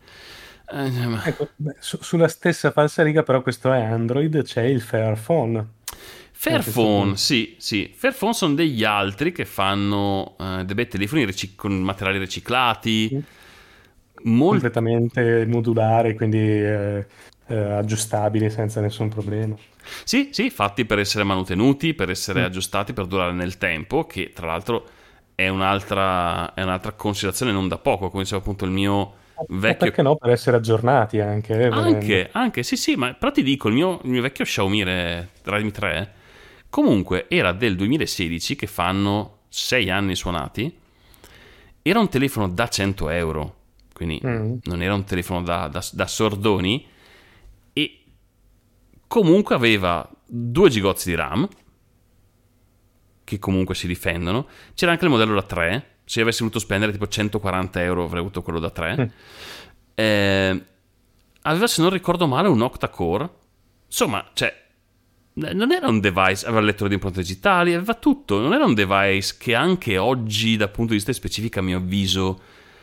eh, ecco, beh, su- sulla stessa falsariga, però, questo è Android, c'è il Fairphone. Fairphone, sì, sì. Fairphone sono degli altri che fanno eh, dei bei telefoni ric- con materiali riciclati, sì. Molto... completamente modulari, quindi eh, eh, aggiustabili senza nessun problema. Sì, sì, fatti per essere manutenuti, per essere mm. aggiustati, per durare nel tempo, che tra l'altro è un'altra, è un'altra considerazione non da poco, come diceva appunto il mio vecchio... Perché no? Per essere aggiornati anche. Eh, anche, anche, sì sì, ma però ti dico, il mio, il mio vecchio Xiaomi Redmi tre comunque era del duemilasedici, che fanno sei anni suonati, era un telefono da cento euro, quindi mm. non era un telefono da, da, da sordoni, e comunque aveva due gigozzi di RAM, che comunque si difendono. C'era anche il modello da tre, se avessi voluto spendere tipo centoquaranta euro avrei avuto quello da tre. Mm. Eh, aveva, se non ricordo male, un octa-core. Insomma, cioè, non era un device, aveva il lettore di impronte digitali, aveva tutto. Non era un device che anche oggi, dal punto di vista specifico, a mio avviso,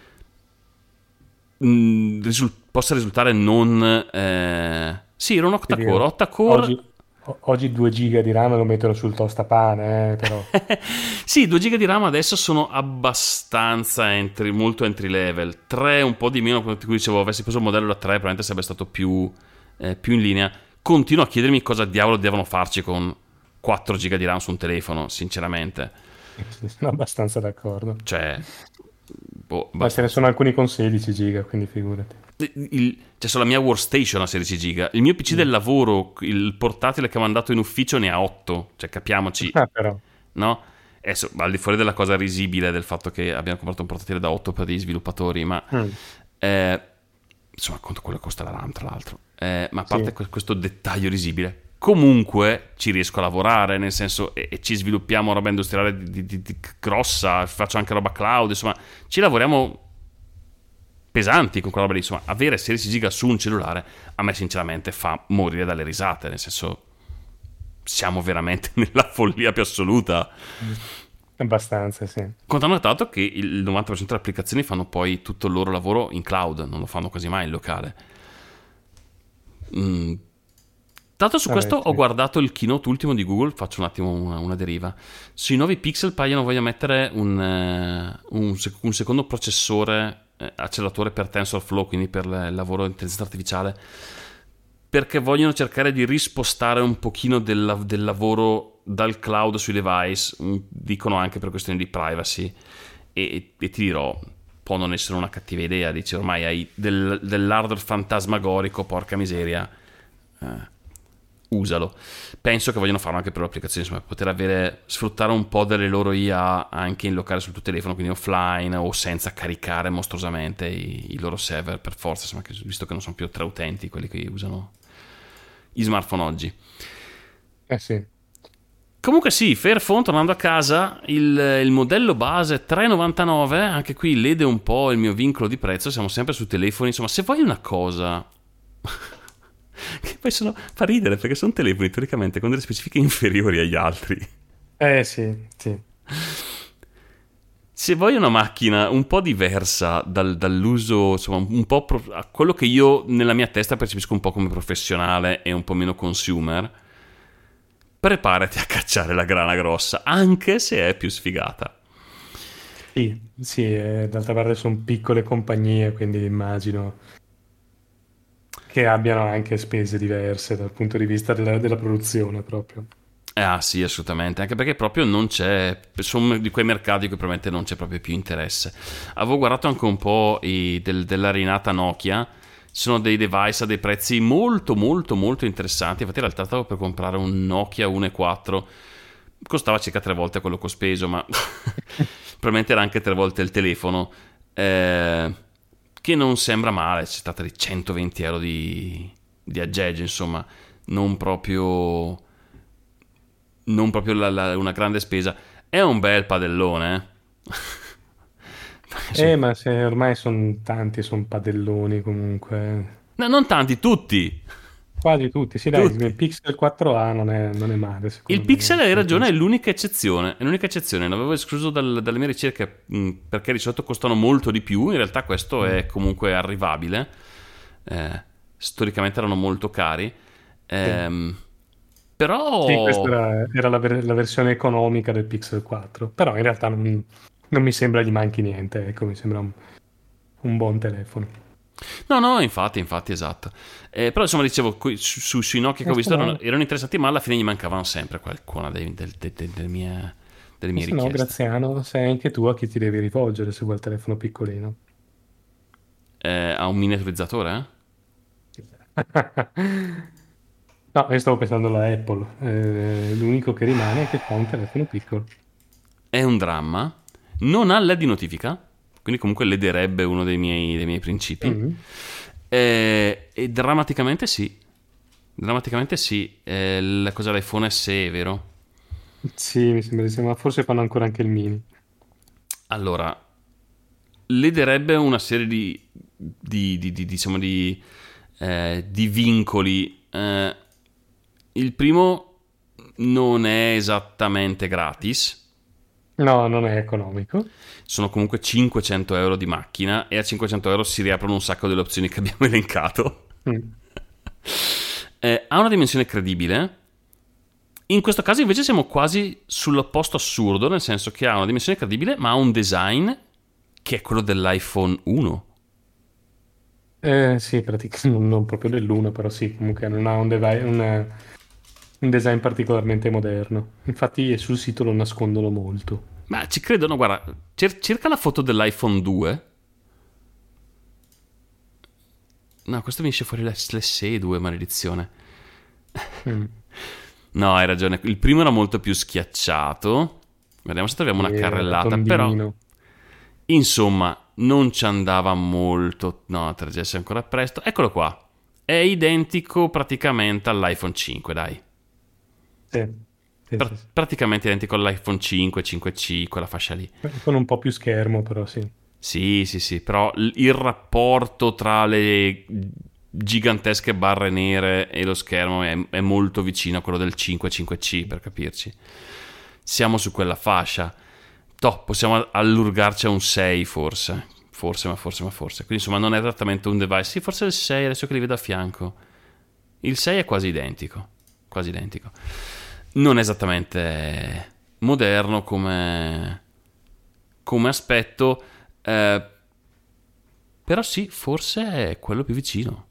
mh, risul- possa risultare non... Eh... Sì, era un octa-core. Octa-core... Oggi... Oggi due giga di RAM lo mettono sul tostapane, eh, però. Sì, due giga di RAM adesso sono abbastanza entry, molto entry level. tre un po' di meno, come dicevo, avessi preso il modello da tre probabilmente sarebbe stato più, eh, più in linea. continuo a chiedermi cosa diavolo devono farci con quattro giga di RAM su un telefono, sinceramente. Sono abbastanza d'accordo. Cioè, boh, Ma ce ne sono alcuni con sedici giga, quindi figurati. il, cioè sulla mia workstation a sedici giga, il mio P C mm. del lavoro, il portatile che ho mandato in ufficio ne ha otto, cioè capiamoci. Ah, però. No? Adesso, al di fuori della cosa risibile del fatto che abbiamo comprato un portatile da otto per degli sviluppatori, ma mm. eh, insomma, conto quello che costa la RAM, tra l'altro. Eh, ma a parte sì. questo dettaglio risibile, comunque ci riesco a lavorare, nel senso, e, e ci sviluppiamo roba industriale di, di, di, di grossa, faccio anche roba cloud, insomma, ci lavoriamo pesanti con quella roba lì. Insomma, avere sedici giga su un cellulare a me sinceramente fa morire dalle risate, nel senso, siamo veramente nella follia più assoluta. Abbastanza, sì. Contando il dato che il novanta per cento delle applicazioni fanno poi tutto il loro lavoro in cloud, non lo fanno quasi mai in locale. Mm. Tanto su ah, questo sì. ho guardato il keynote ultimo di Google, faccio un attimo una, una deriva. Sui nuovi Pixel paiono voglia mettere un, uh, un, sec- un secondo processore eh, acceleratore per TensorFlow, quindi per il lavoro di intelligenza artificiale, perché vogliono cercare di rispostare un pochino del, del lavoro dal cloud sui device, dicono anche per questioni di privacy, e, e ti dirò, può non essere una cattiva idea, dici ormai hai del, dell'hardware fantasmagorico, porca miseria, eh, usalo. Penso che vogliono farlo anche per le applicazioni, insomma, poter avere, sfruttare un po' delle loro I A anche in locale sul tuo telefono, quindi offline o senza caricare mostruosamente i, i loro server per forza, insomma, che, visto che non sono più tre utenti quelli che usano gli smartphone oggi. Eh sì. Comunque sì, Fairphone, tornando a casa, il, il modello base tre virgola novantanove, anche qui lede un po' il mio vincolo di prezzo, siamo sempre su telefoni, insomma, se vuoi una cosa che poi sono, fa ridere perché sono telefoni teoricamente con delle specifiche inferiori agli altri. Eh sì, sì. Se vuoi una macchina un po' diversa dal, dall'uso, insomma, un po' pro, a quello che io nella mia testa percepisco un po' come professionale e un po' meno consumer, preparati a cacciare la grana grossa, anche se è più sfigata. Sì, sì, eh, d'altra parte sono piccole compagnie, quindi immagino che abbiano anche spese diverse dal punto di vista della, della produzione proprio. Ah sì, assolutamente, anche perché proprio non c'è, sono di quei mercati che probabilmente non c'è proprio più interesse. Avevo guardato anche un po' i, del, della rinata Nokia, ci sono dei device a dei prezzi molto molto molto interessanti. Infatti in realtà stavo per comprare un Nokia uno virgola quattro, costava circa tre volte quello che ho speso, ma probabilmente era anche tre volte il telefono, eh, che non sembra male, si tratta di centoventi euro di, di aggeggio, insomma, non proprio non proprio la, la, una grande spesa. È un bel padellone, eh? Eh, ma se ormai sono tanti, sono padelloni comunque. No, non tanti, tutti. Quasi tutti, sì dai, Tutti. il Pixel quattro A non è, non è male. Il me. Pixel, hai ragione, è l'unica eccezione. È l'unica eccezione, l'avevo escluso dal, dalle mie ricerche mh, perché di solito costano molto di più. In realtà questo mm. è comunque arrivabile. Eh, storicamente erano molto cari. Eh, sì. Però... Sì, questa era, era la, ver- la versione economica del Pixel quattro. Però in realtà non, non mi sembra gli manchi niente, ecco, mi sembra un, un buon telefono. No, no, infatti, infatti, esatto. Eh, però insomma, dicevo, su, su, sui Nokia che ho visto erano, erano interessanti, ma alla fine gli mancavano sempre qualcuna dei, del, del, del, del mie, delle mie richieste. No, Graziano, sai anche tu a chi ti devi rivolgere se vuoi il telefono piccolino. Eh, a un miniaturizzatore, eh? No, io stavo pensando alla Apple. Eh, l'unico che rimane è che fa un telefono piccolo. È un dramma. Non ha L E D di notifica, quindi comunque lederebbe uno dei miei, dei miei principi. Mm-hmm. Eh, e drammaticamente sì. Drammaticamente sì. Eh, la cosa dell'iPhone S E, vero? Sì, mi sembra di sì, ma forse fanno ancora anche il mini. Allora, lederebbe una serie di, di, di, di diciamo di, eh, di vincoli. Eh, il primo non è esattamente gratis. No, non è economico. Sono comunque cinquecento euro di macchina e a cinquecento euro si riaprono un sacco delle opzioni che abbiamo elencato. Mm. eh, ha una dimensione credibile. In questo caso invece siamo quasi sull'opposto assurdo, nel senso che ha una dimensione credibile ma ha un design che è quello dell'iPhone uno. Eh, sì, praticamente non, non proprio dell'uno, però sì, comunque non ha un, devi- un, un design particolarmente moderno. Infatti sul sito lo nascondono molto. Ma ci credono, guarda, cer- cerca la foto dell'iPhone due. No, questo mi esce fuori l'S E due, maledizione. Mm. No, hai ragione. Il primo era molto più schiacciato. Vediamo se troviamo una Era carrellata. Però, tondino. insomma, non ci andava molto. No, tre G S è ancora presto. Eccolo qua. È identico praticamente all'iPhone cinque, dai. Sì, sì, Pra- sì, sì. praticamente identico all'iPhone cinque, cinque C, quella fascia lì. Con un po' più schermo, però sì. Sì, sì, sì, però l- il rapporto tra le gigantesche barre nere e lo schermo è, è molto vicino a quello del cinque, cinque C, per capirci. Siamo su quella fascia. Toh, possiamo allungarci a un sei forse. Forse, ma forse, ma forse. Quindi insomma non è esattamente un device. Sì, forse il sei, adesso che li vedo a fianco. Il sei è quasi identico. Quasi identico. Non è esattamente moderno come, come aspetto, eh, però sì, forse è quello più vicino.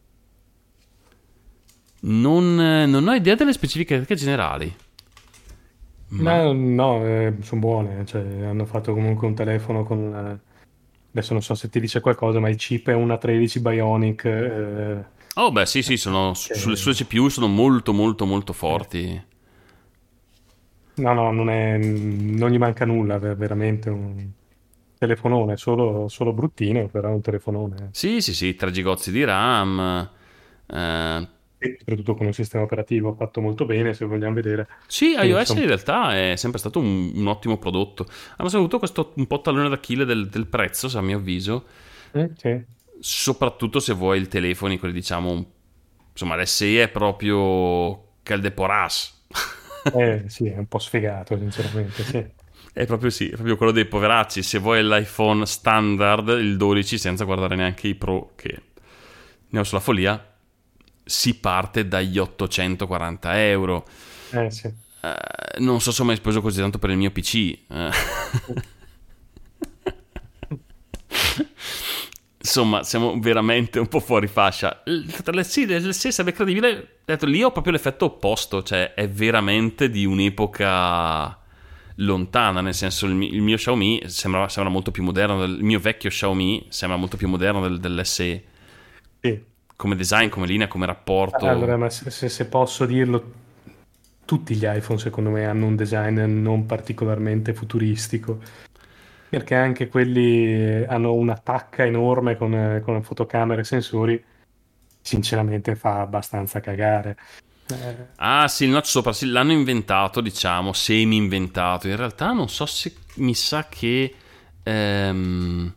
Non, non ho idea delle specifiche generali. Ma No, no, eh, sono buone. Cioè, hanno fatto comunque un telefono con... eh, adesso non so se ti dice qualcosa, ma il chip è una tredici Bionic. eh, oh, beh, sì, sì, sono, sulle che- sue C P U sono molto, molto, molto eh, forti. no, no, non è, non gli manca nulla, ver- veramente un telefonone, solo, solo bruttino, però è un telefonone. Sì, sì, sì, tre gigozzi di RAM. eh, E soprattutto con un sistema operativo fatto molto bene, se vogliamo vedere. Sì, Quindi iOS insomma, in realtà è sempre stato un, un ottimo prodotto. Hanno avuto questo un po' tallone d'Achille del, del prezzo, a mio avviso, eh, sì. soprattutto se vuoi il telefoni, quelli diciamo, un- insomma, l'S E è proprio caldeporas. Eh, sì, è un po' sfigato, sinceramente, sì. È proprio sì, è proprio quello dei poveracci. Se vuoi l'iPhone standard, il dodici, senza guardare neanche i Pro, che ne ho sulla follia, si parte dagli ottocentoquaranta euro. Eh, sì. Eh, non so se ho mai speso così tanto per il mio P C. Eh. Insomma, siamo veramente un po' fuori fascia. L- Sì, l'S E sarebbe credibile. Ho detto, lì ho proprio l'effetto opposto, cioè è veramente di un'epoca lontana, nel senso il, mi- il mio Xiaomi sembra, sembra molto più moderno, del- il mio vecchio Xiaomi sembra molto più moderno del, dell'S E, Sì. come design, come linea, come Allora, rapporto. ma se, se- se posso dirlo, tutti gli iPhone secondo me hanno un design non particolarmente futuristico, perché anche quelli hanno una tacca enorme con, eh, con fotocamere e sensori, sinceramente fa abbastanza cagare. Eh, Ah sì, il notch sopra, sì, l'hanno inventato, diciamo, semi-inventato. In realtà non so se mi sa che... ehm,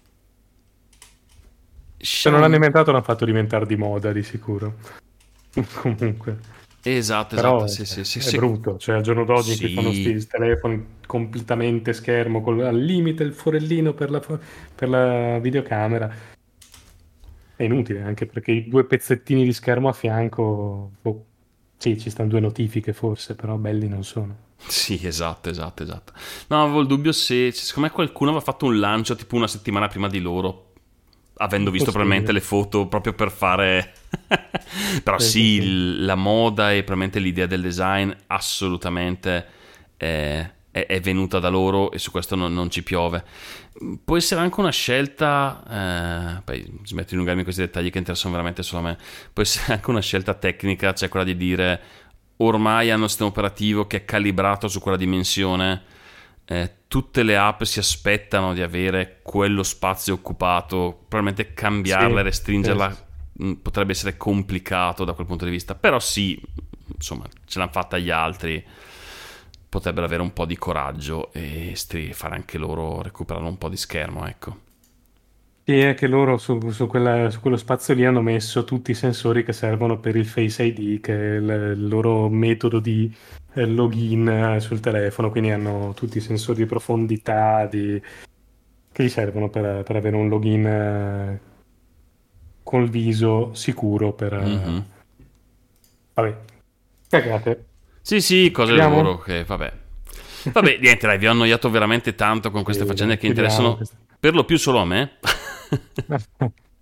se non l'hanno Xiaomi... inventato l'hanno fatto diventare di moda di sicuro. Comunque. Esatto, esatto, Però sì, cioè, sì, sì, è sì. brutto, cioè al giorno d'oggi in cui fanno Sì. questi telefoni completamente schermo, con al limite il forellino per la, fo- per la videocamera, è inutile anche perché i due pezzettini di schermo a fianco, boh, sì, ci stanno due notifiche forse, però belli non sono. Sì, esatto, esatto, esatto. No, avevo il dubbio se, se secondo me qualcuno aveva fatto un lancio tipo una settimana prima di loro, avendo visto probabilmente Possibile. le foto proprio per fare... Però Sì, sì, sì, sì. il- la moda e probabilmente l'idea del design assolutamente è, è- è venuta da loro e su questo non, non ci piove. Può essere anche una scelta, eh, poi smetto di dilungarmi in questi dettagli che interessano veramente solo a me, può essere anche una scelta tecnica, cioè quella di dire ormai hanno un sistema operativo che è calibrato su quella dimensione, eh, tutte le app si aspettano di avere quello spazio occupato, probabilmente cambiarla e Sì, sì, sì, restringerla sì. mh, potrebbe essere complicato da quel punto di vista, però sì, insomma, ce l'hanno fatta gli altri, potrebbero avere un po' di coraggio e stri- fare anche loro recuperare un po' di schermo, ecco. Sì, è che loro su, su quella- su quello spazio lì hanno messo tutti i sensori che servono per il Face I D, che è il, il loro metodo di eh, login eh, sul telefono, quindi hanno tutti i sensori di profondità di- che gli servono per, per avere un login eh, col viso sicuro per... Mhm. eh, vabbè, cagate. Sì, sì, cose Chiudiamo? loro che, vabbè. Vabbè, niente, dai, vi ho annoiato veramente tanto con queste Sì, faccende dai, che chiudiamo interessano questa. per lo più solo a me.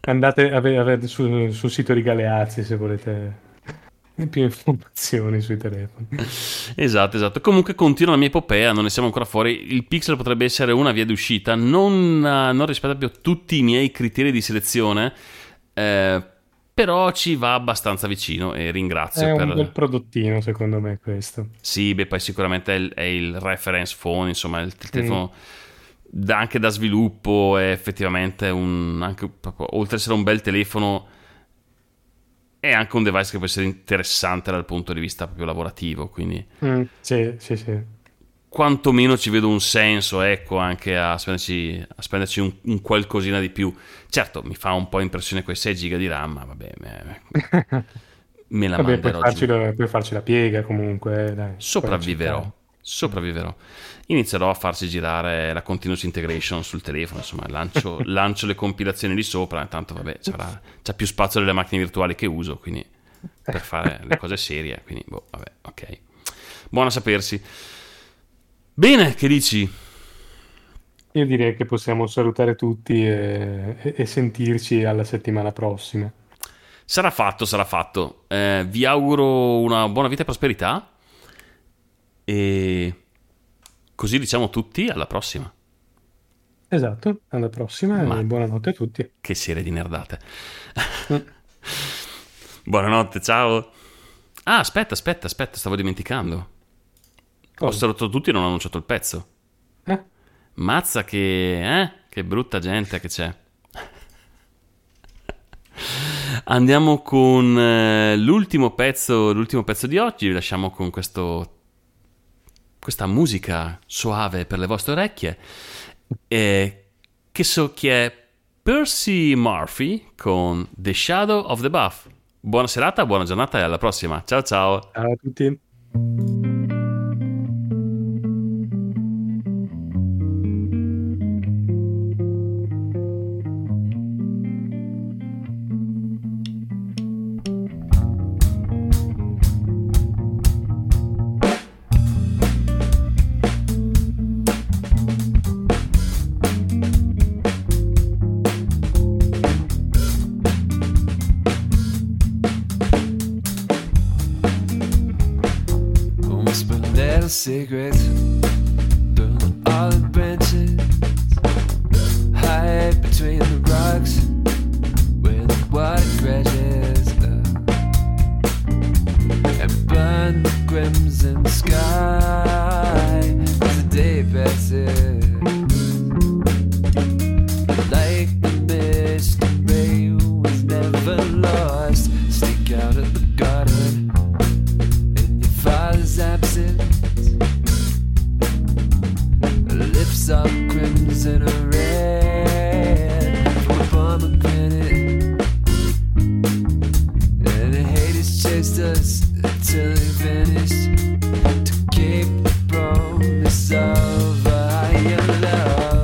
Andate a vedere sul, sul sito di Galeazzi se volete più informazioni sui telefoni. Esatto, esatto. Comunque continua la mia epopea, non ne siamo ancora fuori. Il Pixel potrebbe essere una via d'uscita, non, eh, non rispetta più tutti i miei criteri di selezione, eh, però ci va abbastanza vicino e ringrazio È per... un bel prodottino, secondo me, questo. Sì, beh, poi sicuramente è il, è il reference phone, insomma, il, il telefono da- anche da sviluppo è effettivamente un... Anche, proprio, oltre ad essere un bel telefono, è anche un device che può essere interessante dal punto di vista proprio lavorativo, quindi Mm, sì, sì, sì. quantomeno ci vedo un senso, ecco, anche a spenderci, a spenderci un, un qualcosina di più. Certo, mi fa un po' impressione quei sei giga di RAM, ma vabbè, me, me la Vabbè, puoi manderò farci, giù. la, puoi farci la piega comunque, eh, dai. Sopravviverò, sopravviverò. Inizierò a farci girare la continuous integration sul telefono, insomma, lancio, lancio le compilazioni lì sopra, intanto vabbè, c'avrà, c'ha più spazio delle macchine virtuali che uso, quindi per fare le cose serie, quindi boh, vabbè, ok. Buono a sapersi. Bene, che dici? Io direi che possiamo salutare tutti e, e- e sentirci alla settimana prossima. Sarà fatto, sarà fatto. Eh, vi auguro una buona vita e prosperità e così diciamo tutti alla prossima. Esatto, alla prossima Ma- e buonanotte a tutti. Che serie di nerdate. Buonanotte, ciao. Ah, aspetta, aspetta, aspetta, stavo dimenticando. Ho Cosa? salutato tutti e non ho annunciato il pezzo. Eh? Mazza che... eh? Che brutta gente che c'è. Andiamo con eh, l'ultimo pezzo, l'ultimo pezzo di oggi. Vi lasciamo con questo, questa musica soave per le vostre orecchie. Eh, che so chi è Percy Murphy con The Shadow of the Buff. Buona serata, buona giornata e alla prossima. Ciao ciao. Ciao a tutti. Whisper little secrets through the olive branches, hide between the rocks where the water crashes, uh, and burn the crimson sky as the day passes. Like the mystery was never lost, stick out of the garden in your father's absence. Lips are crimson or red from a pomegranate, and the haters chased us till they vanished to keep the promise of a higher love.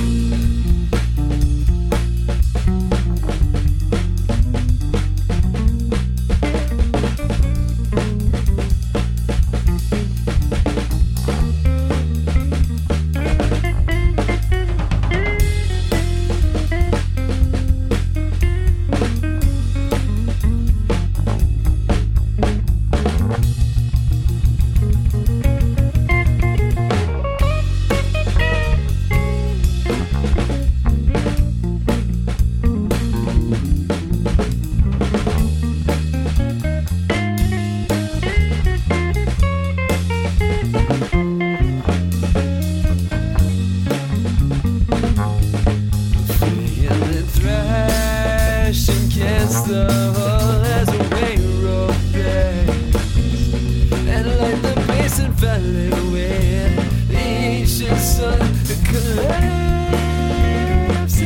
Feeling thrashing against the wall as a railroad breaks, and like the basin valley where the ancient sun collapses,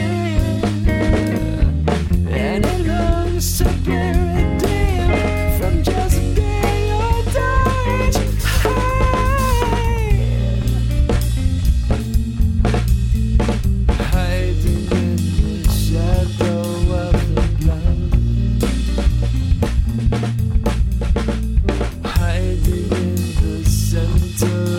and it longs to bury deep from just being or die. Hiding in the shadow of the blood, hiding in the center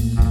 Thank